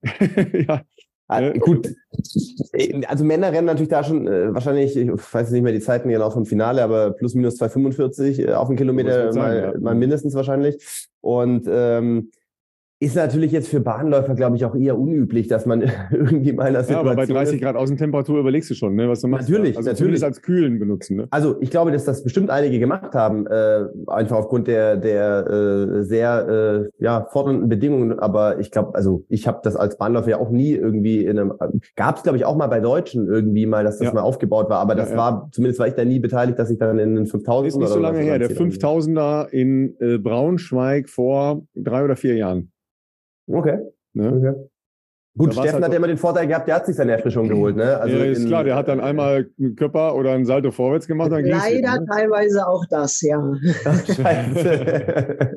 ja. Ah, gut, also Männer rennen natürlich da schon äh, wahrscheinlich, ich weiß nicht mehr die Zeiten genau vom Finale, aber plus minus zwei fünfundvierzig äh, auf einen Kilometer sein, mal, ja. mal mindestens wahrscheinlich. Und ähm, Ist natürlich jetzt für Bahnläufer, glaube ich, auch eher unüblich, dass man irgendwie mal in der Situation. Ja, aber bei dreißig Grad Außentemperatur überlegst du schon, ne, was du machst. Natürlich, also natürlich. Zumindest als Kühlen benutzen. Ne? Also ich glaube, dass das bestimmt einige gemacht haben, äh, einfach aufgrund der der äh, sehr äh, ja fordernden Bedingungen. Aber ich glaube, also ich habe das als Bahnläufer ja auch nie irgendwie in einem, gab es glaube ich auch mal bei Deutschen irgendwie mal, dass das ja. mal aufgebaut war. Aber das ja, ja. war, zumindest war ich da nie beteiligt, dass ich dann in den fünftausend. Ist nicht so lange her, der fünftausender in äh, Braunschweig vor drei oder vier Jahren. Okay. Ne? okay. Gut, Steffen halt hat ja immer den Vorteil gehabt, der hat sich seine Erfrischung geholt. Ne? Also ja, ist in, klar, der hat dann einmal einen Körper oder einen Salto vorwärts gemacht. Dann Leider hin, ne? teilweise auch das, ja. Ach, scheiße.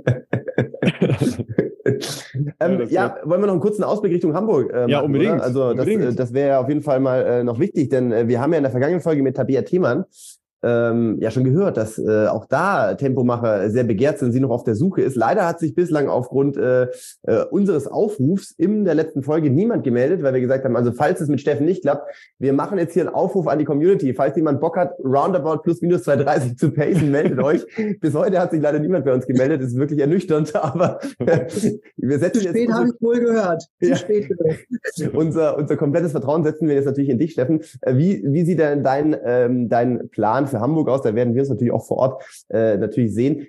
ähm, ja, ja wollen wir noch einen kurzen Ausblick Richtung Hamburg äh, machen? Ja, unbedingt. Oder? Also das, unbedingt. das wäre auf jeden Fall mal äh, noch wichtig, denn äh, wir haben ja in der vergangenen Folge mit Tabea Themann Ähm, ja schon gehört, dass äh, auch da Tempomacher sehr begehrt sind, sie noch auf der Suche ist. Leider hat sich bislang aufgrund äh, äh, unseres Aufrufs in der letzten Folge niemand gemeldet, weil wir gesagt haben, also falls es mit Steffen nicht klappt, wir machen jetzt hier einen Aufruf an die Community. Falls jemand Bock hat, roundabout plus minus zwei dreißig zu pacen, meldet euch. Bis heute hat sich leider niemand bei uns gemeldet. Das ist wirklich ernüchternd, aber äh, wir setzen Zu spät jetzt... habe ich wohl gehört. Zu ja. spät gehört. unser, unser komplettes Vertrauen setzen wir jetzt natürlich in dich, Steffen. Äh, wie, wie sieht denn dein, ähm, dein Plan für Hamburg aus? Da werden wir uns natürlich auch vor Ort äh, natürlich sehen.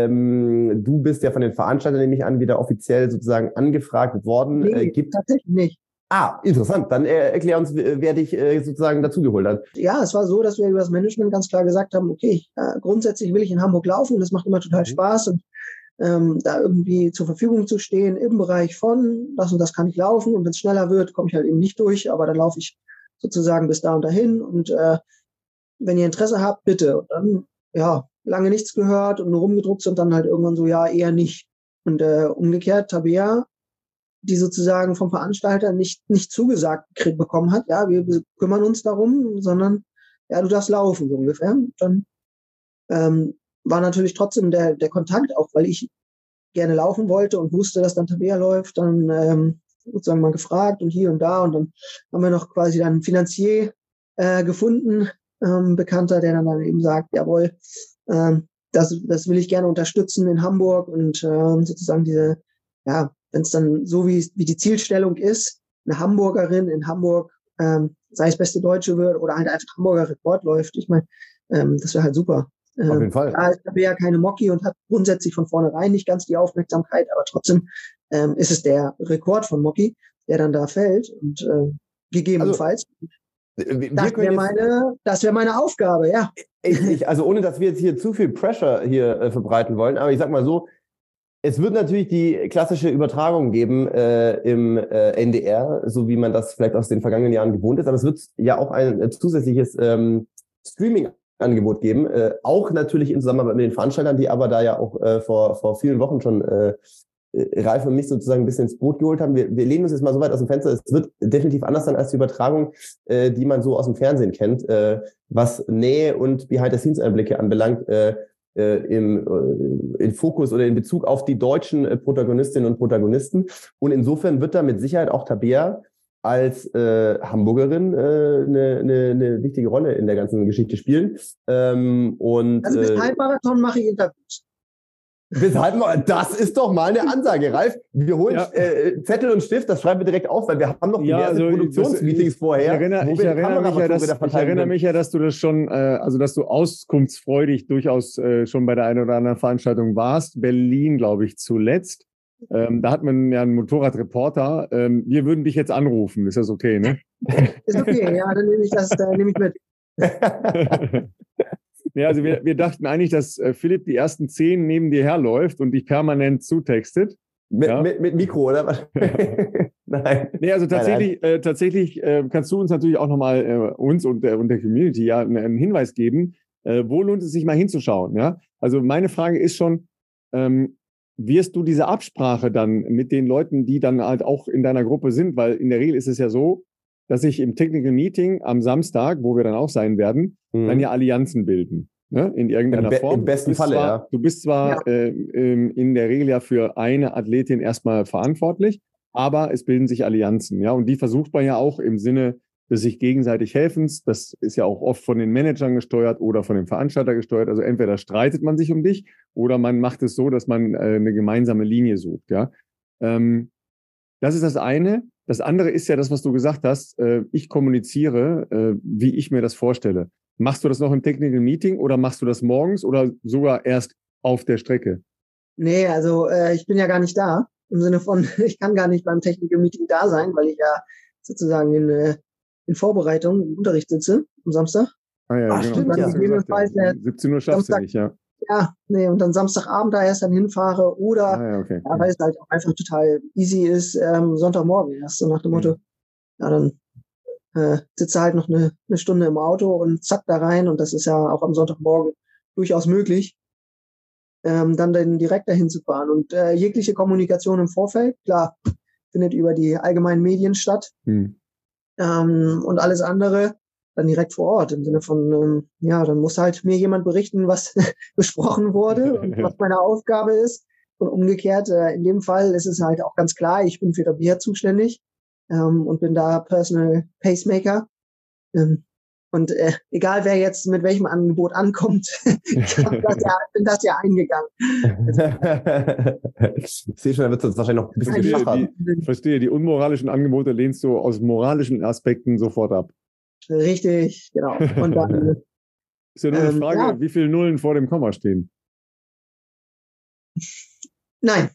Ähm, du bist ja von den Veranstaltern, nehme ich an, wieder offiziell sozusagen angefragt worden. Nee, äh, gibt tatsächlich nicht. Ah, interessant. Dann äh, erklär uns, wer dich äh, sozusagen dazugeholt hat. Ja, es war so, dass wir über das Management ganz klar gesagt haben, okay, äh, grundsätzlich will ich in Hamburg laufen. Das macht immer total Spaß und ähm, da irgendwie zur Verfügung zu stehen im Bereich von, das und das kann ich laufen und wenn es schneller wird, komme ich halt eben nicht durch, aber dann laufe ich sozusagen bis da und dahin und äh, wenn ihr Interesse habt, bitte. Und dann, ja, lange nichts gehört und nur rumgedruckt und dann halt irgendwann so, ja, eher nicht. Und äh, umgekehrt, Tabea, die sozusagen vom Veranstalter nicht nicht zugesagt krieg, bekommen hat, ja, wir, wir kümmern uns darum, sondern, ja, du darfst laufen, so ungefähr. Und dann ähm, war natürlich trotzdem der, der Kontakt, auch weil ich gerne laufen wollte und wusste, dass dann Tabea läuft, dann ähm, sozusagen mal gefragt und hier und da und dann haben wir noch quasi dann einen Finanzier äh, gefunden, Ähm, Bekannter, der dann, dann eben sagt, jawohl, ähm, das, das will ich gerne unterstützen in Hamburg und äh, sozusagen diese, ja, wenn es dann so wie, wie die Zielstellung ist, eine Hamburgerin in Hamburg, ähm, sei es beste Deutsche wird oder halt einfach Hamburger Rekord läuft, ich meine, ähm, das wäre halt super. Ähm, Auf jeden Fall. Da ist ja keine Mocki und hat grundsätzlich von vornherein nicht ganz die Aufmerksamkeit, aber trotzdem ähm, ist es der Rekord von Mocki, der dann da fällt und äh, gegebenenfalls also, Das wäre meine, das wäre meine Aufgabe, ja. Ich, ich, also ohne, dass wir jetzt hier zu viel Pressure hier äh, verbreiten wollen, aber ich sag mal so, es wird natürlich die klassische Übertragung geben äh, im äh, N D R, so wie man das vielleicht aus den vergangenen Jahren gewohnt ist, aber es wird ja auch ein äh, zusätzliches ähm, Streaming-Angebot geben, äh, auch natürlich in Zusammenarbeit mit den Veranstaltern, die aber da ja auch äh, vor vor vielen Wochen schon äh, Ralf und mich sozusagen ein bisschen ins Boot geholt haben. Wir, wir lehnen uns jetzt mal so weit aus dem Fenster. Es wird definitiv anders sein als die Übertragung, äh, die man so aus dem Fernsehen kennt, äh, was Nähe und Behind-the-Scenes-Einblicke anbelangt, äh, äh, im äh, in Fokus oder in Bezug auf die deutschen äh, Protagonistinnen und Protagonisten. Und insofern wird da mit Sicherheit auch Tabea als äh, Hamburgerin eine äh, ne, ne, ne wichtige Rolle in der ganzen Geschichte spielen. Ähm, und, also bis äh, Halbmarathon mache ich Interviews. Weshalb, das ist doch mal eine Ansage, Ralf. Wir holen ja. äh, Zettel und Stift, das schreiben wir direkt auf, weil wir haben noch diverse ja, also Produktionsmeetings vorher. Ich erinnere, ich, erinnere mich ja, dass, ich erinnere mich ja, dass du das schon, äh, also dass du auskunftsfreudig durchaus äh, schon bei der einen oder anderen Veranstaltung warst. Berlin, glaube ich, zuletzt. Ähm, da hat man ja einen Motorradreporter. Ähm, wir würden dich jetzt anrufen. Ist das okay, ne? Ist okay, ja, dann nehme ich das, äh, nehme ich mit. Ja, also wir, wir dachten eigentlich, dass äh, Philipp die ersten zehn neben dir herläuft und dich permanent zutextet. Mit, ja? mit, mit Mikro, oder was? Nein. Nee, also tatsächlich, nein, nein. Äh, tatsächlich äh, kannst du uns natürlich auch nochmal äh, uns und, äh, und der Community ja einen, einen Hinweis geben, äh, wo lohnt es sich mal hinzuschauen. Ja? Also meine Frage ist schon, ähm, wirst du diese Absprache dann mit den Leuten, die dann halt auch in deiner Gruppe sind, weil in der Regel ist es ja so, dass sich im Technical Meeting am Samstag, wo wir dann auch sein werden, mhm. dann ja Allianzen bilden. Ne? In irgendeiner Im, Be- Form. Im besten Falle, zwar, ja. Du bist zwar ja. äh, in der Regel ja für eine Athletin erstmal verantwortlich, aber es bilden sich Allianzen. Ja? Und die versucht man ja auch im Sinne des sich gegenseitig Helfens. Das ist ja auch oft von den Managern gesteuert oder von dem Veranstalter gesteuert. Also entweder streitet man sich um dich oder man macht es so, dass man äh, eine gemeinsame Linie sucht. Ja? Ähm, das ist das eine. Das andere ist ja das, was du gesagt hast. Äh, ich kommuniziere, äh, wie ich mir das vorstelle. Machst du das noch im Technical Meeting oder machst du das morgens oder sogar erst auf der Strecke? Nee, also äh, ich bin ja gar nicht da. Im Sinne von, ich kann gar nicht beim Technical Meeting da sein, weil ich ja sozusagen in, äh, in Vorbereitung im Unterricht sitze am Samstag. Ah ja, Ach, genau. stimmt, ja. Gegebenenfalls, äh, siebzehn Uhr schaffst du nicht, ja. Ja, nee, und dann Samstagabend da erst dann hinfahre oder, Ah ja, okay. ja, weil es halt auch einfach total easy ist, ähm, Sonntagmorgen erst, so nach dem Motto, Mhm. ja, dann äh, sitze halt noch eine, eine Stunde im Auto und zack da rein und das ist ja auch am Sonntagmorgen durchaus möglich, ähm, dann, dann direkt dahin zu fahren. Und äh, jegliche Kommunikation im Vorfeld, klar, findet über die allgemeinen Medien statt, Mhm. ähm, und alles andere dann direkt vor Ort, im Sinne von, ähm, ja, dann muss halt mir jemand berichten, was besprochen wurde und was meine Aufgabe ist. Und umgekehrt, äh, in dem Fall ist es halt auch ganz klar, ich bin für Rabea zuständig, ähm, und bin da Personal Pacemaker. Ähm, und äh, egal, wer jetzt mit welchem Angebot ankommt, ich hab das ja, bin das ja eingegangen. Ich sehe schon, da wird es uns wahrscheinlich noch ein bisschen Verstehe geschachert. die, verstehe, die unmoralischen Angebote lehnst du aus moralischen Aspekten sofort ab. Richtig, genau. Und dann, Ist ja nur eine ähm, Frage, ja. wie viele Nullen vor dem Komma stehen. nein,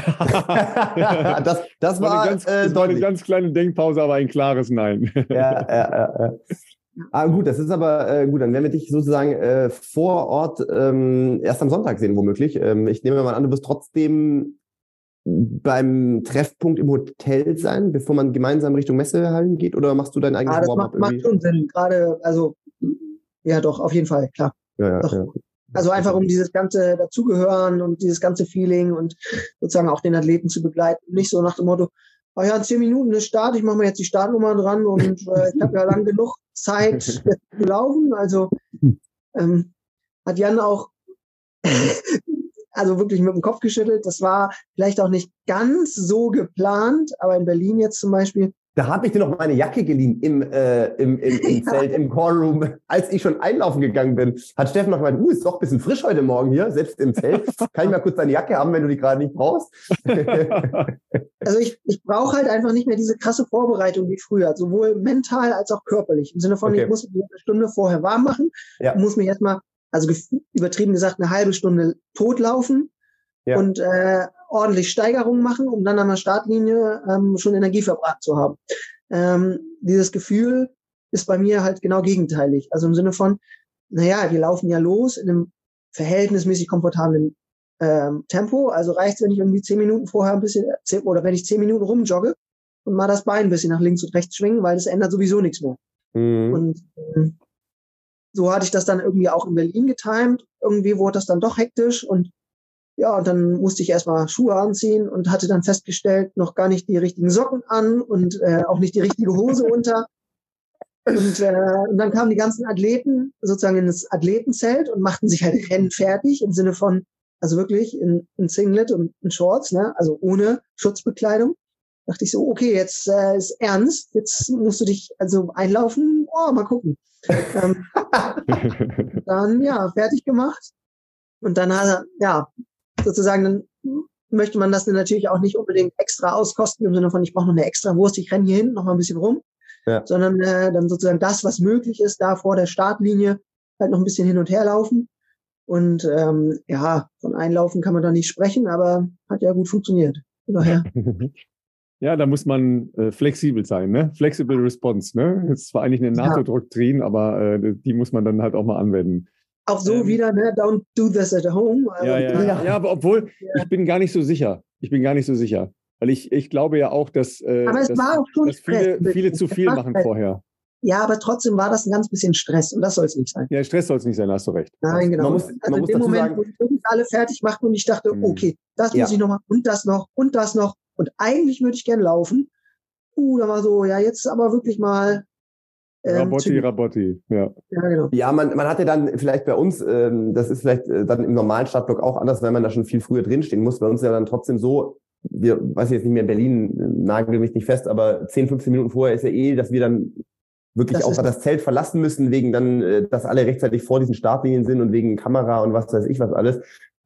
das, das war war, eine ganz, äh, das war eine deutlich. ganz kleine Denkpause, aber ein klares Nein. Ja, ja, ja, ja. Ah, gut, das ist aber äh, gut, dann werden wir dich sozusagen äh, vor Ort ähm, erst am Sonntag sehen, womöglich. Ähm, ich nehme mal an, du wirst trotzdem beim Treffpunkt im Hotel sein, bevor man gemeinsam Richtung Messehallen geht, oder machst du dein eigenes ah, das Warm-up macht, macht irgendwie? schon Sinn. Gerade, also, ja, doch, auf jeden Fall, klar. Ja, ja, Doch. ja. Also einfach um dieses ganze Dazugehören und dieses ganze Feeling und sozusagen auch den Athleten zu begleiten. Nicht so nach dem Motto, oh ja, in zehn Minuten ist Start, ich mache mir jetzt die Startnummer dran und äh, ich habe ja lang genug Zeit jetzt zu laufen. Also ähm, hat Jan auch also wirklich mit dem Kopf geschüttelt. Das war vielleicht auch nicht ganz so geplant, aber in Berlin jetzt zum Beispiel. Da habe ich dir noch meine Jacke geliehen im, äh, im, im, im Ja. Zelt, im Core-Room. Als ich schon einlaufen gegangen bin, hat Steffen noch gemeint, uh, ist doch ein bisschen frisch heute Morgen hier, selbst im Zelt. Kann ich mal kurz deine Jacke haben, wenn du die gerade nicht brauchst? Also ich, ich brauche halt einfach nicht mehr diese krasse Vorbereitung wie früher, sowohl mental als auch körperlich. Im Sinne von, Okay. ich muss mich eine Stunde vorher warm machen, Ja. muss mich erstmal, also gef- übertrieben gesagt, eine halbe Stunde totlaufen Ja. und äh, ordentlich Steigerungen machen, um dann an der Startlinie ähm, schon Energie verbraten zu haben. Ähm, dieses Gefühl ist bei mir halt genau gegenteilig. Also im Sinne von, naja, wir laufen ja los in einem verhältnismäßig komfortablen ähm, Tempo. Also reicht es, wenn ich irgendwie zehn Minuten vorher ein bisschen, zehn, oder wenn ich zehn Minuten rumjogge und mal das Bein ein bisschen nach links und rechts schwingen, weil das ändert sowieso nichts mehr. Mhm. Und ähm, so hatte ich das dann irgendwie auch in Berlin getimt. Irgendwie wurde das dann doch hektisch und ja, und dann musste ich erstmal Schuhe anziehen und hatte dann festgestellt, noch gar nicht die richtigen Socken an und äh, auch nicht die richtige Hose unter. Und, äh, und dann kamen die ganzen Athleten sozusagen in das Athletenzelt und machten sich halt Rennen fertig im Sinne von, also wirklich in, in Singlet und in Shorts, ne, also ohne Schutzbekleidung. Dachte ich so, okay, jetzt äh, ist ernst, jetzt musst du dich also einlaufen, oh, mal gucken. ähm, dann, ja, fertig gemacht. Und dann hat er, ja, sozusagen, dann möchte man das dann natürlich auch nicht unbedingt extra auskosten, im Sinne von, ich brauche noch eine extra Wurst, ich renne hier hin, noch mal ein bisschen rum. Ja. Sondern äh, dann sozusagen das, was möglich ist, da vor der Startlinie halt noch ein bisschen hin und her laufen. Und ähm, ja, von Einlaufen kann man da nicht sprechen, aber hat ja gut funktioniert. Von daher. Ja, da muss man äh, flexibel sein, ne? Flexible Response, ne? Das ist zwar eigentlich eine Ja. NATO-Doktrin, aber äh, die muss man dann halt auch mal anwenden. Auch so Ähm, wieder, ne, don't do this at home. Ja, ja, ja, ja, aber obwohl, ich bin gar nicht so sicher. Ich bin gar nicht so sicher. Weil ich, ich glaube ja auch, dass, äh, Aber es dass, war auch schon dass viele, Stress. viele zu Es viel war machen Stress. vorher. Ja, aber trotzdem war das ein ganz bisschen Stress und das soll es nicht sein. Ja, Stress soll es nicht sein, hast du recht. Nein, genau. Man muss- also man in muss dem dazu Moment, sagen- wo die wirklich alle fertig machten und ich dachte, Mhm. okay, das Ja. muss ich noch mal und das noch und das noch und eigentlich würde ich gern laufen. Uh, da war so, ja, jetzt aber wirklich mal ähm, Rabotti, zügig. Rabotti, ja. Ja, genau. Ja, man, man hatte dann vielleicht bei uns, ähm, das ist vielleicht äh, dann im normalen Startblock auch anders, wenn man da schon viel früher drinstehen muss. Bei uns ist ja dann trotzdem so, wir, weiß ich jetzt nicht mehr, in Berlin, äh, nagel mich nicht fest, aber zehn, fünfzehn Minuten vorher ist ja eh, dass wir dann wirklich Das auch ist- das Zelt verlassen müssen, wegen dann, äh, dass alle rechtzeitig vor diesen Startlinien sind und wegen Kamera und was weiß ich was alles.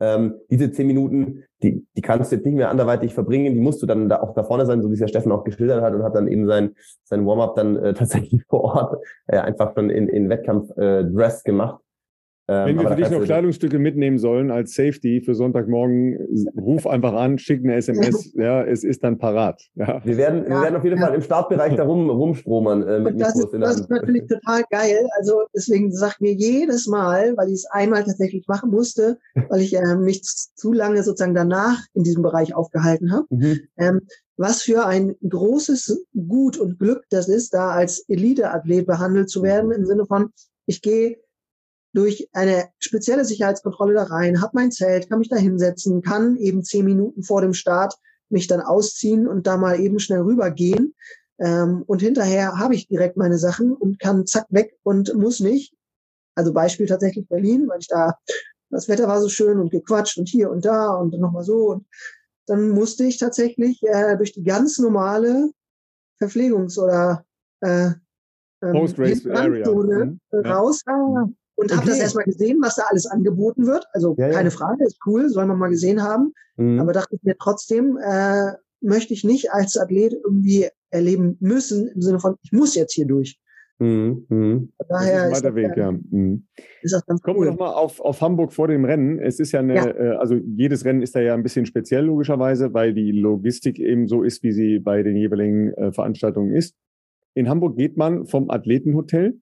Ähm, diese zehn Minuten, die, die kannst du jetzt nicht mehr anderweitig verbringen, die musst du dann da auch da vorne sein, so wie es ja Steffen auch geschildert hat und hat dann eben sein, sein Warm-up dann äh, tatsächlich vor Ort äh, einfach schon in, in Wettkampf-Dress äh, gemacht. Ähm, Wenn wir für dich noch Kleidungsstücke mitnehmen sollen als Safety für Sonntagmorgen, ruf einfach an, schick eine S M S, ja, es ist dann parat. Ja. Wir werden, wir ja, werden auf jeden ja. Fall im Startbereich da rum, rumstromern äh, mit und das Mikros ist, das ist natürlich total geil. Also deswegen sagt mir jedes Mal, weil ich es einmal tatsächlich machen musste, weil ich äh, mich zu lange sozusagen danach in diesem Bereich aufgehalten habe, mhm. ähm, was für ein großes Gut und Glück das ist, da als Elite-Athlet behandelt zu werden, im Sinne von, ich gehe durch eine spezielle Sicherheitskontrolle da rein, habe mein Zelt, kann mich da hinsetzen, kann eben zehn Minuten vor dem Start mich dann ausziehen und da mal eben schnell rübergehen. Ähm, und hinterher habe ich direkt meine Sachen und kann zack weg und muss nicht. Also Beispiel tatsächlich Berlin, weil ich da, das Wetter war so schön und gequatscht und hier und da und nochmal so. Und dann musste ich tatsächlich äh, durch die ganz normale Verpflegungs- oder äh, ähm, Post-Race Area mhm. raus. Ah, Und okay. habe das erstmal gesehen, was da alles angeboten wird. Also ja, keine ja. Frage, ist cool, soll man mal gesehen haben. Mhm. Aber dachte ich mir trotzdem, äh, möchte ich nicht als Athlet irgendwie erleben müssen, im Sinne von, ich muss jetzt hier durch. Mhm. Mhm. Daher das ist ein weiter Weg, ja. Mhm. Ist das ganz Kommen cool. wir nochmal auf, auf Hamburg vor dem Rennen. Es ist ja eine, ja. Äh, also jedes Rennen ist da ja ein bisschen speziell logischerweise, weil die Logistik eben so ist, wie sie bei den jeweiligen äh, Veranstaltungen ist. In Hamburg geht man vom Athletenhotel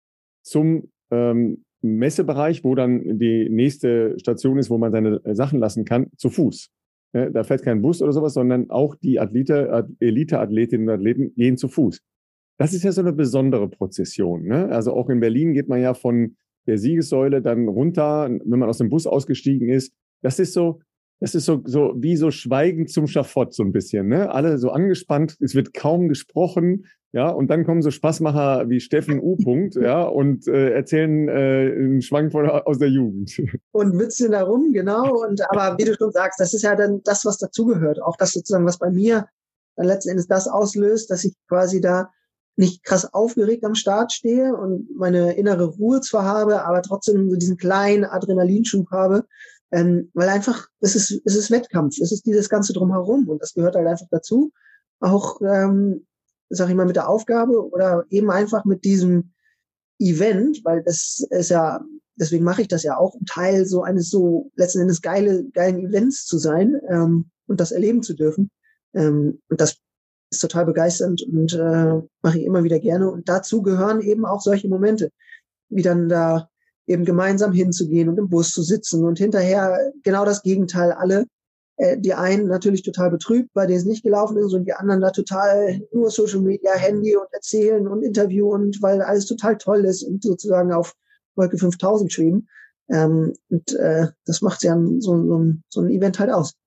zum ähm, Messebereich, wo dann die nächste Station ist, wo man seine Sachen lassen kann, zu Fuß. Ja, da fährt kein Bus oder sowas, sondern auch die Athlete, Elite-Athletinnen und Athleten gehen zu Fuß. Das ist ja so eine besondere Prozession. Ne? Also auch in Berlin geht man ja von der Siegessäule dann runter, wenn man aus dem Bus ausgestiegen ist. Das ist so, das ist so, so wie so Schweigen zum Schafott so ein bisschen. Ne? Alle so angespannt, es wird kaum gesprochen. Ja, und dann kommen so Spaßmacher wie Steffen U. ja, und äh, erzählen äh, einen Schwank von, aus der Jugend. Und witzen darum, genau. Und aber wie du schon sagst, das ist ja dann das, was dazugehört. Auch das sozusagen, was bei mir dann letzten Endes das auslöst, dass ich quasi da nicht krass aufgeregt am Start stehe und meine innere Ruhe zwar habe, aber trotzdem so diesen kleinen Adrenalinschub habe. Ähm, weil einfach, es ist, es ist Wettkampf, es ist dieses Ganze drumherum und das gehört halt einfach dazu. Auch, ähm, sag ich mal, mit der Aufgabe oder eben einfach mit diesem Event, weil das ist ja, deswegen mache ich das ja auch, um Teil so eines so letzten Endes geile, geilen Events zu sein ähm, und das erleben zu dürfen. Ähm, und das ist total begeisternd und äh, mache ich immer wieder gerne. Und dazu gehören eben auch solche Momente, wie dann da eben gemeinsam hinzugehen und im Bus zu sitzen und hinterher genau das Gegenteil alle. Die einen natürlich total betrübt, bei denen es nicht gelaufen ist und die anderen da total nur Social Media, Handy und erzählen und Interview und weil alles total toll ist und sozusagen auf Wolke fünftausend schweben. Ähm, und äh, das macht ja so, so, ein, so ein Event halt aus.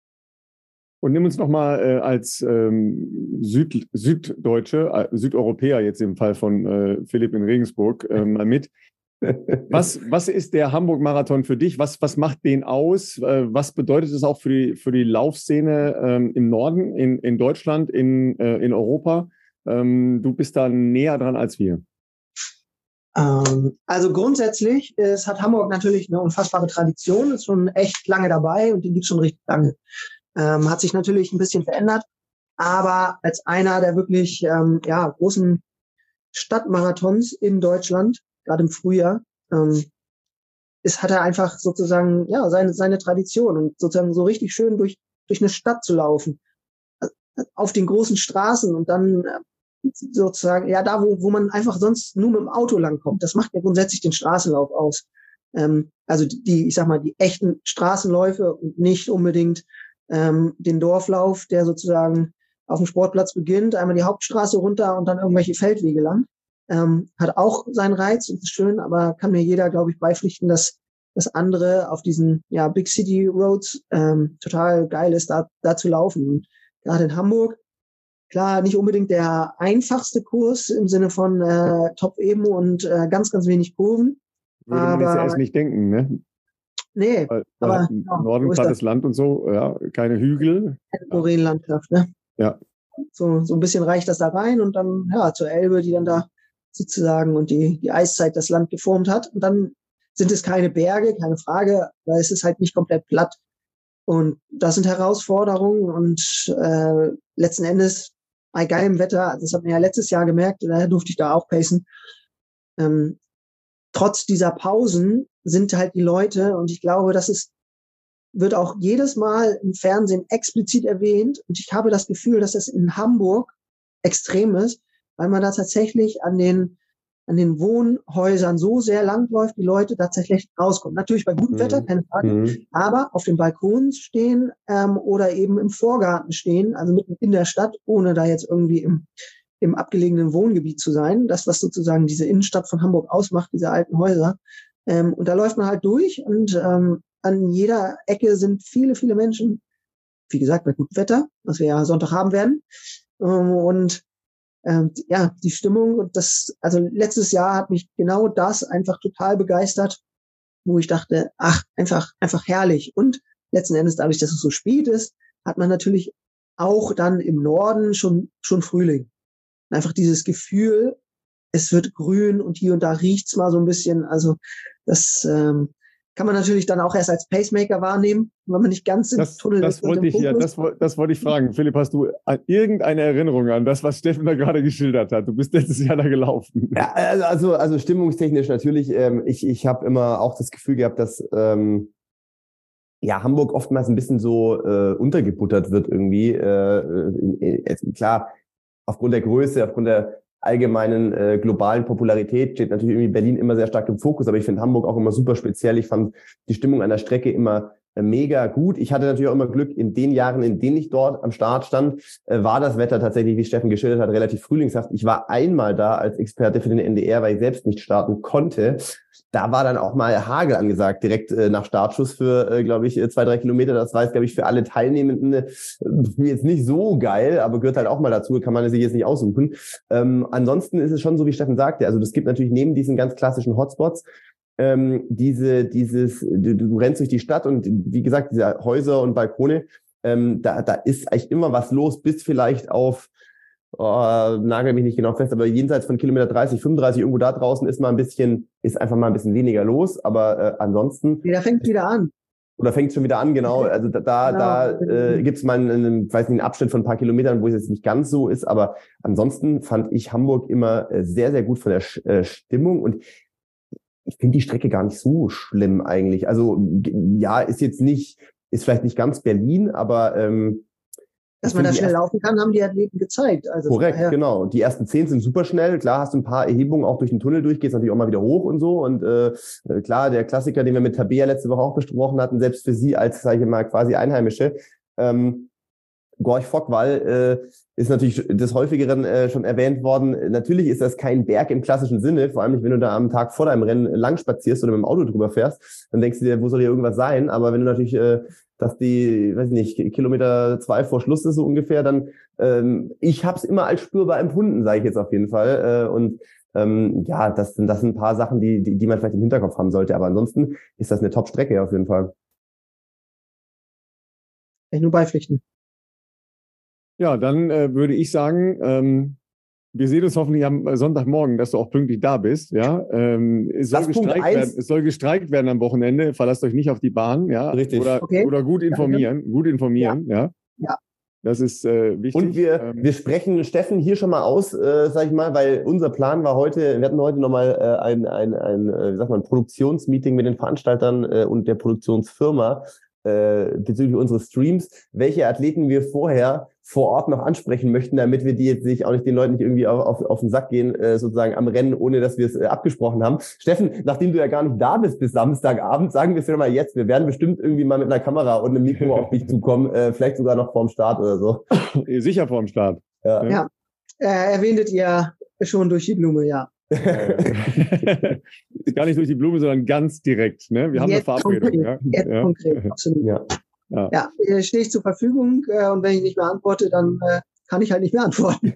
Und nimm uns nochmal äh, als ähm, Süd, Süddeutsche, äh, Südeuropäer jetzt im Fall von äh, Philipp in Regensburg äh, mal mit. Was, was ist der Hamburg-Marathon für dich? Was, was macht den aus? Was bedeutet es auch für die, für die Laufszene ähm, im Norden, in, in Deutschland, in, äh, in Europa? Ähm, du bist da näher dran als wir. Ähm, also grundsätzlich es hat Hamburg natürlich eine unfassbare Tradition, ist schon echt lange dabei und die gibt es schon richtig lange. Ähm, hat sich natürlich ein bisschen verändert, aber als einer der wirklich ähm, ja, großen Stadtmarathons in Deutschland, gerade im Frühjahr, ähm, ist, hat er einfach sozusagen ja seine seine Tradition und sozusagen so richtig schön durch durch eine Stadt zu laufen, auf den großen Straßen und dann äh, sozusagen ja da wo wo man einfach sonst nur mit dem Auto langkommt. Das macht ja grundsätzlich den Straßenlauf aus. Ähm, also die ich sag mal die echten Straßenläufe und nicht unbedingt ähm, den Dorflauf, der sozusagen auf dem Sportplatz beginnt, einmal die Hauptstraße runter und dann irgendwelche Feldwege lang. Ähm, hat auch seinen Reiz und ist schön, aber kann mir jeder, glaube ich, beipflichten, dass das andere auf diesen ja, Big City Roads ähm, total geil ist, da, da zu laufen. Und gerade in Hamburg, klar, nicht unbedingt der einfachste Kurs im Sinne von äh, Top-Eben und äh, ganz, ganz wenig Kurven. Würde man jetzt erst nicht denken, ne? Nee, weil, aber weil im ja, Norden plattes Land und so, ja, keine Hügel. Eine Moränenlandschaft, ne? Ja. So, so ein bisschen reicht das da rein und dann, ja, zur Elbe, die dann da sozusagen und die, die Eiszeit das Land geformt hat. Und dann sind es keine Berge, keine Frage, weil es ist halt nicht komplett platt. Und das sind Herausforderungen und äh, letzten Endes bei geilem Wetter, das hat man ja letztes Jahr gemerkt, daher durfte ich da auch pacen. Ähm, trotz dieser Pausen sind halt die Leute, und ich glaube, das ist, wird auch jedes Mal im Fernsehen explizit erwähnt, und ich habe das Gefühl, dass das in Hamburg extrem ist, weil man da tatsächlich an den an den Wohnhäusern so sehr langläuft, die Leute tatsächlich rauskommen. Natürlich bei gutem mhm. Wetter, keine Frage, mhm. aber auf den Balkons stehen ähm, oder eben im Vorgarten stehen, also mitten in der Stadt, ohne da jetzt irgendwie im, im abgelegenen Wohngebiet zu sein. Das, was sozusagen diese Innenstadt von Hamburg ausmacht, diese alten Häuser. Ähm, und da läuft man halt durch und ähm, an jeder Ecke sind viele, viele Menschen, wie gesagt, bei gutem Wetter, was wir ja Sonntag haben werden. Ähm, und Und ja, die Stimmung und das, also letztes Jahr hat mich genau das einfach total begeistert, wo ich dachte, ach, einfach, einfach herrlich. Und letzten Endes, dadurch, dass es so spät ist, hat man natürlich auch dann im Norden schon, schon Frühling. Einfach dieses Gefühl, es wird grün und hier und da riecht's mal so ein bisschen. Also das ähm, kann man natürlich dann auch erst als Pacemaker wahrnehmen, wenn man nicht ganz im das, Tunnel das ist. Wollte ich, ja, das, das wollte ich fragen. Philipp, hast du irgendeine Erinnerung an das, was Steffen da gerade geschildert hat? Du bist letztes Jahr da gelaufen. Ja, also, also stimmungstechnisch natürlich. Ähm, ich ich habe immer auch das Gefühl gehabt, dass ähm, ja Hamburg oftmals ein bisschen so äh, untergebuttert wird irgendwie. Äh, äh, klar, aufgrund der Größe, aufgrund der allgemeinen äh, globalen Popularität steht natürlich irgendwie Berlin immer sehr stark im Fokus, aber ich finde Hamburg auch immer super speziell. Ich fand die Stimmung an der Strecke immer äh, mega gut. Ich hatte natürlich auch immer Glück, in den Jahren, in denen ich dort am Start stand, äh, war das Wetter tatsächlich, wie Steffen geschildert hat, relativ frühlingshaft. Ich war einmal da als Experte für den N D R, weil ich selbst nicht starten konnte. Da war dann auch mal Hagel angesagt, direkt äh, nach Startschuss für, äh, glaube ich, zwei, drei Kilometer. Das war jetzt, glaube ich, für alle Teilnehmenden äh, jetzt nicht so geil, aber gehört halt auch mal dazu, kann man sich jetzt nicht aussuchen. Ähm, ansonsten ist es schon so, wie Steffen sagte, also es gibt natürlich neben diesen ganz klassischen Hotspots ähm, diese, dieses, du, du rennst durch die Stadt und wie gesagt, diese Häuser und Balkone, ähm, da, da ist eigentlich immer was los, bis vielleicht auf Oh, nagel mich nicht genau fest, aber jenseits von Kilometer dreißig, fünfunddreißig, irgendwo da draußen ist mal ein bisschen, ist einfach mal ein bisschen weniger los, aber äh, ansonsten. Nee, da fängt wieder an. Oder fängt schon wieder an, genau. Also da, da, genau. da äh, gibt es mal einen, einen, weiß nicht, einen Abschnitt von ein paar Kilometern, wo es jetzt nicht ganz so ist, aber ansonsten fand ich Hamburg immer äh, sehr, sehr gut von der Sch- äh, Stimmung und ich finde die Strecke gar nicht so schlimm eigentlich. Also ja, ist jetzt nicht, ist vielleicht nicht ganz Berlin, aber ähm, dass man da schnell laufen kann, haben die Athleten gezeigt. Also korrekt, genau. Die ersten zehn sind super schnell. Klar, hast du ein paar Erhebungen auch durch den Tunnel durch, gehst natürlich auch mal wieder hoch und so. Und äh, klar, der Klassiker, den wir mit Tabea letzte Woche auch besprochen hatten, selbst für sie als, sage ich mal, quasi Einheimische, ähm, Gorch-Fockwall äh, ist natürlich des Häufigeren äh, schon erwähnt worden. Natürlich ist das kein Berg im klassischen Sinne, vor allem nicht, wenn du da am Tag vor deinem Rennen lang spazierst oder mit dem Auto drüber fährst, dann denkst du dir, wo soll hier irgendwas sein? Aber wenn du natürlich, äh, dass die, weiß nicht, Kilometer zwei vor Schluss ist so ungefähr, dann ähm, ich habe es immer als spürbar empfunden, sage ich jetzt auf jeden Fall. Äh, und ähm, ja, das sind das sind ein paar Sachen, die, die die man vielleicht im Hinterkopf haben sollte. Aber ansonsten ist das eine Top-Strecke auf jeden Fall. Kann ich nur beipflichten. Ja, dann äh, würde ich sagen, ähm, wir sehen uns hoffentlich am Sonntagmorgen, dass du auch pünktlich da bist. Ja, ähm, es, soll gestreikt werden, es soll gestreikt werden am Wochenende. Verlasst euch nicht auf die Bahn, ja, richtig. Oder, okay. oder gut informieren, ja. gut informieren, ja. ja. ja. Das ist äh, wichtig. Und wir, ähm, wir sprechen Steffen hier schon mal aus, äh, sag ich mal, weil unser Plan war heute, wir hatten heute nochmal äh, ein, ein, ein, äh, wie sagt man, Produktionsmeeting mit den Veranstaltern äh, und der Produktionsfirma äh, bezüglich unseres Streams, welche Athleten wir vorher vor Ort noch ansprechen möchten, damit wir die jetzt nicht, auch nicht den Leuten nicht irgendwie auf, auf, auf den Sack gehen, äh, sozusagen am Rennen, ohne dass wir es äh, abgesprochen haben. Steffen, nachdem du ja gar nicht da bist bis Samstagabend, sagen wir es ja mal jetzt, wir werden bestimmt irgendwie mal mit einer Kamera und einem Mikro auf dich zukommen, äh, vielleicht sogar noch vorm Start oder so. Sicher vorm Start. Ja, ja. Äh, erwähntet ihr schon durch die Blume, ja. Gar nicht durch die Blume, sondern ganz direkt. Ne? Wir haben jetzt eine Verabredung. Konkret, Ja? Jetzt ja. konkret, absolut. Ja. Ja, ja stehe ich zur Verfügung äh, und wenn ich nicht mehr antworte, dann äh, kann ich halt nicht mehr antworten.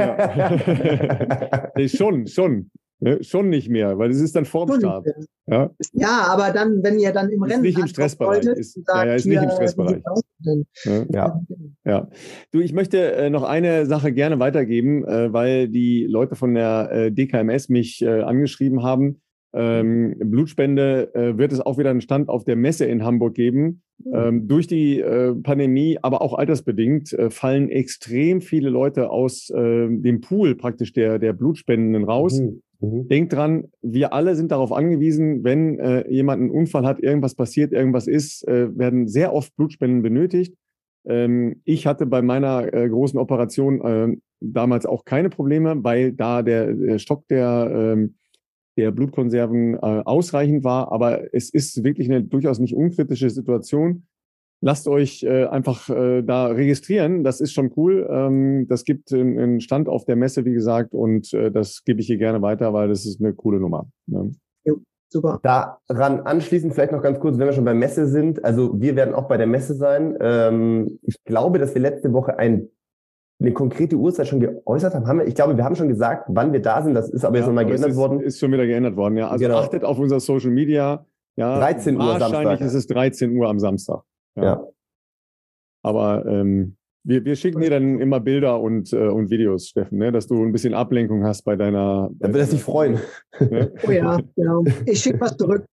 Ja. Nee, schon, schon. Ne? Schon nicht mehr, weil es ist dann vorm Start. Ja? ja, aber dann, wenn ihr dann im ist Rennen nicht im Stressbereich. Ist, sagt, ja, ja, ist nicht im Stressbereich. Dann, ja. Ja. Ja. Du, ich möchte äh, noch eine Sache gerne weitergeben, äh, weil die Leute von der äh, D K M S mich äh, angeschrieben haben. Ähm, Blutspende äh, wird es auch wieder einen Stand auf der Messe in Hamburg geben. Ähm, durch die äh, Pandemie, aber auch altersbedingt, äh, fallen extrem viele Leute aus äh, dem Pool praktisch der, der Blutspendenden raus. Mhm. Mhm. Denkt dran, wir alle sind darauf angewiesen, wenn äh, jemand einen Unfall hat, irgendwas passiert, irgendwas ist, äh, werden sehr oft Blutspenden benötigt. Ähm, ich hatte bei meiner äh, großen Operation äh, damals auch keine Probleme, weil da der, der Stock der ähm, der Blutkonserven äh, ausreichend war. Aber es ist wirklich eine durchaus nicht unkritische Situation. Lasst euch äh, einfach äh, da registrieren. Das ist schon cool. Ähm, das gibt einen Stand auf der Messe, wie gesagt, und äh, das gebe ich hier gerne weiter, weil das ist eine coole Nummer. Ne? Jo, super. Daran anschließend vielleicht noch ganz kurz, wenn wir schon bei Messe sind. Also wir werden auch bei der Messe sein. Ähm, ich glaube, dass wir letzte Woche ein eine konkrete Uhrzeit schon geäußert haben. haben wir, ich glaube, wir haben schon gesagt, wann wir da sind. Das ist aber jetzt Ja, nochmal aber geändert es ist, worden. Ist schon wieder geändert worden, ja. Also Genau. achtet auf unser Social Media. Ja, dreizehn Uhr wahrscheinlich Samstag. ist es dreizehn Uhr am Samstag. Ja. Ja. Aber ähm, wir, wir schicken dir dann immer Bilder und, äh, und Videos, Steffen, ne? Dass du ein bisschen Ablenkung hast bei deiner... Bei Da wird er sich freuen. Ne? Oh ja, genau. Ich schicke was zurück.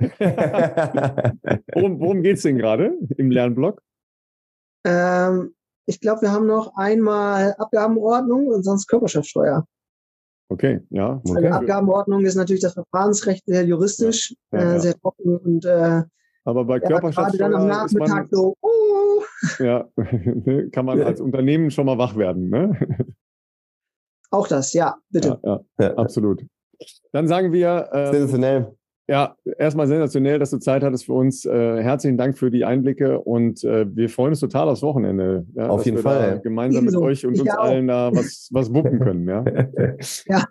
worum worum geht es denn gerade im Lernblock? Ähm, ich glaube, wir haben noch einmal Abgabenordnung und sonst Körperschaftsteuer. Okay, ja. Also Okay. Abgabenordnung ist natürlich das Verfahrensrecht sehr juristisch, Ja, ja, äh, ja. sehr trocken und äh, Aber bei ja, gerade dann am Körperschaftsteuer ist Nachmittag man, so, uh, ja, kann man als Unternehmen schon mal wach werden, ne? auch das, ja, bitte. Ja, ja, Ja. absolut. Dann sagen wir, äh, Sensationell. ja, erstmal sensationell, dass du Zeit hattest für uns. Äh, herzlichen Dank für die Einblicke und äh, wir freuen uns total aufs Wochenende. Ja, Auf dass jeden wir Fall. Da gemeinsam Ebenso. mit euch und Ich uns auch. allen da was, was wuppen können. Ja? Ja.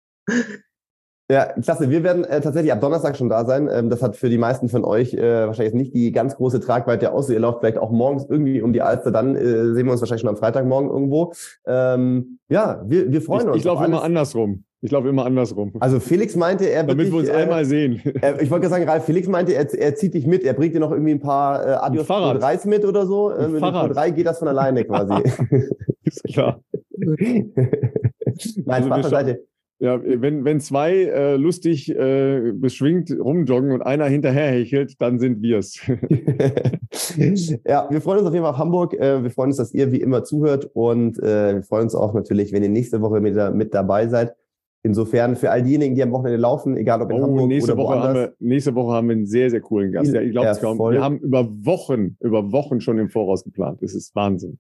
Ja, klasse. Wir werden äh, tatsächlich ab Donnerstag schon da sein. Ähm, das hat für die meisten von euch äh, wahrscheinlich jetzt nicht die ganz große Tragweite aus. Ihr lauft vielleicht auch morgens irgendwie um die Alster. Dann äh, sehen wir uns wahrscheinlich schon am Freitagmorgen irgendwo. Ähm, ja, wir, wir freuen Ich, uns. ich laufe auf immer alles. andersrum. Ich laufe immer andersrum. Also Felix meinte, er wird damit wir uns dich, einmal äh, sehen. äh, ich wollte gerade sagen, Ralf, Felix meinte, er, er zieht dich mit. Er bringt dir noch irgendwie ein paar äh, Adios Pro Fahrrad. drei mit oder so. Äh, Ein mit dem Pro Fahrrad. drei geht das von alleine quasi. Ist klar. Nein, Also wir Spaß beiseite. Ja, wenn, wenn zwei äh, lustig äh, beschwingt rumjoggen und einer hinterher hechelt, dann sind wir's. Ja, wir freuen uns auf jeden Fall auf Hamburg. Äh, wir freuen uns, dass ihr wie immer zuhört und äh, wir freuen uns auch natürlich, wenn ihr nächste Woche mit, mit dabei seid. Insofern für all diejenigen, die am Wochenende laufen, egal ob in Oh, Hamburg nächste oder Woche haben woanders. wir, nächste Woche haben wir einen sehr, sehr coolen Gast. Ja, ihr glaubt es kaum. Erfolg. Wir haben über Wochen, über Wochen schon im Voraus geplant. Das ist Wahnsinn.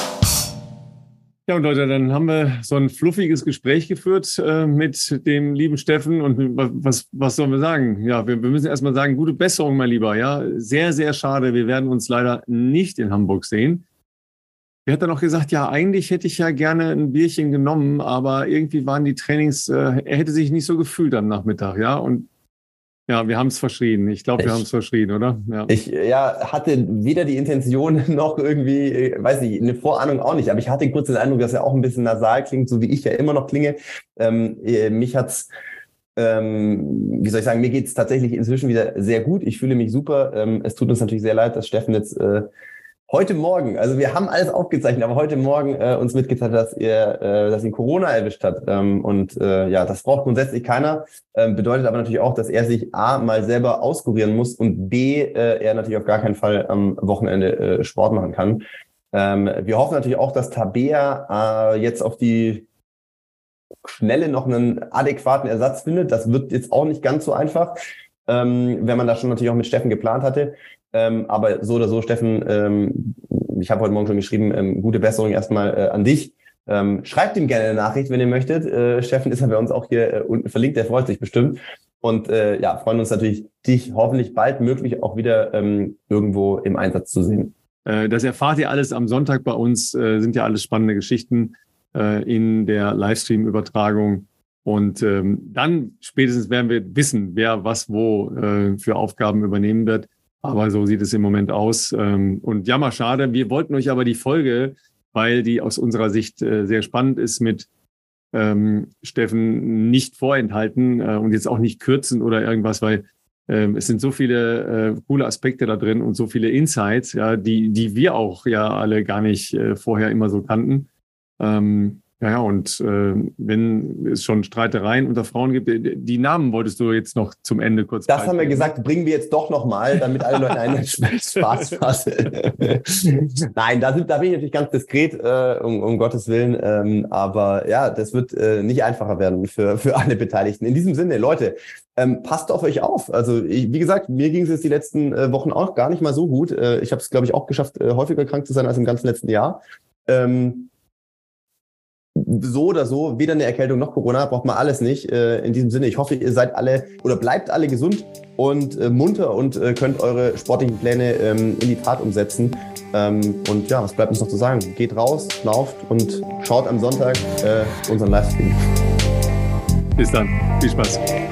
Ja, und Leute, dann haben wir so ein fluffiges Gespräch geführt äh, mit dem lieben Steffen. Und was, was sollen wir sagen? Ja, wir, wir müssen erstmal sagen, gute Besserung, mein Lieber. Ja, sehr, sehr schade. Wir werden uns leider nicht in Hamburg sehen. Er hat dann auch gesagt, ja, eigentlich hätte ich ja gerne ein Bierchen genommen, aber irgendwie waren die Trainings, äh, er hätte sich nicht so gefühlt am Nachmittag, ja. Und ja, wir haben es verschrien. Ich glaube, wir Ich- haben es verschrien, oder? Ja. Ich ja, hatte weder die Intention noch irgendwie, äh, weiß nicht, eine Vorahnung auch nicht, aber ich hatte kurz den Eindruck, dass er auch ein bisschen nasal klingt, so wie ich ja immer noch klinge. Ähm, äh, mich hat's, ähm, wie soll ich sagen, mir geht's tatsächlich inzwischen wieder sehr gut. Ich fühle mich super. Ähm, es tut uns natürlich sehr leid, dass Steffen jetzt äh, heute Morgen, also wir haben alles aufgezeichnet, aber heute Morgen äh, uns mitgeteilt, dass er, äh, dass ihn Corona erwischt hat. Ähm, und äh, ja, das braucht grundsätzlich keiner. Ähm, bedeutet aber natürlich auch, dass er sich A, mal selber auskurieren muss und B, äh, er natürlich auf gar keinen Fall am Wochenende äh, Sport machen kann. Ähm, wir hoffen natürlich auch, dass Tabea äh, jetzt auf die Schnelle noch einen adäquaten Ersatz findet. Das wird jetzt auch nicht ganz so einfach, ähm, wenn man das schon natürlich auch mit Steffen geplant hatte. Ähm, aber so oder so, Steffen, ähm, ich habe heute Morgen schon geschrieben, ähm, gute Besserung erstmal äh, an dich. Ähm, schreibt ihm gerne eine Nachricht, wenn ihr möchtet. Äh, Steffen ist ja bei uns auch hier äh, unten verlinkt, der freut sich bestimmt. Und äh, ja, freuen uns natürlich, dich hoffentlich bald möglich auch wieder ähm, irgendwo im Einsatz zu sehen. Äh, das erfahrt ihr alles am Sonntag bei uns, äh, sind ja alles spannende Geschichten äh, in der Livestream-Übertragung. Und ähm, dann spätestens werden wir wissen, wer was wo äh, für Aufgaben übernehmen wird. Aber so sieht es im Moment aus. Ähm, und jammer schade. Wir wollten euch aber die Folge, weil die aus unserer Sicht äh, sehr spannend ist, mit ähm, Steffen nicht vorenthalten äh, und jetzt auch nicht kürzen oder irgendwas, weil ähm, es sind so viele äh, coole Aspekte da drin und so viele Insights, ja, die, die wir auch ja alle gar nicht äh, vorher immer so kannten. Ähm, Ja, ja, und äh, wenn es schon Streitereien unter Frauen gibt, die Namen wolltest du jetzt noch zum Ende kurz Das haben wir gesagt, bringen wir jetzt doch nochmal, damit alle Leute einen Spaß fassen. Nein, da, sind, da bin ich natürlich ganz diskret, äh, um, um Gottes Willen. Ähm, aber ja, das wird äh, nicht einfacher werden für, für alle Beteiligten. In diesem Sinne, Leute, ähm, passt auf euch auf. Also ich, wie gesagt, mir ging es jetzt die letzten äh, Wochen auch gar nicht mal so gut. Äh, ich habe es, glaube ich, auch geschafft, äh, häufiger krank zu sein als im ganzen letzten Jahr. Ähm, So oder so, weder eine Erkältung noch Corona, braucht man alles nicht. In diesem Sinne, ich hoffe, ihr seid alle oder bleibt alle gesund und munter und könnt eure sportlichen Pläne in die Tat umsetzen. Und ja, was bleibt uns noch zu sagen? Geht raus, lauft und schaut am Sonntag unseren Livestream. Bis dann. Viel Spaß.